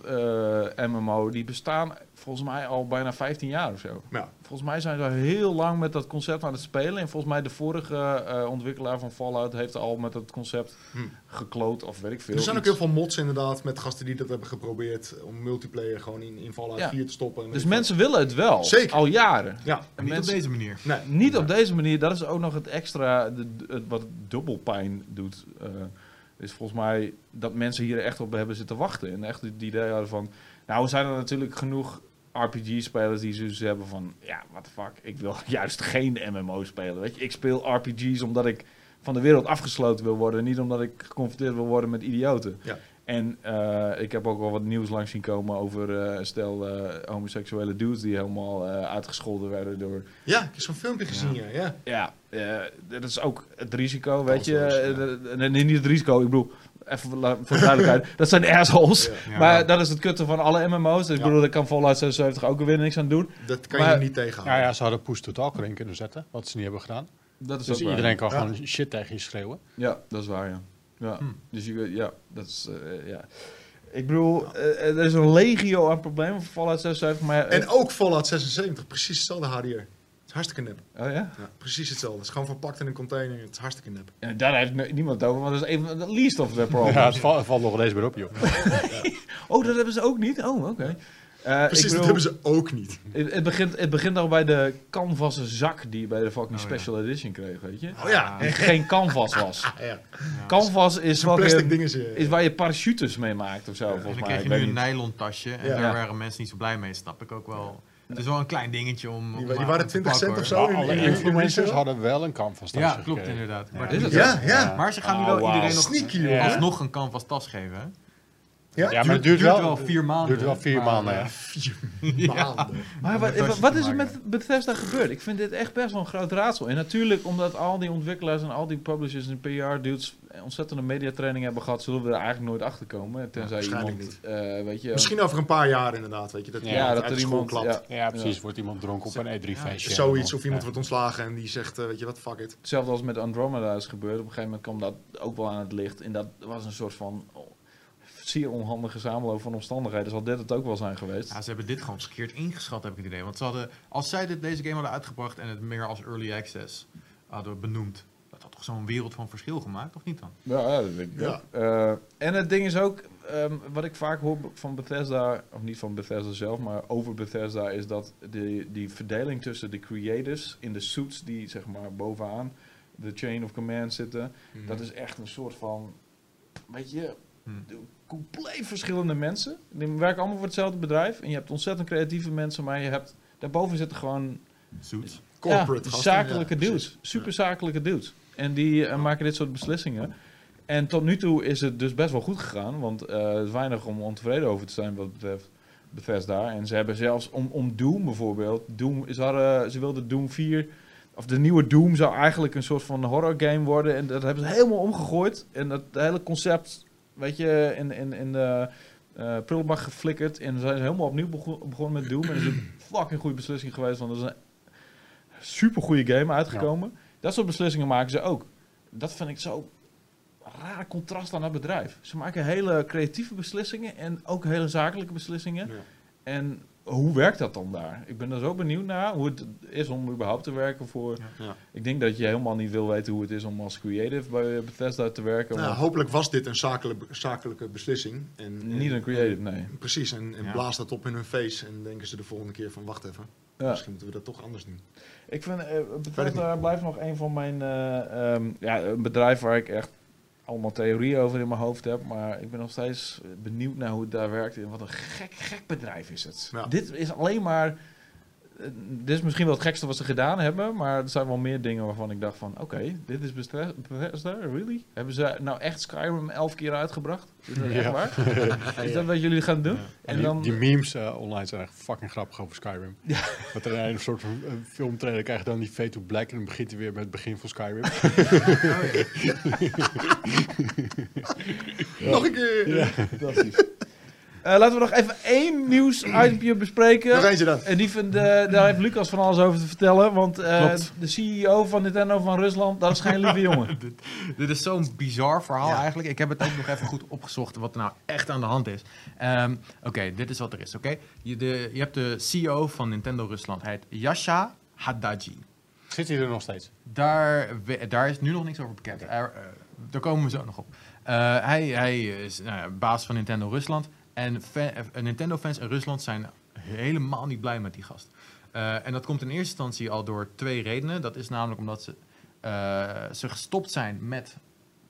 uh, M M O, die bestaan volgens mij al bijna vijftien jaar of zo. Ja. Volgens mij zijn ze al heel lang met dat concept aan het spelen. En volgens mij de vorige uh, ontwikkelaar van Fallout heeft al met dat concept hm. gekloot of weet ik veel. Er zijn iets. ook heel veel mods inderdaad met gasten die dat hebben geprobeerd om multiplayer gewoon in, in Fallout ja. vier te stoppen. Dus mensen willen het wel. Zeker. Al jaren. Ja. En niet mensen, op deze manier. Nee. Niet ja. op deze manier. Dat is ook nog het extra, de, de, wat dubbel pijn doet. Uh, is volgens mij dat mensen hier echt op hebben zitten wachten. En echt het idee hadden van... Nou, er zijn er natuurlijk genoeg R P G-spelers die zoiets hebben van... Ja, what the fuck, ik wil juist geen M M O spelen. Weet je, ik speel R P G's omdat ik van de wereld afgesloten wil worden. Niet omdat ik geconfronteerd wil worden met idioten. Ja. En uh, ik heb ook wel wat nieuws langs zien komen over uh, een stel uh, homoseksuele dudes die helemaal uh, uitgescholden werden door... Ja, ik heb zo'n filmpje gezien, ja. ja. Ja, uh, dat is ook het risico, weet je. Kansloos, ja. Uh, nee, niet het risico, ik bedoel, even voor de duidelijkheid, dat zijn assholes. Ja. Ja, maar ja. dat is het kutte van alle M M O's. Dus ik Ja. bedoel, daar kan Fallout zesenzeventig ook weer niks aan doen. Dat kan Maar- je niet tegenhouden. Ja, ja, ze hadden push to talk erin kunnen zetten, wat ze niet hebben gedaan. Dat is Dus ook waar. iedereen kan Ja. gewoon shit tegen je schreeuwen. Ja, dat is waar, ja. ja. Hm. Dus je, ja, dat is, uh, ja. Ik bedoel, uh, er is een legio aan problemen voor Fallout zesenzeventig, maar... uh, En ook Fallout zesenzeventig, precies hetzelfde H D R. Het is hartstikke nep. Oh ja? Ja, precies hetzelfde. Het is gewoon verpakt in een container. Het is hartstikke nep. Ja, daar heeft no- niemand het over, want dat is een van de least of the problems. Ja, het valt, het valt nog eens weer op, joh. Oh, dat hebben ze ook niet? Oh, oké. Okay. Uh, Precies, ik dat bedoel, hebben ze ook niet. Het, het, begint, het begint al bij de canvassen zak die je bij de fucking Oh, ja. special edition kreeg, weet je? Oh ja. Die geen canvas was. Ah, ja. Ja. Canvas is, Zo'n plastic fucking, dingetje. is waar je parachutes mee maakt of zo, Ja, En volgens dan mij. kreeg Ik je weet nu een niet. nylon tasje. En Ja. daar Ja. waren mensen niet zo blij mee, snap ik ook wel. Het is wel een klein dingetje om... Die, om die waren om te twintig cent pakken, of hoor. zo. Maar in- alle in- in influencers resale. hadden wel een canvas tas Ja, gekregen. klopt inderdaad. Maar, Is die- het Ja, zo? ja. maar ze gaan nu Oh, wel wauw. iedereen nog Sneaky, Ja. joh. alsnog een canvas tas geven. Hè? Ja, Ja, maar het duurt, duurt wel, wel vier maanden. duurt wel vier Maar, maanden, eh, ja. Vier maanden. Maar Om wat, een tasje wat te is er maken. met Bethesda gebeurd? Ik vind dit echt best wel een groot raadsel. En natuurlijk, omdat al die ontwikkelaars en al die publishers en P R-dudes ontzettende mediatraining hebben gehad, zullen we er eigenlijk nooit achter komen. Tenzij Ja, iemand, waarschijnlijk eh, weet je... Misschien over een paar jaar inderdaad, weet je. Dat Ja, iemand ja, dat uit er de school iemand... klapt. Ja, Ja, precies. Wordt iemand dronken op een E drie feestje. Zoiets, of iemand Ja. wordt ontslagen en die zegt, eh, weet je wat, fuck it. hetzelfde als met Andromeda is gebeurd. Op een gegeven moment kwam dat ook wel aan het licht. En dat was een soort van oh, zeer onhandige samenloop van omstandigheden. Zal dit het ook wel zijn geweest? Ja, ze hebben dit gewoon verkeerd ingeschat, heb ik het idee. Want ze hadden, als zij dit, deze game hadden uitgebracht en het meer als early access hadden benoemd, dat had toch zo'n wereld van verschil gemaakt, of niet dan? Ja, ja, dat denk ik Ja. ook. Uh, en het ding is ook, um, wat ik vaak hoor van Bethesda, of niet van Bethesda zelf, maar over Bethesda, is dat die, die verdeling tussen de creators in de suits die zeg maar bovenaan de chain of command zitten, Mhm. dat is echt een soort van, weet je, Hmm. de- compleet verschillende mensen. Die werken allemaal voor hetzelfde bedrijf en je hebt ontzettend creatieve mensen, maar je hebt, daarboven zitten gewoon Suits. Corporate ja, gasten, zakelijke ja, dudes. precies. Super zakelijke dudes. En die uh, maken dit soort beslissingen. En tot nu toe is het dus best wel goed gegaan. Want uh, er is weinig om ontevreden over te zijn wat betreft Bethesda. En ze hebben zelfs om, om Doom bijvoorbeeld. Doom, ze, hadden, ze wilden Doom vier... Of de nieuwe Doom zou eigenlijk een soort van horror game worden. En dat hebben ze helemaal omgegooid. En dat hele concept, weet je, in, in, in de uh, prullenbak geflikkerd. En zijn ze helemaal opnieuw begon, begonnen met Doom. En dat is een fucking goede beslissing geweest. Want dat is een super goede game uitgekomen. Ja. Dat soort beslissingen maken ze ook. Dat vind ik zo raar contrast aan dat bedrijf. Ze maken hele creatieve beslissingen en ook hele zakelijke beslissingen. Ja. En hoe werkt dat dan daar? Ik ben er zo benieuwd naar hoe het is om überhaupt te werken voor... Ja. Ja. Ik denk dat je helemaal niet wil weten hoe het is om als creative bij Bethesda te werken. Nou, hopelijk was dit een zakelijke, zakelijke beslissing. En, en, niet een creative, nee. En, precies, en, en ja. blaast dat op in hun face. En denken ze de volgende keer van, wacht even. Ja. Misschien moeten we dat toch anders doen. Ik vind, uh, Bethesda blijft nog een van mijn... Uh, um, ja, een bedrijf waar ik echt allemaal theorieën over in mijn hoofd heb. Maar ik ben nog steeds benieuwd naar hoe het daar werkt. En wat een gek, gek bedrijf is het. Ja. Dit is alleen maar... Uh, dit is misschien wel het gekste wat ze gedaan hebben. Maar er zijn wel meer dingen waarvan ik dacht van... Oké, okay, dit is Bethesda? Really? Hebben ze nou echt Skyrim elf keer uitgebracht? Is dat echt ja. waar? Is dat wat jullie gaan doen? Ja. En die, dan, die memes uh, online zijn echt fucking grappig over Skyrim. Ja. Dat er een soort van uh, filmtrailer krijgt dan die Fade to Black... en dan begint hij weer met het begin van Skyrim. ja. Nog een keer! Ja, fantastisch. Uh, laten we nog even één nieuws-itemje bespreken. Nog eentje dan. En die vind, uh, daar heeft Lucas van alles over te vertellen. Want uh, de C E O van Nintendo van Rusland, dat is geen lieve jongen. dit, dit is zo'n bizar verhaal ja. eigenlijk. Ik heb het ook nog even goed opgezocht wat er nou echt aan de hand is. Um, Oké, okay, dit is wat er is. Okay? Je, de, je hebt de C E O van Nintendo Rusland. Hij heet Yasha Hadaji. Zit hij er nog steeds? Daar, daar is nu nog niks over bekend. Okay. Er, uh, daar komen we zo nog op. Uh, hij, hij is uh, baas van Nintendo Rusland. En fan, uh, Nintendo-fans in Rusland zijn helemaal niet blij met die gast. Uh, en dat komt in eerste instantie al door twee redenen. Dat is namelijk omdat ze, uh, ze gestopt zijn met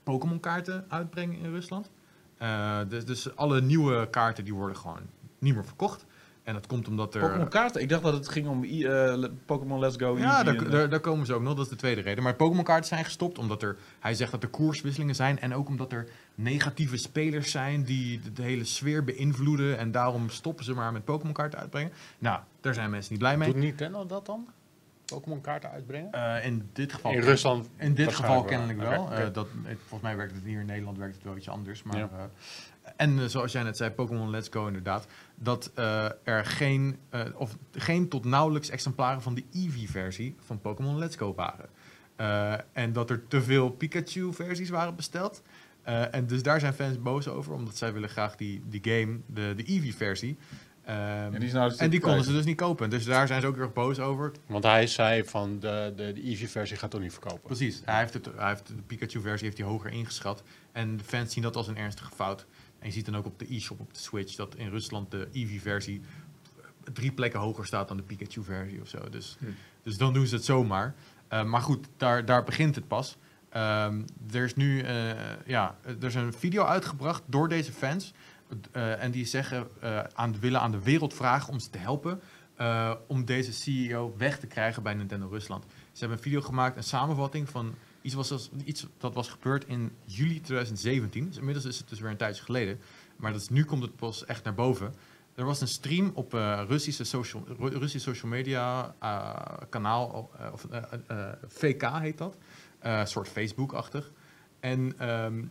Pokémon kaarten uitbrengen in Rusland. Uh, dus, dus alle nieuwe kaarten die worden gewoon niet meer verkocht. En dat komt omdat er... Pokémon kaarten? Ik dacht dat het ging om uh, Pokémon Let's Go. Ja, daar, en, uh... daar, daar komen ze ook nog. Dat is de tweede reden. Maar Pokémon kaarten zijn gestopt omdat er... Hij zegt dat er koerswisselingen zijn. En ook omdat er negatieve spelers zijn die de, de hele sfeer beïnvloeden. En daarom stoppen ze maar met Pokémon kaarten uitbrengen. Nou, daar zijn mensen niet blij mee. Doet Nintendo dat dan? Pokémon kaarten uitbrengen? Uh, in dit geval... In Rusland In dit geval kennelijk wel. Okay, okay. Uh, dat, het, volgens mij werkt het hier in Nederland werkt het wel iets anders. Maar, ja. uh, en uh, zoals jij net zei, Pokémon Let's Go inderdaad. Dat uh, er geen, uh, of geen tot nauwelijks exemplaren van de Eevee-versie van Pokémon Let's Go waren. Uh, en dat er te veel Pikachu-versies waren besteld. Uh, en dus daar zijn fans boos over. Omdat zij willen graag die, die game, de, de Eevee-versie. Um, en die, nou en die konden ze dus niet kopen. Dus daar zijn ze ook heel erg boos over. Want hij zei van de, de, de Eevee-versie gaat toch niet verkopen. Precies. Hij heeft, het, hij heeft de Pikachu-versie heeft hij hoger ingeschat. En de fans zien dat als een ernstige fout. En je ziet dan ook op de e-shop op de Switch dat in Rusland de Eevee-versie drie plekken hoger staat dan de Pikachu-versie of zo. Dus, hm. dus dan doen ze het zomaar. Uh, maar goed, daar, daar begint het pas. Um, er is nu uh, ja, er is een video uitgebracht door deze fans. Uh, en die zeggen, uh, aan, willen aan de wereld vragen om ze te helpen uh, om deze C E O weg te krijgen bij Nintendo Rusland. Ze hebben een video gemaakt, een samenvatting van iets, was als, iets dat was gebeurd in juli twintig zeventien. Dus inmiddels is het dus weer een tijdje geleden. Maar dat is, nu komt het pas echt naar boven. Er was een stream op uh, Russische social, Russisch social media uh, kanaal, uh, of uh, uh, V K heet dat. Uh, een soort Facebook-achtig. En... Um,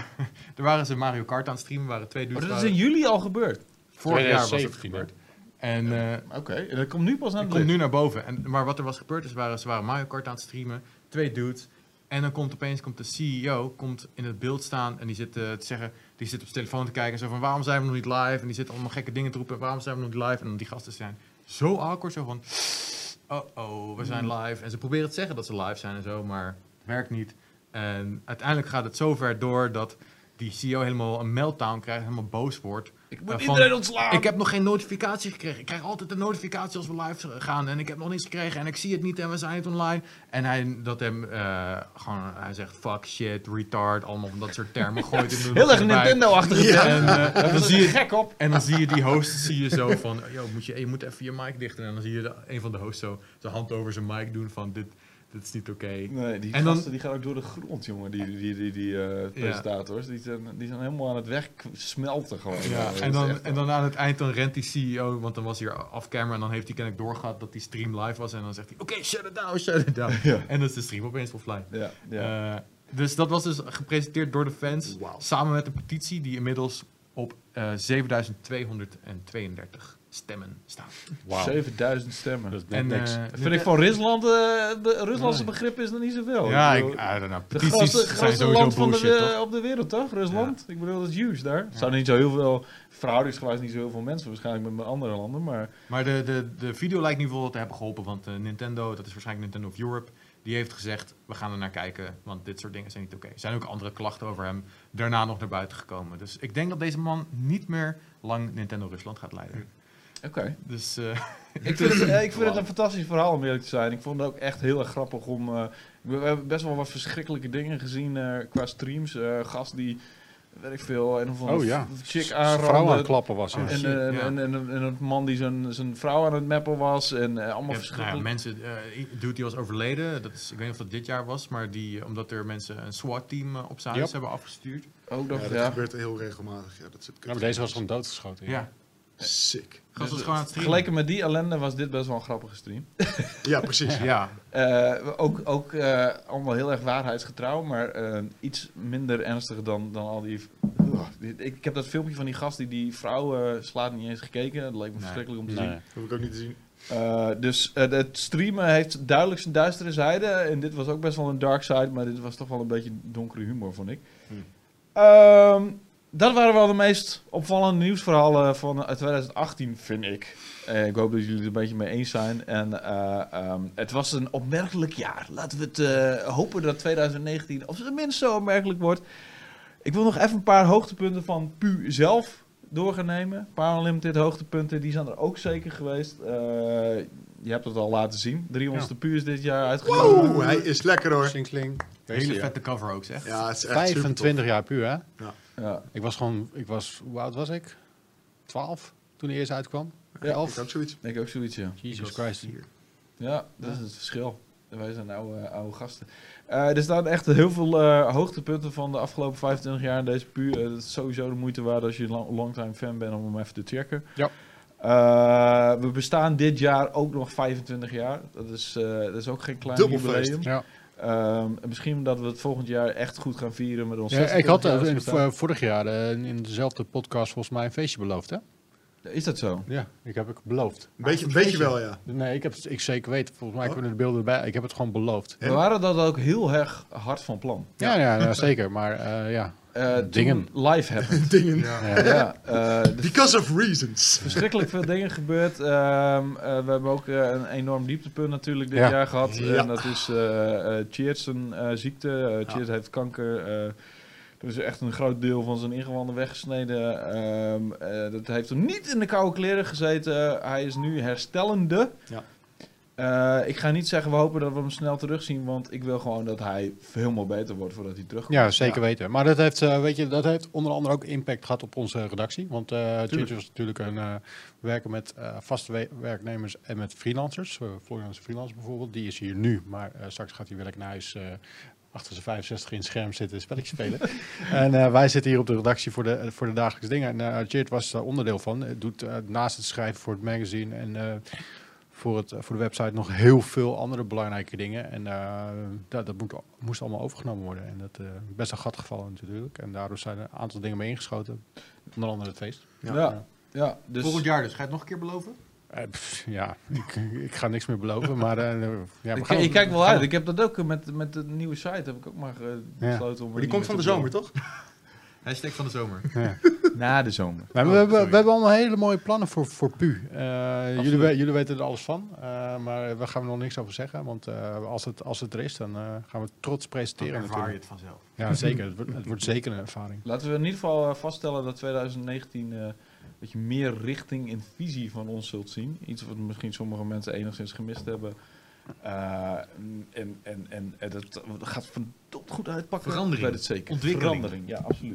er waren ze Mario Kart aan het streamen, waren twee dudes. Oh, dat is in juli al gebeurd? Vorig jaar was het gebeurd. En, uh, Oké, okay. En dat komt nu pas aan het komt nu naar boven. En, maar wat er was gebeurd is, waren, ze waren Mario Kart aan het streamen, twee dudes. En dan komt opeens komt de C E O komt in het beeld staan en die zit uh, te zeggen, die zit op zijn telefoon te kijken en zo van waarom zijn we nog niet live? En die zit allemaal gekke dingen te roepen, waarom zijn we nog niet live? En dan die gasten zijn zo awkward, zo van, oh oh, we zijn live. En ze proberen te zeggen dat ze live zijn en zo, maar het werkt niet. En uiteindelijk gaat het zo ver door dat die C E O helemaal een meltdown krijgt, helemaal boos wordt. Ik moet uh, van, iedereen ontslaan! Ik heb nog geen notificatie gekregen. Ik krijg altijd een notificatie als we live gaan en ik heb nog niets gekregen en ik zie het niet en we zijn het online. En hij, dat hem, uh, gewoon, hij zegt fuck, shit, retard, allemaal van dat soort termen gooit. In Heel erg Nintendo-achtige ja. En, uh, en dan zie je gek op. En dan zie je die host zie je zo van, yo, moet je, je moet even je mic dichten. En dan zie je de, een van de hosts zo zijn hand over zijn mic doen van dit... Dat is niet oké. Okay. Nee, die en gasten dan, die gaan ook door de grond, jongen, die, die, die, die, die uh, presentators. Ja. Die, zijn, die zijn helemaal aan het wegsmelten gewoon. Ja, ja, en, dan, en dan aan het eind dan rent die C E O, want dan was hij off-camera en dan heeft hij kennelijk doorgehad dat die stream live was. En dan zegt hij, oké, okay, shut it down, shut it down. Ja. En dan is de stream opeens offline. Ja, ja. Uh, dus dat was dus gepresenteerd door de fans, wow. samen met een petitie die inmiddels op uh, zevenduizend tweehonderdtweeëndertig stemmen staan. Wow. zevenduizend stemmen. Dat is net en, niks. Uh, vind ik van Rusland, uh, de Ruslandse nee. begrip is nog niet zoveel. Ja, ik bedoel, ik, I don't know. De grootste, grootste land van bullshit, de, op de wereld, toch? Rusland? Ja. Ik bedoel, dat is huge daar. Er Ja. zijn niet zo heel veel, verhoudingsgewijs niet zo heel veel mensen waarschijnlijk met andere landen, maar... Maar de, de, de video lijkt in ieder geval te hebben geholpen, want uh, Nintendo, dat is waarschijnlijk Nintendo of Europe, die heeft gezegd, we gaan er naar kijken, want dit soort dingen zijn niet oké. Okay. Er zijn ook andere klachten over hem daarna nog naar buiten gekomen. Dus ik denk dat deze man niet meer lang Nintendo Rusland gaat leiden. Oké. Okay. Dus, uh, ik vind, het, ik vind wow. het een fantastisch verhaal om eerlijk te zijn. Ik vond het ook echt heel erg grappig om... Uh, we hebben best wel wat verschrikkelijke dingen gezien uh, qua streams. Uh, gast die, weet ik veel, een of andere oh, ja. chick aanrandde. Vrouw aan het klappen was. En, Ja. en, shit, en, ja. en, en, en, en een man die zijn, zijn vrouw aan het mappen was. En uh, allemaal ja, verschrikkelijk. Nou ja, mensen, uh, dude die was overleden, dat is, ik weet niet of dat dit jaar was, maar die, omdat er mensen een SWAT-team uh, op zijn huis yep. hebben afgestuurd. Oh, dat, ja, dat ja. gebeurt heel regelmatig. Ja, dat zit ja, maar deze was gewoon doodgeschoten. Ja. Ja. Sick. Gast was gewoon aan het streamen. Vergeleken met die ellende was dit best wel een grappige stream. Ja, precies. Ja. Uh, ook ook uh, allemaal heel erg waarheidsgetrouw, maar uh, iets minder ernstig dan, dan al die... Uh, ik, ik heb dat filmpje van die gast die die vrouw uh, slaat niet eens gekeken. Dat leek me nee. verschrikkelijk om te nee. zien. Dat heb ik ook niet te zien. Uh, dus uh, het streamen heeft duidelijk zijn duistere zijde. En dit was ook best wel een dark side, maar dit was toch wel een beetje donkere humor, vond ik. Hm. Um, Dat waren wel de meest opvallende nieuwsverhalen van twintig achttien, vind ik. Uh, ik hoop dat jullie het een beetje mee eens zijn. En uh, um, het was een opmerkelijk jaar. Laten we het uh, hopen dat twintig negentien of tenminste zo opmerkelijk wordt. Ik wil nog even een paar hoogtepunten van P U zelf door gaan nemen. Een paar Unlimited hoogtepunten, die zijn er ook zeker geweest. Uh, je hebt het al laten zien. driehonderdste puur is dit jaar uitgekomen. Wow, hij is lekker hoor. Sling, sling. Hele vette cover ook, zeg. Ja, het is echt vijfentwintig jaar puur, hè? Ja. Ik was gewoon, ik was, hoe oud was ik? twaalf toen hij eerst uitkwam. Ja, Ik elf. ook zoiets. Ik ook zoiets, ja. Jesus Christ. Ja, dat is het verschil. Wij zijn oude, oude gasten. Uh, er staan echt heel veel uh, hoogtepunten van de afgelopen vijfentwintig jaar in deze puur. Uh, dat is sowieso de moeite waard als je een longtime fan bent om hem even te checken. Ja. Uh, we bestaan dit jaar ook nog vijfentwintig jaar. Dat is, uh, dat is ook geen klein Dubbelfeest. jubileum. Ja. Um, misschien dat we het volgend jaar echt goed gaan vieren met ons. Ja, ik had uh, in, uh, vorig jaar uh, in dezelfde podcast volgens mij een feestje beloofd, hè? Is dat zo? Ja, ik heb het beloofd. Een beetje, een beetje wel, ja. Nee, ik heb het ik zeker weten. Volgens mij Oh. kunnen de beelden erbij. Ik heb het gewoon beloofd. We waren dat ook heel erg hard van plan. Ja, ja, ja zeker. Maar uh, ja, Uh, Dingen. Live happened. Dingen. Ja. ja. Ja, uh, dus Because of reasons. verschrikkelijk veel dingen gebeurd. Um, uh, we hebben ook uh, een enorm dieptepunt natuurlijk dit Ja. jaar gehad. Ja. En dat is uh, uh, Cheers een uh, ziekte. Uh, Cheers heeft kanker. Uh, er is echt een groot deel van zijn ingewanden weggesneden. Um, uh, dat heeft hem niet in de koude kleren gezeten. Hij is nu herstellende. Ja. Uh, ik ga niet zeggen we hopen dat we hem snel terugzien, want ik wil gewoon dat hij helemaal beter wordt voordat hij terugkomt. Ja, zeker Ja. weten. Maar dat heeft, uh, weet je, dat heeft onder andere ook impact gehad op onze redactie. Want uh, Cheers was natuurlijk een uh, we werken met uh, vaste we- werknemers en met freelancers. Uh, Florian is een freelancer bijvoorbeeld. Die is hier nu, maar uh, straks gaat hij weer lekker naar huis. Uh, achter zijn vijfenzestig in het scherm zitten en spelletjes spelen. En uh, wij zitten hier op de redactie voor de, voor de dagelijkse dingen. En uh, Cheers was daar onderdeel van. Het doet uh, naast het schrijven voor het magazine en uh, voor, het, voor de website nog heel veel andere belangrijke dingen. En uh, dat, dat moet, moest allemaal overgenomen worden. En dat is uh, best een gat gevallen natuurlijk. En daardoor zijn er een aantal dingen mee ingeschoten. Onder andere het feest. Ja, Ja. ja. ja dus Volgend jaar dus. Ga je het nog een keer beloven? Uh, pff, ja, ik, ik ga niks meer beloven. Maar uh, ja, we ik, gaan, ik kijk wel we gaan- uit. Ik heb dat ook met, met de nieuwe site. Heb ik ook maar uh, besloten om. Maar die komt van de zomer, toch? Hashtag van de zomer. Ja. Na de zomer. Maar we, Oh, hebben, sorry. we hebben allemaal hele mooie plannen voor, voor Pu. Uh, jullie, we- jullie weten er alles van. Uh, maar daar gaan we nog niks over zeggen. Want uh, als, het, als het er is, dan uh, gaan we het trots Dan presenteren. ervaar je natuurlijk. het vanzelf. Ja, zeker. Het wordt, het wordt zeker een ervaring. Laten we in ieder geval uh, vaststellen dat twintig negentien uh, dat je meer richting en visie van ons zult zien. Iets wat misschien sommige mensen enigszins gemist hebben. Uh, en, en, en, en dat gaat verdomd goed uitpakken. Verandering. Ik weet het zeker. Ontwikkeling. Verandering, ja, absoluut.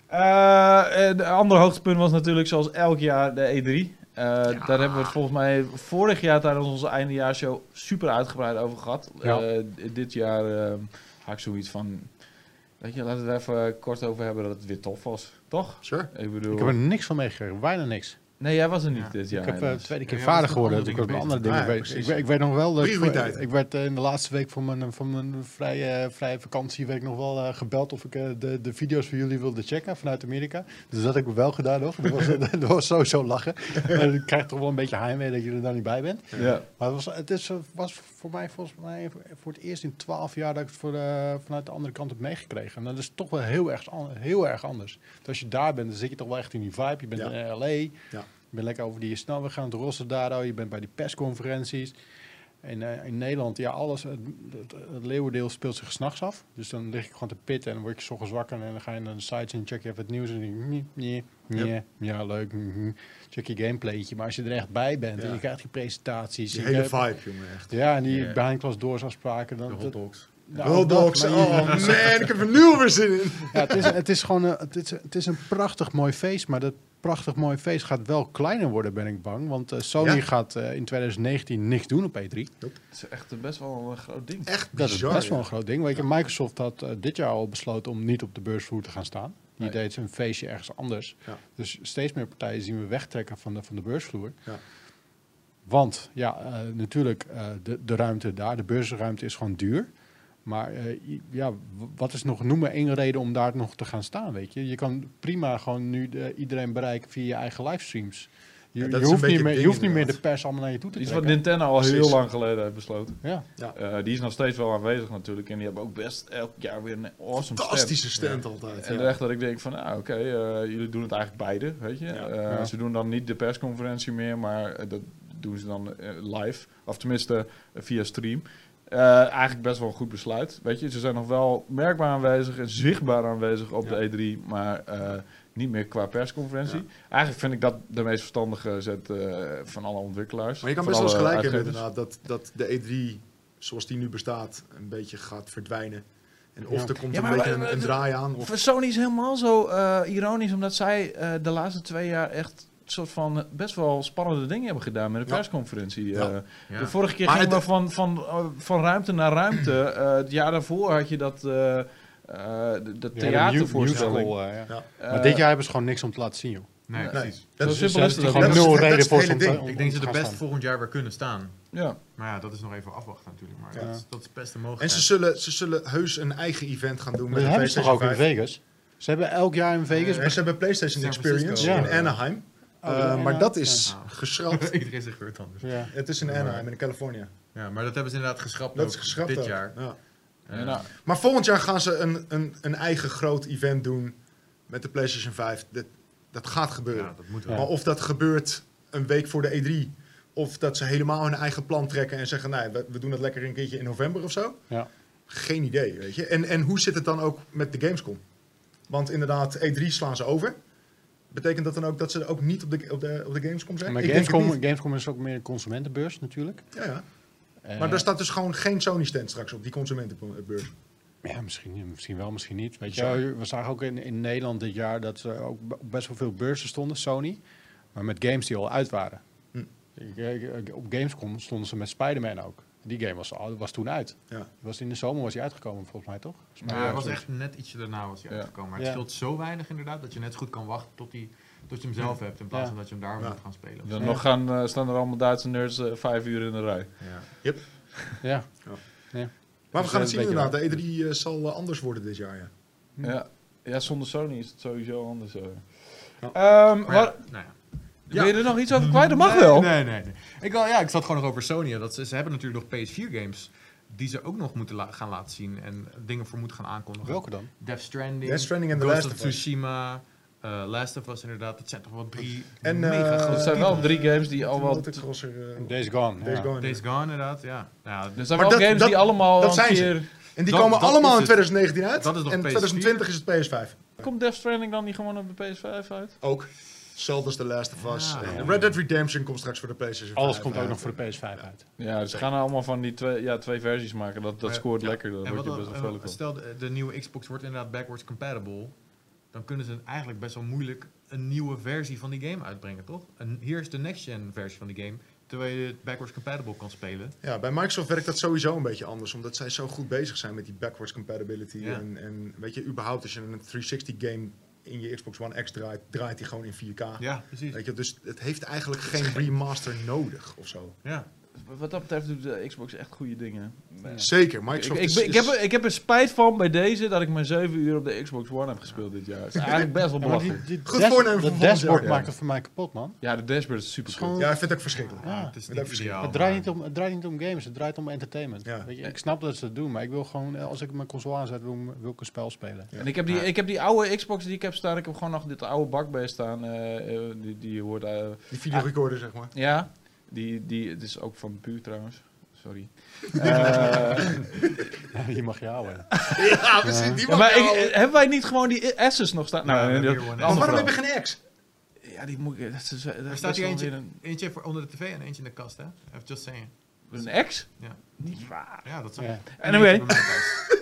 Uh, en de andere hoogtepunt was natuurlijk zoals elk jaar de E drie. Uh, Daar hebben we het volgens mij vorig jaar tijdens onze eindejaarshow super uitgebreid over gehad. Ja. Uh, d- dit jaar uh, had ik zoiets van... Weet je, laten we het er even kort over hebben dat het weer tof was. Toch? Sure. Ik bedoel... Ik heb er niks van meegekregen. Bijna niks. Nee, jij was er niet Ja. dit jaar. ik heb uh, de helaas. tweede keer Ja, jij was vader met geworden. andere Ik was met dingen andere dingen bezig. bezig. Ah, ja, ik, weet- ik weet nog wel... dat ik- Prioriteiten. Ik werd uh, in de laatste week van mijn, van mijn vrije, vrije vakantie werd ik nog wel uh, gebeld of ik uh, de, de video's van jullie wilde checken vanuit Amerika. Dus dat heb ik wel gedaan nog. Dat was, dat was sowieso lachen. En ik krijg toch wel een beetje heimwee dat je er dan niet bij bent. Ja. Maar het was, het is, uh, was voor mij volgens mij voor het eerst in twaalf jaar dat ik het voor de, vanuit de andere kant heb meegekregen. En dat is toch wel heel erg, an- heel erg anders. Dus als je daar bent, dan zit je toch wel echt in die vibe. Je bent Ja. in L A. Ja. Je bent lekker over die snelweg gaan, het rossen daar. Je bent bij die persconferenties. En uh, in Nederland, ja, alles, het, het, het leeuwendeel speelt zich 's nachts af. Dus dan lig ik gewoon te pitten en dan word je 's ochtends wakker en dan ga je naar de sites en check je even het nieuws en dan denk je, nee, nee, nee, Yep. ja, leuk, mhm. Check je gameplaytje. Maar als je er echt bij bent Ja. en je krijgt die presentaties. Die je hele hebt- vibe, jongen, echt. ja, en die Ja. behind closed doors afspraken. De Dan, hot dat- dogs. nou, Hot dat, dogs, maar oh je- man, ik heb er nu alweer zin in. ja, het, is, het is gewoon een, het is, het is een prachtig mooi feest, maar dat prachtig mooi feest gaat wel kleiner worden, ben ik bang. Want uh, Sony Ja? gaat uh, in twintig negentien niks doen op E drie. Het is echt uh, best wel een groot ding. Echt Dat is bizar. best wel ja. een groot ding. Weet je, Microsoft had uh, dit jaar al besloten om niet op de beursvloer te gaan staan. Die Nee. deed zijn feestje ergens anders. Ja. Dus steeds meer partijen zien we wegtrekken van de, van de beursvloer. Ja. Want ja, uh, natuurlijk, uh, de, de ruimte daar, de beursruimte is gewoon duur. Maar uh, i- ja, w- wat is nog, noem maar één reden om daar nog te gaan staan, weet je. Je kan prima gewoon nu de, iedereen bereiken via je eigen livestreams. Je, Ja, je dat is een hoeft, beetje niet meer, het je ding hoeft niet meer de inderdaad. pers allemaal naar je toe te Iets wat trekken. Nintendo al heel Precies. lang geleden heeft besloten. Ja. Uh, die is nog steeds wel aanwezig natuurlijk. En die hebben ook best elk jaar weer een awesome stand. Fantastische stand altijd. En ja. echt dat ik denk van, nou oké, uh, jullie doen het eigenlijk beide, weet je. Ja. Uh, Ja. Ze doen dan niet de persconferentie meer, maar uh, dat doen ze dan uh, live. Of tenminste uh, via stream. Uh, eigenlijk best wel een goed besluit, weet je. Ze zijn nog wel merkbaar aanwezig en zichtbaar aanwezig op Ja. de E drie, maar uh, niet meer qua persconferentie. Eigenlijk vind ik dat de meest verstandige zet uh, van alle ontwikkelaars. Maar je kan van best wel eens alle gelijk hebben uitgevers. inderdaad dat, dat de E drie zoals die nu bestaat een beetje gaat verdwijnen. En of Ja. er komt Ja, een maar- beetje maar- een, een draai aan. Of, Voor Sony is helemaal zo uh, ironisch, omdat zij uh, de laatste twee jaar echt soort van best wel spannende dingen hebben gedaan met de Ja. persconferentie. Uh, Ja. Ja. De vorige keer Maar gingen het- we van, van, uh, van ruimte naar ruimte. Uh, het jaar daarvoor had je dat, uh, uh, de, de Ja, theatervoorstelling. de musical, uh, ja. ja. Uh, Maar dit jaar hebben ze gewoon niks om te laten zien, joh. Nee, Nee. precies. Dat Zo is, simpel Dus is er het gewoon ook. dat is nul het- dat reden is voor het ze om hele te- ding. om- Ik denk om dat te ze gaan best staan. volgend jaar weer kunnen staan. Ja. Maar ja, dat is nog even afwachten natuurlijk. Maar Ja. dat, is, dat is het beste en mogelijkheid. ze zullen, ze zullen heus een eigen event gaan doen met Dat de hebben ze toch ook PlayStation in vijf. Vegas? Ze hebben elk jaar in Vegas... En ze hebben PlayStation San Experience Francisco. in Ja. Anaheim. Oh, Uh, ja, maar ja. dat is Ja. geschrapt. Iedereen zegt weer het anders. ja. Het is in Anaheim in Californië. Ja, maar dat hebben ze inderdaad geschrapt Dat ook is geschrapt dit ook. jaar. Ja. Eh, Ja, nou, Maar volgend jaar gaan ze een, een, een eigen groot event doen met de PlayStation vijf. Dat, dat gaat gebeuren. ja, dat moet Ja. wel. Maar of dat gebeurt een week voor de E drie... of dat ze helemaal hun eigen plan trekken en zeggen... nee, we, we doen het lekker een keertje in november of zo. Ja. Geen idee, weet je. En, en hoe zit het dan ook met de Gamescom? Want inderdaad, E drie slaan ze over. Betekent dat dan ook dat ze ook niet op de, op de, op de Gamescom zijn? Maar Ik denk het Gamescom, niet. Gamescom is ook meer een consumentenbeurs natuurlijk. Ja, ja. Eh, Maar er staat dus gewoon geen Sony-stand straks op die consumentenbeurs. Ja, misschien, misschien wel, misschien niet. Weet Zo. je, we zagen ook in, in Nederland dit jaar dat ze ook b- op best wel veel beurzen stonden, Sony. Maar met games die al uit waren. Hm. Ik- ik- Op Gamescom stonden ze met Spider-Man ook. Die game was, al- was toen uit. Ja. Die was in de zomer was die uitgekomen, volgens mij, toch? Maar Ja, hij was zoiets. echt net ietsje daarna was hij Ja. uitgekomen. Maar het Ja. scheelt zo weinig inderdaad, dat je net zo goed kan wachten tot, die, tot je hem zelf hebt. In plaats Ja. van dat je hem daar Ja. moet gaan spelen. Dan Ja. nog gaan, uh, staan er allemaal Duitse nerds uh, vijf uur in de rij. Ja. Ja. Maar we Dus, gaan eh, het zien een beetje inderdaad. De E drie uh, zal uh, anders worden dit jaar, ja. Ja. Ja, zonder Sony is het sowieso anders. Uh. Ja. Ehm, Maar waar- ja, nou ja. Wil je er nog iets over kwijt? Dat mag nee, wel. Nee, nee, nee. Ik, wel, ja, ik zat gewoon nog over Sony. Dat ze, ze hebben natuurlijk nog P S vier games die ze ook nog moeten la- gaan laten zien en dingen voor moeten gaan aankondigen. Welke dan? Death Stranding, Death Stranding en The Ghost Last of of Us. Tsushima, uh, Last of Us inderdaad. Dat zijn toch wel drie En, mega eh, grote Het zijn wel drie games die al wel... Motocrosser, uh, Days Gone. Days ja. Gone. Days Gone inderdaad, ja. ja Er zijn Maar wel dat- games dat- die allemaal dat een zijn ze. keer... En die Dat- komen dat allemaal is in het. twintig negentien uit. Dat is nog en P S vier. twintig twintig is het P S vijf. Komt Death Stranding dan niet gewoon op de P S vijf uit? Ook. Hetzelfde als The Last of Us. Ja. En Red Dead Redemption komt straks voor de PlayStation vijf. Alles komt ook uit. nog voor de P S vijf uit. Ja, ze gaan allemaal van die twee, ja, twee versies maken. Dat, dat Maar- scoort ja. lekker. Daar En word je wat best dan- wel eh, veel van. stel de, de nieuwe Xbox wordt inderdaad backwards compatible, dan kunnen ze eigenlijk best wel moeilijk een nieuwe versie van die game uitbrengen, toch? En hier is de next-gen versie van die game, terwijl je het backwards compatible kan spelen. Ja, bij Microsoft werkt dat sowieso een beetje anders. Omdat zij zo goed bezig zijn met die backwards compatibility. Ja. En, en weet je, überhaupt als je een driehonderdzestig game in je Xbox One X draait, draait die gewoon in vier K. Ja, precies. Weet je, dus het heeft eigenlijk geen remaster nodig of zo. Ja. Wat dat betreft doet de Xbox echt goede dingen. Zeker, Ik, Microsoft ik, is, ben- ik, heb, is- er- ik heb er spijt van bij deze dat ik maar zeven uur op de Xbox One heb gespeeld dit jaar. Het is eigenlijk best wel Ja, maar die, belachelijk. die Goed dash- voornemen voor dat volgend dashboard jaar, ja. maakt het voor mij kapot, man. Ja, de dashboard is super Het is cool. gewoon- Ja, ik vind het ook verschrikkelijk. Ja. het is dat niet is ideaal. Het draait, maar- niet om, het draait niet om games, het draait om entertainment. Ja. Weet je, ik snap dat ze dat doen, maar ik wil gewoon, eh, als ik mijn console aanzet, wil, wil ik een spel spelen. Ja. En ik heb, die, Ja. ik heb die oude Xbox die ik heb staan, ik heb gewoon nog dit oude bak bij staan. eh, eh, die, die hoort... eh, Die videorecorder, zeg maar. ja, die, die, het is ook van puur trouwens. Sorry. Eh, Die mag je houden. Ja, precies. Die ja, mag maar je ik, houden. eh, hebben wij niet gewoon die Asus nog staan? Ja, Nou, we nee, hebben dat- hier one andere Maar waarom vraag. heb je geen X? Ja, die moet ik... Dat is, dat is Er best staat hier wel eentje, weer een, eentje voor onder de tv en eentje in de kast, hè? Even just saying. een X? Ja. Niet waar. Ja, dat zeg Ja. ik. Anyway. eentje bij mij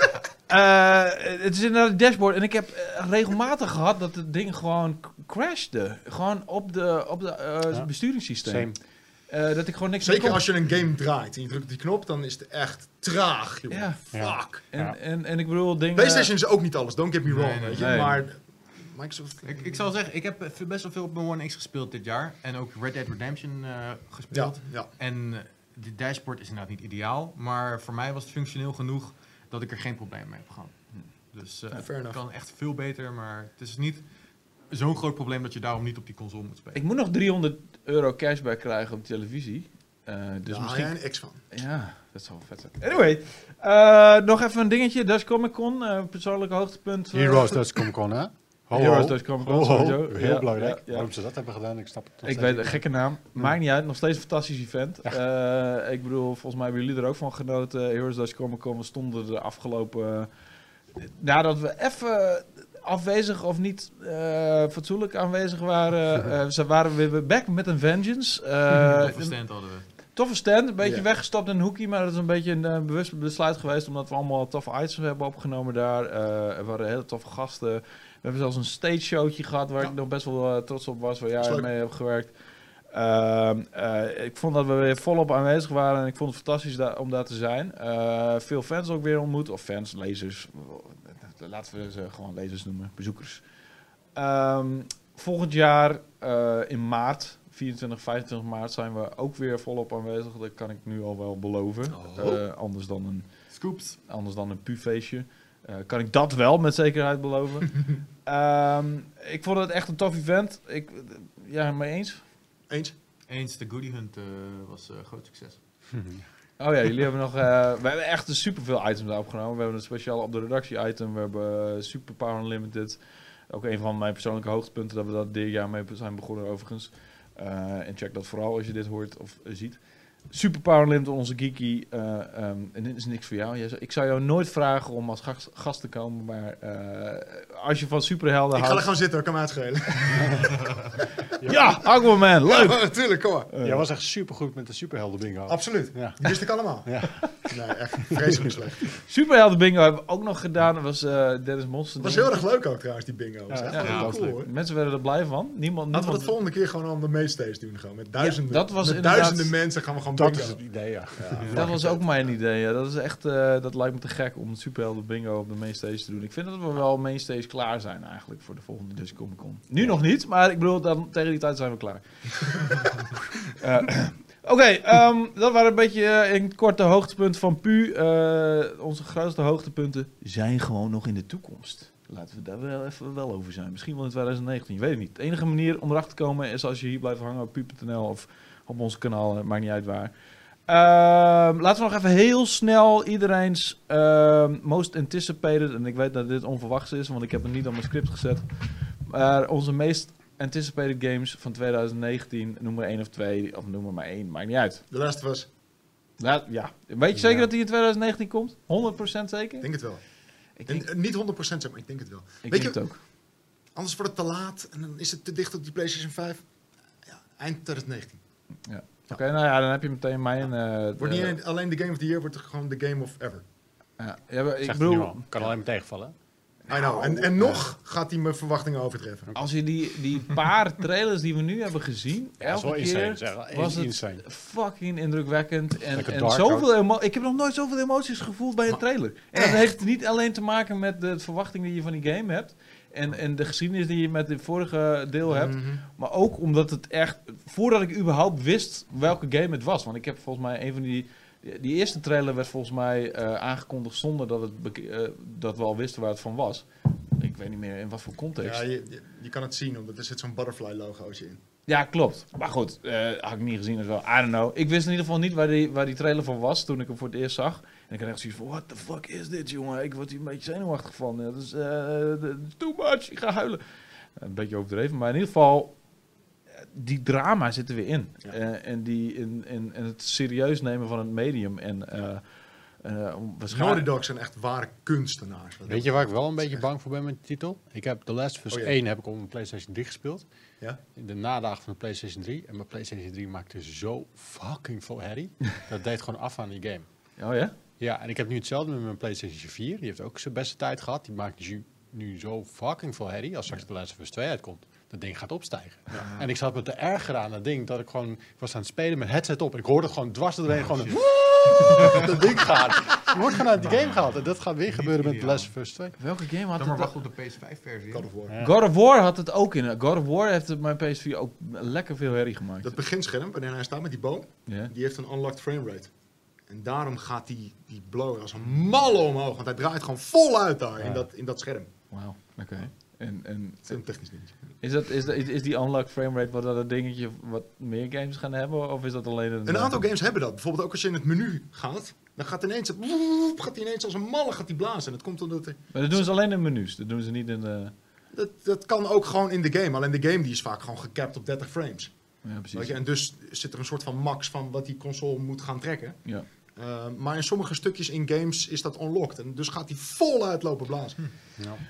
thuis. Eh, het is inderdaad een dashboard. En ik heb eh, regelmatig gehad dat het ding gewoon k- crashte. Gewoon op de, op de eh, Ja. besturingssysteem. Same. Eh, dat ik gewoon niks meer Zeker kon. als je een game draait en je drukt op die knop, dan is het echt traag, joh. Ja. Ja. Fuck. En, Ja. en, en ik bedoel, dingen... PlayStation is ook niet alles, don't get me wrong, Nee, nee, weet je. nee. Maar Microsoft... Ik, ik zal zeggen, ik heb eh, best wel veel op mijn One X gespeeld dit jaar. En ook Red Dead Redemption eh, Ja, gespeeld. ja. En uh, de dashboard is inderdaad niet ideaal. Maar voor mij was het functioneel genoeg dat ik er geen probleem mee heb gehad. Dus eh, Ja, fair het enough. kan echt veel beter. Maar het is niet zo'n groot probleem dat je daarom niet op die console moet spelen. Ik moet nog driehonderd euro cashback krijgen op televisie. Eh, dus Daar misschien... haal jij een X van. Ja, dat zou wel vet zijn. Anyway, eh, nog even een dingetje. Dutch Comic Con, eh, persoonlijke hoogtepunt. eh, Heroes Dutch Comic Con, hè? Ho, Heroes ho. Dutch Comic Ho, Con, ho. sowieso. Heel Ja, belangrijk. ja, ja. Waarom ze dat hebben gedaan, ik snap het nog Ik steeds weet, een niet. gekke naam. Maakt niet uit, nog steeds een fantastisch event. Eh, ik bedoel, volgens mij hebben jullie er ook van genoten. Heroes Dutch Comic Con, we stonden de afgelopen... Uh, nadat we even afwezig of niet uh, fatsoenlijk aanwezig waren. Uh, ze waren weer back met een vengeance. Uh, Toffe stand hadden we. Toffe stand, een beetje Ja. weggestopt in een hoekje, maar dat is een beetje een uh, bewust besluit geweest, omdat we allemaal toffe items hebben opgenomen daar. Uh, er waren hele toffe gasten. We hebben zelfs een stage showtje gehad, waar Ja. ik nog best wel uh, trots op was, waar jij leuk. mee hebt gewerkt. Uh, uh, ik vond dat we weer volop aanwezig waren en ik vond het fantastisch da- om daar te zijn. Uh, veel fans ook weer ontmoet, of fans, lezers, laten we ze gewoon lezers noemen, bezoekers. Um, volgend jaar uh, in maart, vierentwintig, vijfentwintig maart, zijn we ook weer volop aanwezig. Dat kan ik nu al wel beloven. Oh. Uh, anders dan een, Scoops. anders dan een pu-feestje. Uh, kan ik dat wel met zekerheid beloven. um, ik vond het echt een tof event. Ik, ja, mee eens? Eens? Eens, de Goodie Hunt uh, was een uh, groot succes. Oh ja, jullie hebben nog... Uh, we hebben echt superveel items daar opgenomen. We hebben een speciaal op de redactie item. We hebben uh, Super Power Unlimited. Ook een van mijn persoonlijke hoogtepunten dat we dat dit jaar mee zijn begonnen overigens. Uh, en check dat vooral als je dit hoort of uh, ziet. Super Power Unlimited, onze geeky. Uh, um, en dit is niks voor jou. Jij zou, ik zou jou nooit vragen om als gast, gast te komen. Maar uh, als je van superhelden Ik ga er houdt... gewoon zitten, ik kan me uitschelen. Ja, Aquaman, leuk! Ja, natuurlijk, kom maar. Uh, Jij was echt supergoed met de superhelden bingo. Absoluut. Ja. Die wist ik allemaal. Ja. Nee, echt vreselijk slecht. Superhelden bingo hebben we ook nog gedaan. Dat was uh, Dennis Monster. Het was heel erg leuk ook trouwens, die bingo. Dat Ja, was echt ja, wel ja, heel was cool leuk. hoor. Mensen werden er blij van. Niemand, Laten we niemand dat volgende keer gewoon aan de mainstage doen. Gewoon. Met duizenden, dat was met inderdaad- duizenden mensen gaan we gewoon Dat bingo. is het idee, ja. Ja. Dat was ook mijn idee. Ja. Dat is echt, uh, dat lijkt me te gek om het superhelden bingo op de mainstage te doen. Ik vind dat we wel mainstage klaar zijn eigenlijk voor de volgende Dutch Comic Con. Nu nog niet, maar ik bedoel, dan, tegen die tijd zijn we klaar. uh, Oké, okay, um, dat waren een beetje uh, in kort de hoogtepunten van Pu. Uh, onze grootste hoogtepunten zijn gewoon nog in de toekomst. Laten we daar wel even wel over zijn. Misschien wel in twintig negentien, je weet het niet. De enige manier om erachter te komen is als je hier blijft hangen op pu punt n l of op ons kanaal, maakt niet uit waar. Uh, laten we nog even heel snel iedereen's uh, most anticipated, en ik weet dat dit onverwachts is, want ik heb het niet op mijn script gezet, maar onze meest anticipated games van twintig negentien, noem maar één of twee, of noem maar maar één, maakt niet uit. De Last of Us, La- ja, weet je zeker Ja. dat die in twintig negentien komt? honderd procent zeker? ik denk het wel. Ik En, denk, eh, niet honderd procent zeg maar, ik denk het wel. ik Weet denk je, het ook. anders wordt het te laat en dan is het te dicht op die PlayStation vijf. Ja, eind twintig negentien. Oké, okay, nou ja, dan heb je meteen mijn... Uh, Wordt niet een- alleen de Game of the Year, wordt het gewoon de Game of Ever. ja, ja, maar ik Zegt bedoel, bedoel, kan alleen maar tegenvallen. I know. En, en nog gaat hij mijn verwachtingen overtreffen. als je die, die paar trailers die we nu hebben gezien, Ja, dat is wel elke insane. keer Zeg, wel was het insane. fucking indrukwekkend. En, Lekker en dark zoveel emo- ik heb nog nooit zoveel emoties gevoeld bij een Maar trailer. En dat heeft niet alleen te maken met de verwachting die je van die game hebt. En, en de geschiedenis die je met het vorige deel hebt. Mhm. Maar ook omdat het echt... Voordat ik überhaupt wist welke game het was. Want ik heb volgens mij een van die... Die, die eerste trailer werd volgens mij uh, aangekondigd zonder dat, het beke- uh, dat we al wisten waar het van was. Ik weet niet meer in wat voor context. Ja, Ja, je, je, je kan het zien, omdat er zit zo'n butterfly logootje in. klopt. Maar goed, uh, had ik niet gezien. Dus wel, I don't know. Ik wist in ieder geval niet waar die, waar die trailer van was toen ik hem voor het eerst zag. En ik had echt zoiets van, what the fuck is dit, jongen? Ik word hier een beetje zenuwachtig van. Dat is uh, too much. Ik ga huilen. Een beetje overdreven, maar in ieder geval... Die drama zit er weer in. Ja. Uh, en, die in, in, in het serieus nemen van het medium. En uh, uh, waarschijnlijk... Naughty Dog zijn echt ware kunstenaars. Wat Weet je waar ik wel een beetje bang voor ben met de titel? Ik heb The Last of Us Oh, ja. één heb ik op mijn PlayStation drie gespeeld. Ja? In de nadagen van de PlayStation drie. En mijn PlayStation drie maakte zo fucking veel herrie. Dat deed gewoon af aan die game. Oh ja? Ja, en ik heb nu hetzelfde met mijn PlayStation vier. Die heeft ook zijn beste tijd gehad. Die maakt nu, nu zo fucking veel herrie. Als straks The Last of Us twee uitkomt. Dat ding gaat opstijgen. Ja. En ik zat me te ergeren aan dat ding. Dat ik gewoon... Ik was aan het spelen met headset op. En ik hoorde het gewoon dwars doorheen. Oh, gewoon een, dat ding gaat. Je wordt gewoon uit die game gehaald. En dat gaat weer gebeuren met The Last of Us twee. Welke game had Dan maar het? wacht op de P S vijf versie. God of War. Ja. God of War had het ook in. God of War heeft het mijn P S vier ook lekker veel herrie gemaakt. Dat beginscherm, wanneer hij staat met die boom, Ja. die heeft een unlocked framerate. En daarom gaat die, die blower als een malle omhoog. Want hij draait gewoon voluit daar Ja. in, dat, in dat scherm. Wauw, oké. En, en Dat is een technisch dingetje. is, dat, is, dat, is, is die unlock framerate wat dat een dingetje wat meer games gaan hebben? Of is dat alleen een... Een aantal games hebben dat. Bijvoorbeeld ook als je in het menu gaat, dan gaat ineens, het, gaat hij ineens als een malle gaat die blazen. En dat komt omdat er, Maar dat doen ze alleen in menus. Dat doen ze niet in de... dat, dat kan ook gewoon in de game. Alleen de game die is vaak gewoon gecapt op dertig frames. Ja, Weet precies. je? En dus zit er een soort van max van wat die console moet gaan trekken. Ja. Uh, maar in sommige stukjes in games is dat unlocked. En dus gaat hij voluit lopen blazen. Ja.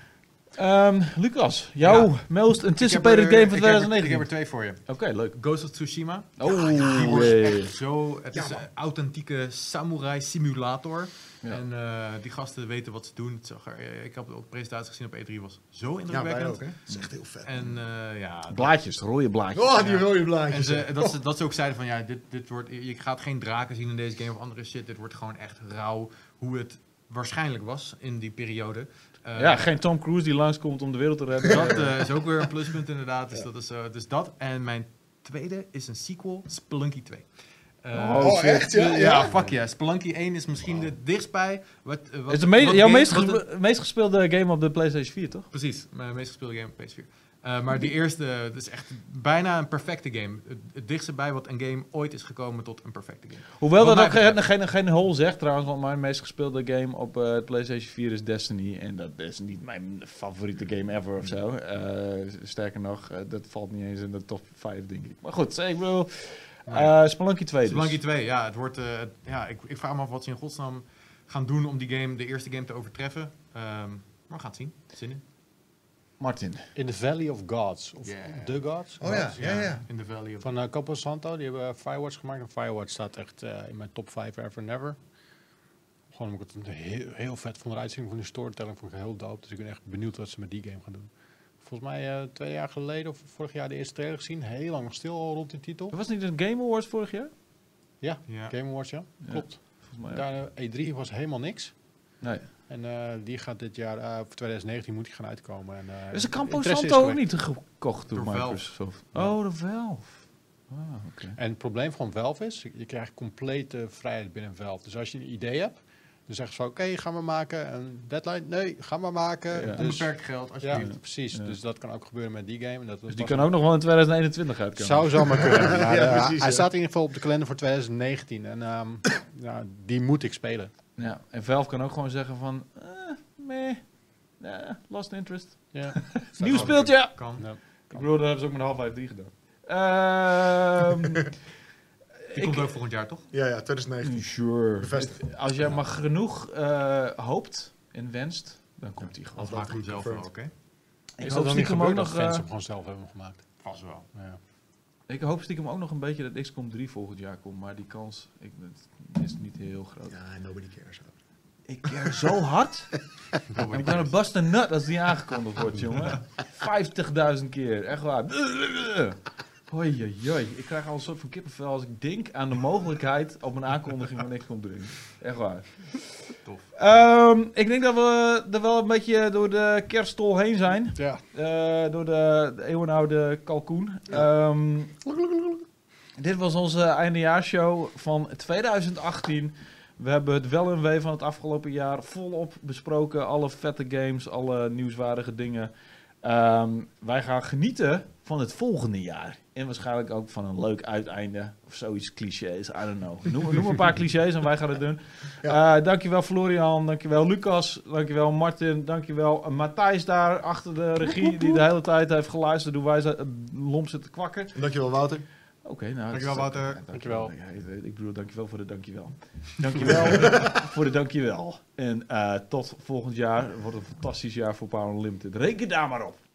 Um, Lucas, jouw Ja. most Ik heb anticipated er- game van ik heb er- twintig Ik heb er negentien. twee voor je. Oké, leuk. Ghost of Tsushima. Oh, Die wordt jee. echt zo... Het Ja, is man. een authentieke samurai simulator. Ja. En eh, die gasten weten wat ze doen. Het zag er, ik heb de presentatie gezien op E drie, was zo Ja, wij indrukwekkend. ook, hè? Dat is echt heel vet. En eh, ja... Blaadjes, rode blaadjes. Oh, die Ja. rode En blaadjes. ze, dat, ze, dat ze ook zeiden van ja, dit, dit wordt, je gaat geen draken zien in deze game of andere shit. Dit wordt gewoon echt rauw hoe het waarschijnlijk was in die periode. Uh, Ja, geen Tom Cruise die langskomt om de wereld te redden. Dat uh, is ook weer een pluspunt inderdaad. Dus, dat is, uh, dus dat. En mijn tweede is een sequel, Spelunky twee. Uh, Oh, Oh, shit. echt? Ja, ja, ja. fuck ja. Spelunky één is misschien de dichtstbij. Wat, uh, wat, Het is de me- wat jouw game- meest, wat gespe- de- meest gespeelde game op de PlayStation vier, toch? Precies, mijn meest gespeelde game op P S vier. Uh, maar die eerste, het is echt bijna een perfecte game. Het, het dichtste bij wat een game ooit is gekomen tot een perfecte game. Hoewel Wat dat ook mij geen, betreft. geen, geen hol zegt trouwens, want mijn meest gespeelde game op uh, PlayStation vier is Destiny. En dat is niet mijn favoriete game ever of zo. Uh, sterker nog, uh, dat valt niet eens in de top vijf, denk ik. Maar goed, ik bedoel, uh, Spelunky twee dus. Spelunky twee, ja, het wordt, uh, ja ik, ik vraag me af wat ze in godsnaam gaan doen om die game, de eerste game te overtreffen. Um, maar we gaan het zien. Zin in. Martin. In the Valley of Gods. Of Yeah. The Gods. Oh ja, ja, ja. In the Valley of... Van uh, Capo Santo. Die hebben Firewatch gemaakt. En Firewatch staat echt uh, in mijn top vijf ever and ever. Gewoon omdat ik het heel, heel vet vond. De uitzending van die storytelling vond ik heel dope. Dus ik ben echt benieuwd wat ze met die game gaan doen. Volgens mij uh, twee jaar geleden of vorig jaar de eerste trailer gezien. Heel lang stil al rond die titel. Was niet een Game Awards vorig jaar? Ja, Ja. Game Awards, ja. Klopt. Volgens mij ook. Daar, uh, E drie was helemaal niks. Nee. En uh, die gaat dit jaar, uh, voor twintig negentien moet die gaan uitkomen. En, uh, Is de Campo interesse is Santo ook gewekt. niet gekocht door, Door Valve. Microsoft? Ja. Oh, de Valve. Ah, oké. En het probleem van Valve is, je krijgt complete vrijheid binnen Valve. Dus als je een idee hebt, dan zeggen ze van oké, gaan we maken. Een deadline? Nee, gaan we maken. Ja. Dus, Onbeperkt geld, ja, alsjeblieft. precies. Ja. Dus dat kan ook gebeuren met die game. En dat was Dus die was- kan ook nog wel in twintig eenentwintig uitkomen. Zou zomaar kunnen. Maar, Ja, uh, precies, hij ja. staat in ieder geval op de kalender voor twintig negentien. En um, ja, die moet ik spelen. Ja, en Valve kan ook gewoon zeggen van... Eh, meh, nah, lost interest. Ja. Nieuw speeltje! Kan. Ja. Ik bedoel, dat hebben ze ook met Half-Life drie gedaan. Ehm Die komt ook volgend jaar, toch? Ja, ja, twintig negentien. Sure. Bevestigd. Als jij maar genoeg uh, hoopt en wenst, dan komt die gewoon. Als maakt hem zelf wel, oké? confirmed. Ik Is hoop dat dan niet stiekem ook gebeurd nog... dat fans uh, hem gewoon zelf hebben gemaakt? Vast wel. Ja. ik hoop stiekem ook nog een beetje dat X COM drie volgend jaar komt, maar die kans ik, dat is niet heel groot. Ja, nobody cares. Ik care zo hard. Ik ben een bust a nut als die aangekondigd wordt, jongen. vijftigduizend keer, echt waar. Hoi, hoi, hoi. Ik krijg al een soort van kippenvel als ik denk aan de mogelijkheid op een aankondiging van X COM drie. Echt waar. Tof. Um, ik denk dat we er wel een beetje door de kerststol heen zijn. Ja. Uh, door de, de eeuwenoude kalkoen. Um, dit was onze eindejaarsshow van twintig achttien. We hebben het wel en wee van het afgelopen jaar volop besproken. Alle vette games, alle nieuwswaardige dingen. Um, wij gaan genieten van het volgende jaar. En waarschijnlijk ook van een leuk uiteinde. Of zoiets clichés, I don't know. Noem, noem een paar clichés en wij gaan het doen. Ja. Uh, dankjewel Florian, dankjewel Lucas, dankjewel Martin, dankjewel uh, Matthijs daar achter de regie. Die de hele tijd heeft geluisterd hoe wij uh, lomp zitten kwakken. Dankjewel, Wouter. Oké, okay, nou... Dankjewel, dat is- Wouter. ja, Dankjewel. Ja, ik bedoel, dankjewel voor de dankjewel. Dankjewel voor de dankjewel. En uh, tot volgend jaar. Het wordt een fantastisch jaar voor Power Unlimited. Reken daar maar op.